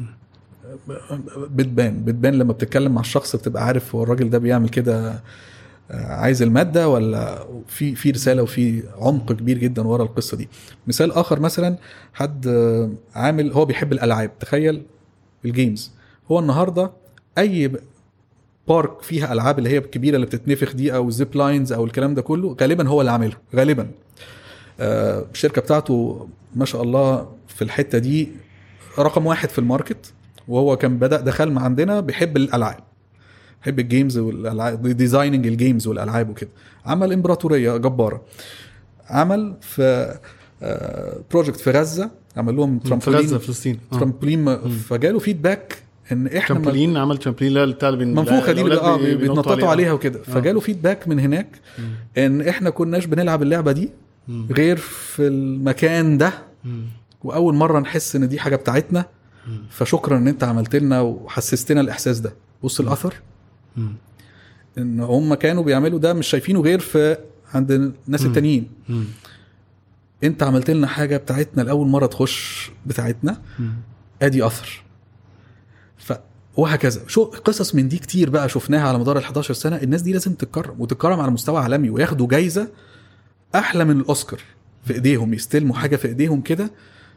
S1: بتبان بتبان لما بتتكلم مع الشخص بتبقى عارف هو الراجل ده بيعمل كده عايز الماده ولا في في رساله وفي عمق كبير جدا ورا القصه دي. مثال اخر مثلا حد عامل هو بيحب الالعاب، تخيل الجيمز، هو النهارده اي بارك فيها العاب اللي هي الكبيره اللي بتتنفخ دي او زيب لاينز او الكلام ده كله غالبا هو اللي عامله غالبا. آه الشركه بتاعته ما شاء الله في الحته دي رقم واحد في الماركت، وهو كان بدأ دخل مع عندنا بيحب الالعاب، بيحب الجيمز والالعاب، ديزايننج الجيمز والالعاب وكده. عمل امبراطوريه جباره، عمل في آه بروجكت في غزه، عمل لهم
S2: ترامبولين في فلسطين
S1: ترامبولين، فجاله فيدباك ان احنا
S2: ترامبولين عمل ترامبولين للطالبين
S1: منفوخه دي اه بيتنططوا عليها, عليها وكده. فجاله فيدباك من هناك م. ان احنا كناش بنلعب اللعبه دي م. غير في المكان ده م. واول مره نحس ان دي حاجه بتاعتنا، م. فشكرا ان انت عملت لنا وحسستنا الاحساس ده. بص م. الاثر م. ان هم كانوا بيعملوا ده مش شايفينه غير في عند الناس م. التانيين. م. انت عملت لنا حاجه بتاعتنا لاول مره تخش بتاعتنا، م. ادي اثر. وهكذا شو قصص من دي كتير بقى شفناها على مدار الحداشر سنة. الناس دي لازم تتكرم وتتكرم على مستوى عالمي وياخدوا جايزة أحلى من الأوسكار في إيديهم، يستلموا حاجة في إيديهم كده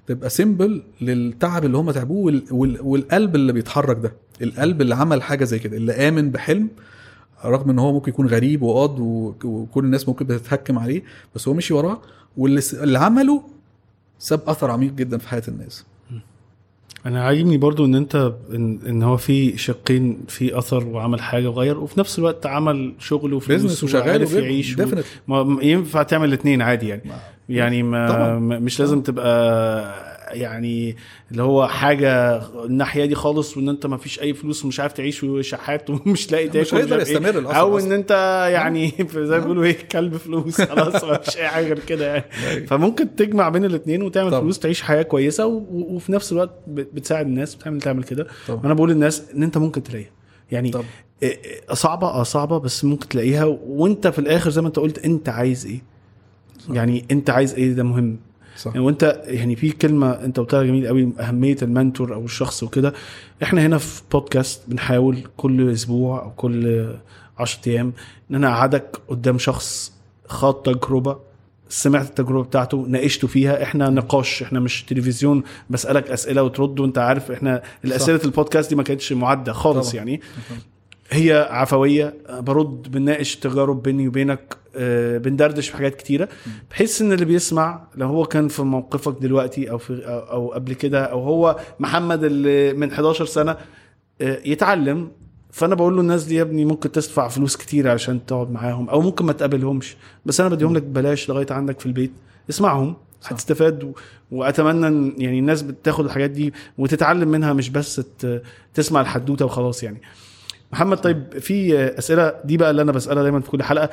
S1: تبقى سيمبل للتعب اللي هم تعبوه وال... وال... والقلب اللي بيتحرك ده, القلب اللي عمل حاجه زي كده, اللي آمن بحلم رغم ان هو ممكن يكون غريب وقاض وكل الناس ممكن بتتهكم عليه, بس هو مشي وراه واللي اللي عمله ساب اثر عميق جدا في حياه الناس.
S2: انا عاجبني برضو ان انت ان, إن هو في شقين, في اثر وعمل حاجه وغير, وفي نفس الوقت عمل شغل وفلوس
S1: وشغال
S2: ويعيش و... ما ينفع تعمل الاثنين عادي يعني. ما. يعني ما مش لازم طبعا. تبقى يعني اللي هو حاجه الناحيه دي خالص, وان انت ما فيش اي فلوس ومش عارف تعيش وشحات ومش لاقي تاكل,
S1: مش هيقدر يستمر
S2: الأصل او ان انت يعني زي ما بيقولوا ايه كلب فلوس خلاص, ما فيش اي حاجه غير كده يعني. فممكن تجمع بين الاثنين وتعمل طبعا. فلوس, تعيش حياه كويسه و... وفي نفس الوقت بتساعد الناس, بتعمل تعمل كده. انا بقول للناس ان انت ممكن تلاقيها يعني طبعا. صعبه اه صعبه بس ممكن تلاقيها, وانت في الاخر زي ما انت قلت انت عايز ايه صح. يعني انت عايز ايه ده مهم صح. يعني وانت يعني في كلمه انت قلتها جميل قوي, اهميه المنتور او الشخص وكده. احنا هنا في بودكاست بنحاول كل اسبوع او كل عشرة ايام ان انا اقعدك قدام شخص خاض تجربه, سمعت التجربه بتاعته, ناقشته فيها. احنا نقاش, احنا مش تلفزيون بسالك اسئله وترد, وانت عارف احنا الاسئله البودكاست دي ما كانتش معده خالص طبعا. يعني طبعا. هي عفويه, برد بنناقش تجارب بيني وبينك, آه بندردش في حاجات كتيره, بحيث ان اللي بيسمع لو هو كان في موقفك دلوقتي او في او, أو قبل كده, او هو محمد اللي من حداشر سنه آه يتعلم. فانا بقول له الناس دي يا ابني ممكن تدفع فلوس كتير عشان تقعد معاهم, او ممكن ما تقابلهمش, بس انا بديهم لك ببلاش لغايه عندك في البيت, اسمعهم هتستفاد. و... واتمنى يعني الناس بتاخد الحاجات دي وتتعلم منها, مش بس ت... تسمع الحدوته وخلاص يعني. محمد, طيب في أسئلة دي بقى اللي أنا بسألها دايما في كل حلقة,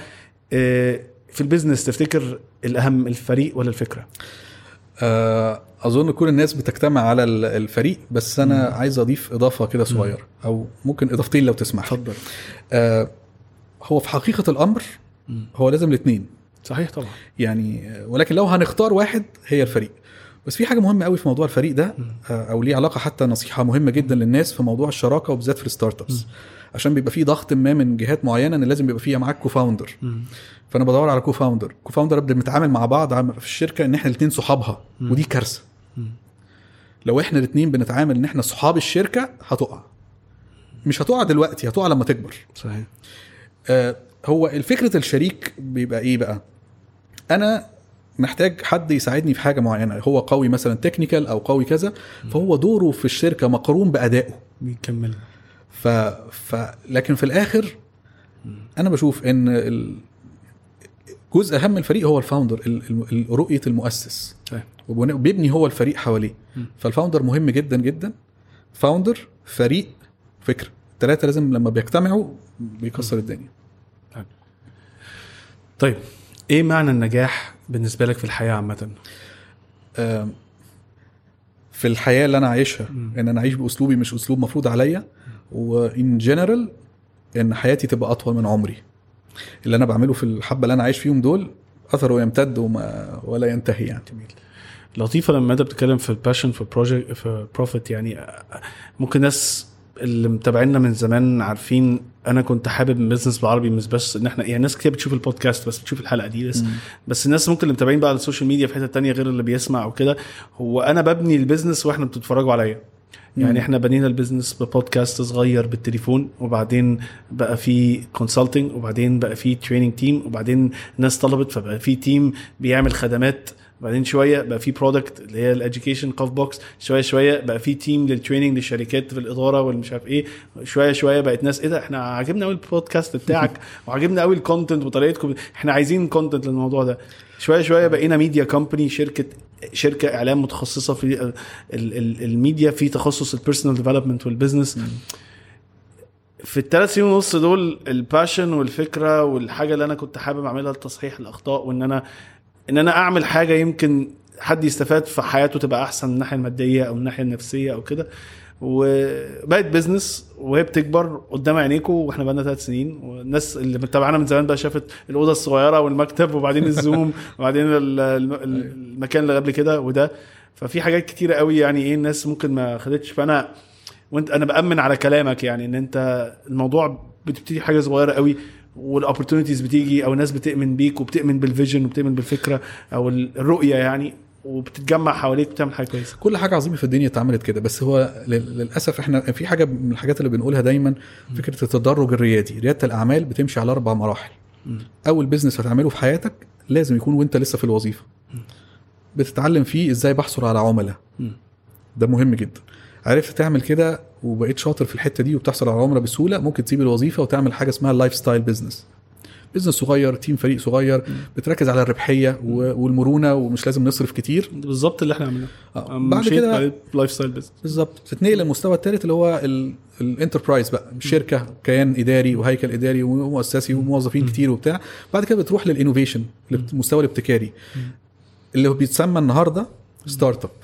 S2: في البيزنس تفتكر الأهم الفريق ولا الفكرة؟
S1: أظن كل الناس بتجتمع على الفريق, بس أنا م. عايز أضيف إضافة كده صغير, أو ممكن إضافتين لو تسمح.
S2: تفضل.
S1: هو في حقيقة الأمر م. هو لازم الاثنين
S2: صحيح طبعا
S1: يعني, ولكن لو هنختار واحد هي الفريق. بس في حاجة مهمة قوي في موضوع الفريق ده, أو ليه علاقة, حتى نصيحة مهمة جدا للناس في موضوع الشراكة, وبالذات في الستارت ابس, عشان بيبقى فيه ضغط ما من جهات معينة ان لازم يبقى فيها معاك كوفاوندر. فانا بدور على كوفاوندر كوفاوندر بدنا نتعامل مع بعض في الشركة ان احنا الاثنين صحابها, ودي كارثة. لو احنا الاثنين بنتعامل ان احنا صحاب الشركة هتقع, مش هتقع دلوقتي, هتقع لما تكبر.
S2: صحيح.
S1: آه هو الفكرة الشريك بيبقى ايه بقى, انا محتاج حد يساعدني في حاجة معينة, هو قوي مثلا تكنيكال او قوي كذا, فهو دوره في الشركة مقرون بأدائه
S2: بيكمل.
S1: ف... ف... لكن في الآخر أنا بشوف إن ال... جزء أهم الفريق هو الفاوندر, ال... رؤية المؤسس, وبيبني هو الفريق حواليه. فالفاوندر مهم جدا جدا, فاوندر, فريق, فكرة, الثلاثة لازم لما بيجتمعوا بيكسر الدنيا.
S2: طيب إيه معنى النجاح بالنسبة لك في الحياة عامة؟
S1: آه... في الحياة اللي أنا عايشها, إن أنا أعيش بأسلوبي مش أسلوب مفروض عليا, وإن جنرال إن حياتي تبقى أطول من عمري. اللي أنا بعمله في الحبة اللي أنا عايش فيهم دول أثره يمتد وما ولا ينتهي يعني.
S2: لطيفة لما أنت بتتكلم في الباشن في البروجكت في بروفيت, يعني ممكن ناس اللي متابعيننا من زمان عارفين انا كنت حابب البيزنس بالعربي, مش بس ان احنا يعني ناس كتير بتشوف البودكاست بس بتشوف الحلقه دي بس, بس الناس ممكن اللي متابعين بقى على السوشيال ميديا في حته تانية غير اللي بيسمع او كده, هو انا ببني البيزنس واحنا بتتفرجوا عليا. يعني احنا بنينا البيزنس ببودكاست صغير بالتليفون, وبعدين بقى في كونسلتنج, وبعدين بقى في تريننج تيم, وبعدين ناس طلبت فبقى في تيم بيعمل خدمات, بعدين شويه بقى في برودكت اللي هي الاديوكيشن كوف بوكس, شويه شويه بقى في تيم للتريننج للشركات في الاداره والمش عارف ايه, شويه شويه بقت ناس ايه ده احنا عاجبنا قوي البودكاست بتاعك وعاجبنا قوي الكونتنت وطريقتكم, احنا عايزين كونتنت للموضوع ده. شويه شويه بقينا ميديا كومباني, شركه شركه اعلام متخصصه في الميديا, في تخصص البيرسونال ديفلوبمنت والبزنس. في الثلاث سنين ونص دول الباشن والفكره والحاجه اللي انا كنت حابب اعملها لتصحيح الاخطاء, وان انا ان انا اعمل حاجه يمكن حد يستفاد في حياته تبقى احسن من الناحيه الماديه او الناحيه النفسيه او كده, وبقت بيزنس وهي بتكبر قدام عينيكم. واحنا بقالنا ثلاث سنين, والناس اللي متابعانا من زمان بقى شافت الاوضه الصغيره والمكتب, وبعدين الزوم, وبعدين المكان اللي قبل كده وده. ففي حاجات كتيره قوي يعني ايه الناس ممكن ما خدتش. فانا وانت انا بامن على كلامك يعني ان انت الموضوع بتبتدي حاجه صغيره قوي, والاوبورتونيتيز بتيجي, او الناس بتؤمن بيك وبتؤمن بالفيجن وبتؤمن بالفكره او الرؤيه يعني, وبتتجمع حواليك بتعمل حاجه كويسه.
S1: كل حاجه عظيمه في الدنيا اتعملت كده، بس هو للاسف احنا في حاجه من الحاجات اللي بنقولها دايما، فكره التدرج الريادي. رياده الاعمال بتمشي على اربع مراحل. اول بيزنس هتعمله في حياتك لازم يكون وانت لسه في الوظيفه، بتتعلم فيه ازاي بحصل على عملاء، ده مهم جدا. عرفت تعمل كده وبقيت شاطر في الحته دي وبتحصل على عملاء بسهوله، ممكن تسيب الوظيفه وتعمل حاجه اسمها اللايف ستايل بيزنس. بيزنس صغير، تيم فريق صغير، بتركز على الربحيه والمرونه ومش لازم نصرف كتير.
S2: بالظبط اللي احنا عملناه.
S1: آه. بعد كده
S2: لايف ستايل بيزنس
S1: بالظبط بتتنقل للمستوى الثالث اللي هو الانتربرايز بقى، شركه كيان اداري وهيكل اداري ومؤسسي وموظفين كتير وبتاع. بعد كده بتروح للانوفيشن، المستوى الابتكاري اللي بيتسمى النهارده ستارت اب.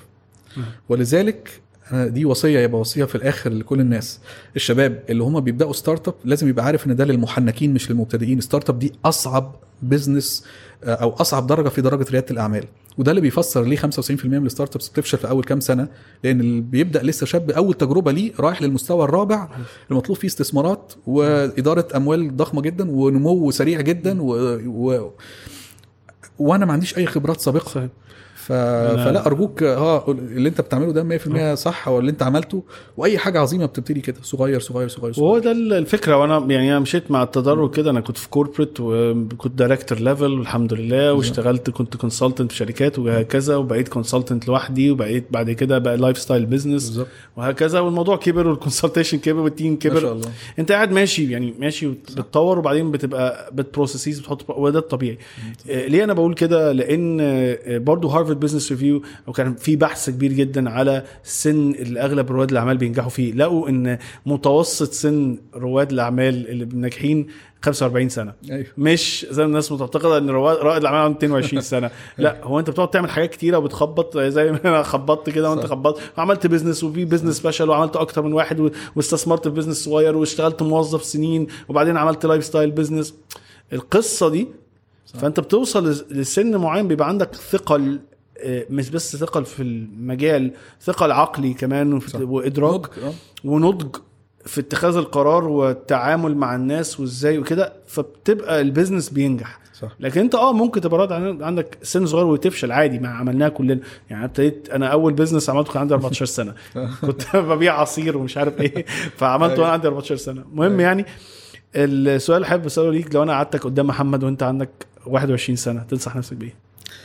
S1: ولذلك دي وصيه يبقى وصيه في الاخر لكل الناس، الشباب اللي هم بيبداوا ستارت اب لازم يبقى عارف ان ده للمحنكين مش للمبتدئين. ستارت اب دي اصعب بزنس او اصعب درجه في درجه رياده الاعمال، وده اللي بيفسر ليه خمسة وتسعين بالمية من الستارت ابس بتفشل في اول كام سنه، لان اللي بيبدا لسه شاب اول تجربه ليه رايح للمستوى الرابع المطلوب فيه استثمارات واداره اموال ضخمه جدا ونمو سريع جدا و... و... وانا ما عنديش اي خبرات سابقه. ف... فلا ارجوك ها اللي انت بتعمله ده مية بالمية صح، او اللي انت عملته، واي حاجه عظيمه بتبتدي كده صغير صغير صغير, صغير.
S2: وهو ده الفكره. وانا يعني انا مشيت مع التدرج كده. انا كنت في كوربريت وكنت دايركتور ليفل والحمد لله، واشتغلت كنت كونسلتنت في شركات وهكذا، وبقيت كونسلتنت لوحدي، وبقيت بعد كده بقى لايف ستايل بزنس وهكذا، والموضوع كبر والكونسلتيشن كبر والتيم كبر. ما شاء الله. انت قاعد ماشي يعني ماشي وبتطور، وبعدين بتبقى بتبروسيسز بتحط، وده الطبيعي. ليه انا بقول كده؟ لان برضو هارفارد بزنس ريفيو وكان في بحث كبير جدا على سن اللي اغلب رواد الاعمال بينجحوا فيه، لقوا ان متوسط سن رواد الاعمال اللي ناجحين خمسة وأربعين سنه. أيوه. مش زي الناس متعتقده ان رائد الاعمال عنده مئتين وعشرين سنه. لا، هو انت بتقعد تعمل حاجات كتيره وبتخبط زي ما انا خبطت كده وانت خبطت، وعملت بيزنس وفي بيزنس فشل، وعملت اكتر من واحد واستثمرت في بيزنس صغير، واشتغلت موظف سنين، وبعدين عملت لايف ستايل بيزنس. القصه دي صح. فانت بتوصل لسن معين بيبقى عندك ثقل، مش بس ثقل في المجال، ثقل عقلي كمان وادراك ونضج في اتخاذ القرار والتعامل مع الناس وازاي وكده، فبتبقى البيزنس بينجح. صح. لكن انت اه ممكن تبقى راضي عندك سن صغير وتفشل عادي، ما عملناها كلنا. يعني ابتديت انا اول بيزنس عملته كان عندي أربعتاشر سنه، كنت ببيع عصير ومش عارف ايه، فعملته وانا عندي أربعتاشر سنه. المهم يعني السؤال اللي حابب اساله ليك، لو انا قعدتك قدام محمد وانت عندك واحد وعشرين سنه، تنصح نفسك بايه؟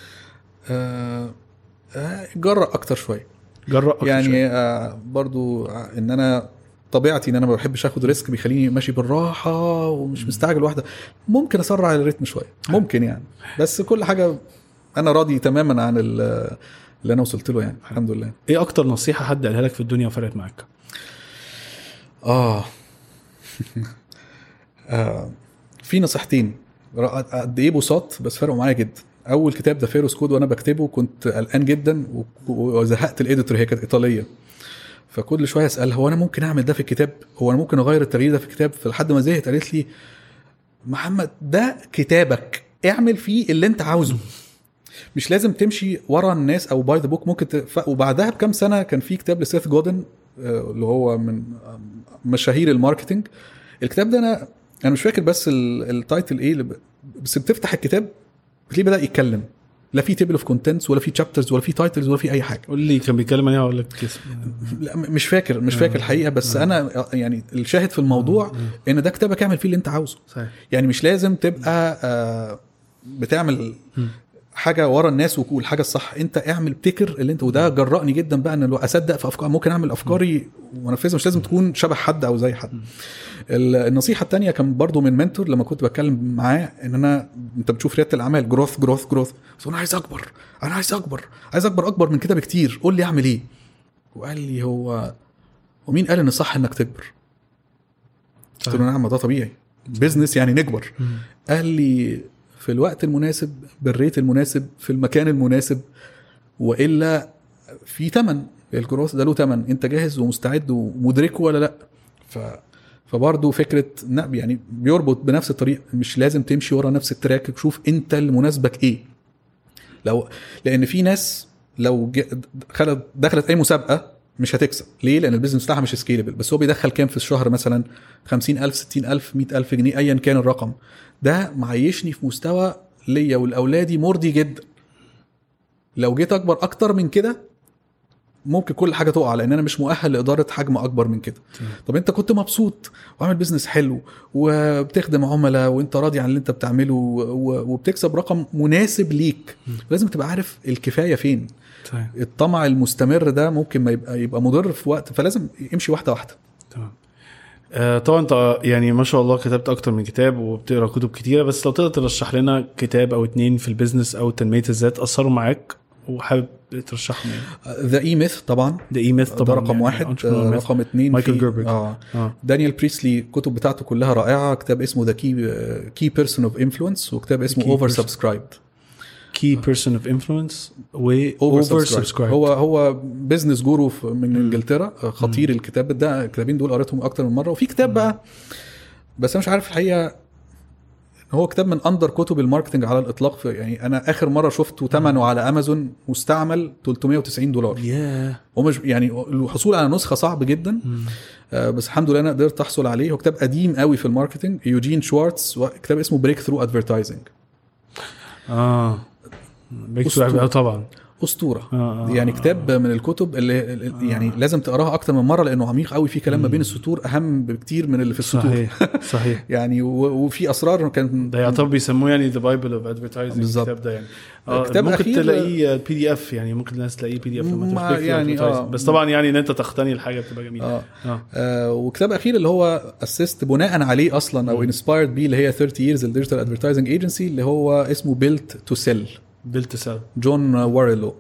S1: آه آه جرأ اكتر شويه.
S2: جرأ اكتر
S1: يعني
S2: شوية.
S1: آه برضو ان انا طبيعتي ان انا ما بحبش اخد ريسك، بيخليني ماشي بالراحه ومش مستعجل واحده. ممكن اسرع الريتم شويه ممكن يعني، بس كل حاجه انا راضي تماما عن اللي انا وصلت له يعني الحمد لله.
S2: ايه اكتر نصيحه حد قالها لك في الدنيا وفرقت معاك؟
S1: اه آه في نصيحتين قد ايه بساط بس فرقوا معايا جدا. اول كتاب ده فيروس كود، وانا بكتبه كنت قلقان جدا وزهقت. الاديتور هي كانت ايطاليه، فكل شويه اسال هو انا ممكن اعمل ده في الكتاب، هو انا ممكن اغير التغيير ده في الكتاب. فلحد ما زهقت قالت لي محمد ده كتابك، اعمل فيه اللي انت عاوزه، مش لازم تمشي ورا الناس او باي ذا بوك. ممكن تف... وبعدها بكام سنه كان في كتاب لسيث جودن اللي هو من مشاهير الماركتينج. الكتاب ده انا انا مش فاكر بس التايتل ايه، بس بتفتح الكتاب بتلاقيه بدأ يتكلم، لا في تيبل اوف كونتنتس ولا في تشابترز ولا في تايتلز ولا في اي حاجه.
S2: قول لي كان بيتكلم عن ايه ولا اسم؟
S1: لا مش فاكر مش فاكر الحقيقه، بس آه. انا يعني الشاهد في الموضوع آه. ان ده كتابك اعمل فيه اللي انت عاوزه. صحيح. يعني مش لازم تبقى آه بتعمل حاجه ورا الناس وكل حاجه الصح، انت اعمل ابتكر اللي انت. وده جرأني جدا بقى ان لو اصدق في افكار ممكن اعمل افكاري وانفذها، مش لازم تكون شبه حد او زي حد. النصيحه الثانيه كان برضو من منتور لما كنت بتكلم معاه، ان انا انت بتشوف رياده الاعمال جروث جروث جروث، بس انا عايز اكبر انا عايز اكبر عايز اكبر اكبر من كده بكتير، قول لي اعمل ايه. وقال لي هو ومين قال ان صح انك تكبر؟ قلت له نعم ده طبيعي، بيزنس يعني نكبر. قال لي في الوقت المناسب بالريت المناسب في المكان المناسب، وإلا في تمن الجروث ده له تمن، انت جاهز ومستعد ومدركه ولا لا؟ ف فبرضه فكره يعني بيربط بنفس الطريق، مش لازم تمشي ورا نفس التراك، شوف انت اللي مناسبك ايه. لو لان في ناس لو دخلت دخلت اي مسابقه مش هتكسب. ليه؟ لان البيزنس بتاعها مش سكيلبل، بس هو بيدخل كام في الشهر؟ مثلا خمسين ألف ستين ألف مئة ألف جنيه ايا كان الرقم ده، معيشني في مستوى ليا والاولادي مرضي جدا. لو جيت اكبر اكتر من كده ممكن كل حاجه تقع، لان انا مش مؤهل لاداره حجم اكبر من كده. طب انت كنت مبسوط وعامل بيزنس حلو وبتخدم عملاء وانت راضي عن اللي انت بتعمله وبتكسب رقم مناسب ليك، لازم تبقى عارف الكفايه فين. طيب. الطمع المستمر ده ممكن ما يبقى يبقى مضر في وقت، فلازم يمشي واحده واحده.
S2: تمام. آه طبعا انت يعني ما شاء الله كتبت اكتر من كتاب وبتقرا كتب كتيره، بس لو تقدر ترشح لنا كتاب او اتنين في البيزنس او تنميه الذات اثروا معاك وحابب ترشحهم يعني.
S1: ذا اي ميث طبعا،
S2: ذا اي ميث طبعا
S1: رقم
S2: يعني
S1: واحد. رقم اتنين
S2: مايكل جيربرج.
S1: آه. آه. دانيال بريسلي الكتب بتاعته كلها رائعه. كتاب اسمه ذا كي كي بيرسون اوف انفلونس، وكتاب اسمه اوفر سبسكرايبد.
S2: كي بيرسون اوف انفلونس و اوفر سبسكرايبد.
S1: هو هو بزنس جورو من انجلترا، خطير. م. الكتاب ده الكتابين دول قريتهم اكتر من مره. وفي كتاب بقى بس انا مش عارف الحقيقه، هو كتاب من اندر كتب الماركتنج على الاطلاق. في يعني انا اخر مره شفته ثمنه على امازون مستعمل ثلاثمية وتسعين دولار.
S2: yeah.
S1: ومش يعني الحصول على نسخه صعب جدا. آه بس الحمد لله انا قدرت احصل عليه. هو كتاب قديم قوي في الماركتنج، يوجين شوارتز، كتاب اسمه بريك ثرو ادفرتايزنج.
S2: اه بريك ثرو طبعا
S1: أسطورة. آه يعني كتاب من الكتب اللي يعني آه لازم تقراها أكتر من مرة، لأنه عميق قوي، في كلام ما بين السطور أهم بكتير من اللي في السطور.
S2: صحيح صحيح.
S1: يعني وفي أسرار كان
S2: ده يعتبر بيسموه يعني the bible of advertising الكتاب ده يعني. آه كتاب ممكن تلاقيه بي دي اف، يعني ممكن الناس تلاقيه بي دي اف لما تفتح يعني آه بس طبعا يعني ان انت تقتني الحاجة بتبقى جميلة. آه.
S1: آه. آه وكتاب أخير اللي هو أسست بناء عليه أصلا أو inspired بيه، اللي هي thirty years الديجيتال advertising agency، اللي هو اسمه built to sell.
S2: built to sell.
S1: جون واريلو.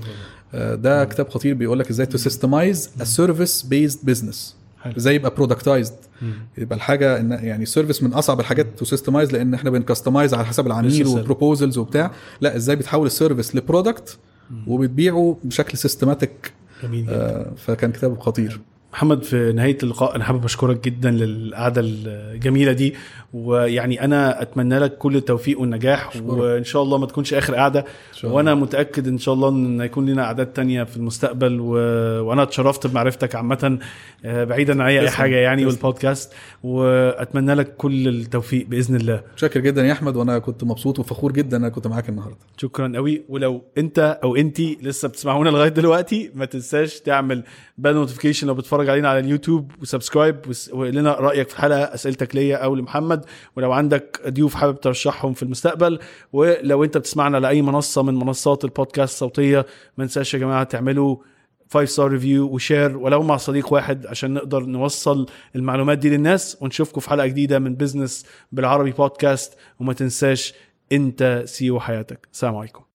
S1: ده كتاب خطير، بيقولك ازاي to systemize a service based business. ازاي يبقى productized، يبقى الحاجة إن يعني service من أصعب الحاجات to systemize، لأن احنا بنكستمايز على حسب العميل وبروبوزلز وبتاع. لا، ازاي بتحول السيرفيس لبرودكت وبتبيعه بشكل سيستماتيك. آه فكان كتاب خطير.
S2: محمد، في نهاية اللقاء أنا حابب أشكرك جدا للقعدة الجميلة دي، ويعني أنا أتمنى لك كل التوفيق والنجاح، وإن شاء الله ما تكونش آخر قعدة، وأنا متأكد إن شاء الله أن يكون لنا أعداد تانية في المستقبل، و... وأنا اتشرفت بمعرفتك عامة بعيدا عن أي حاجة يعني والبودكاست، وأتمنى لك كل التوفيق بإذن الله.
S1: شكر جدا يا أحمد، وأنا كنت مبسوط وفخور جدا أنا كنت معاك النهاردة.
S2: شكرا قوي. ولو أنت أو أنتي لسه بتسمعونا لغاية دلوقتي، ما تنساش تعمل بال نوتيفيكيشن لو بتتفرج علينا على اليوتيوب، وسبسكرايب، وقول لنا رأيك في الحلقة، أسئلتك ليا أو لمحمد، ولو عندك ضيوف حابب ترشحهم في المستقبل. ولو انت بتسمعنا على أي منصة من منصات البودكاست الصوتية، ما ننساش يا جماعة تعملوا five star review وشير ولو مع صديق واحد، عشان نقدر نوصل المعلومات دي للناس. ونشوفكم في حلقة جديدة من بيزنس بالعربي بودكاست، وما تنساش انت سيو حياتك. السلام عليكم.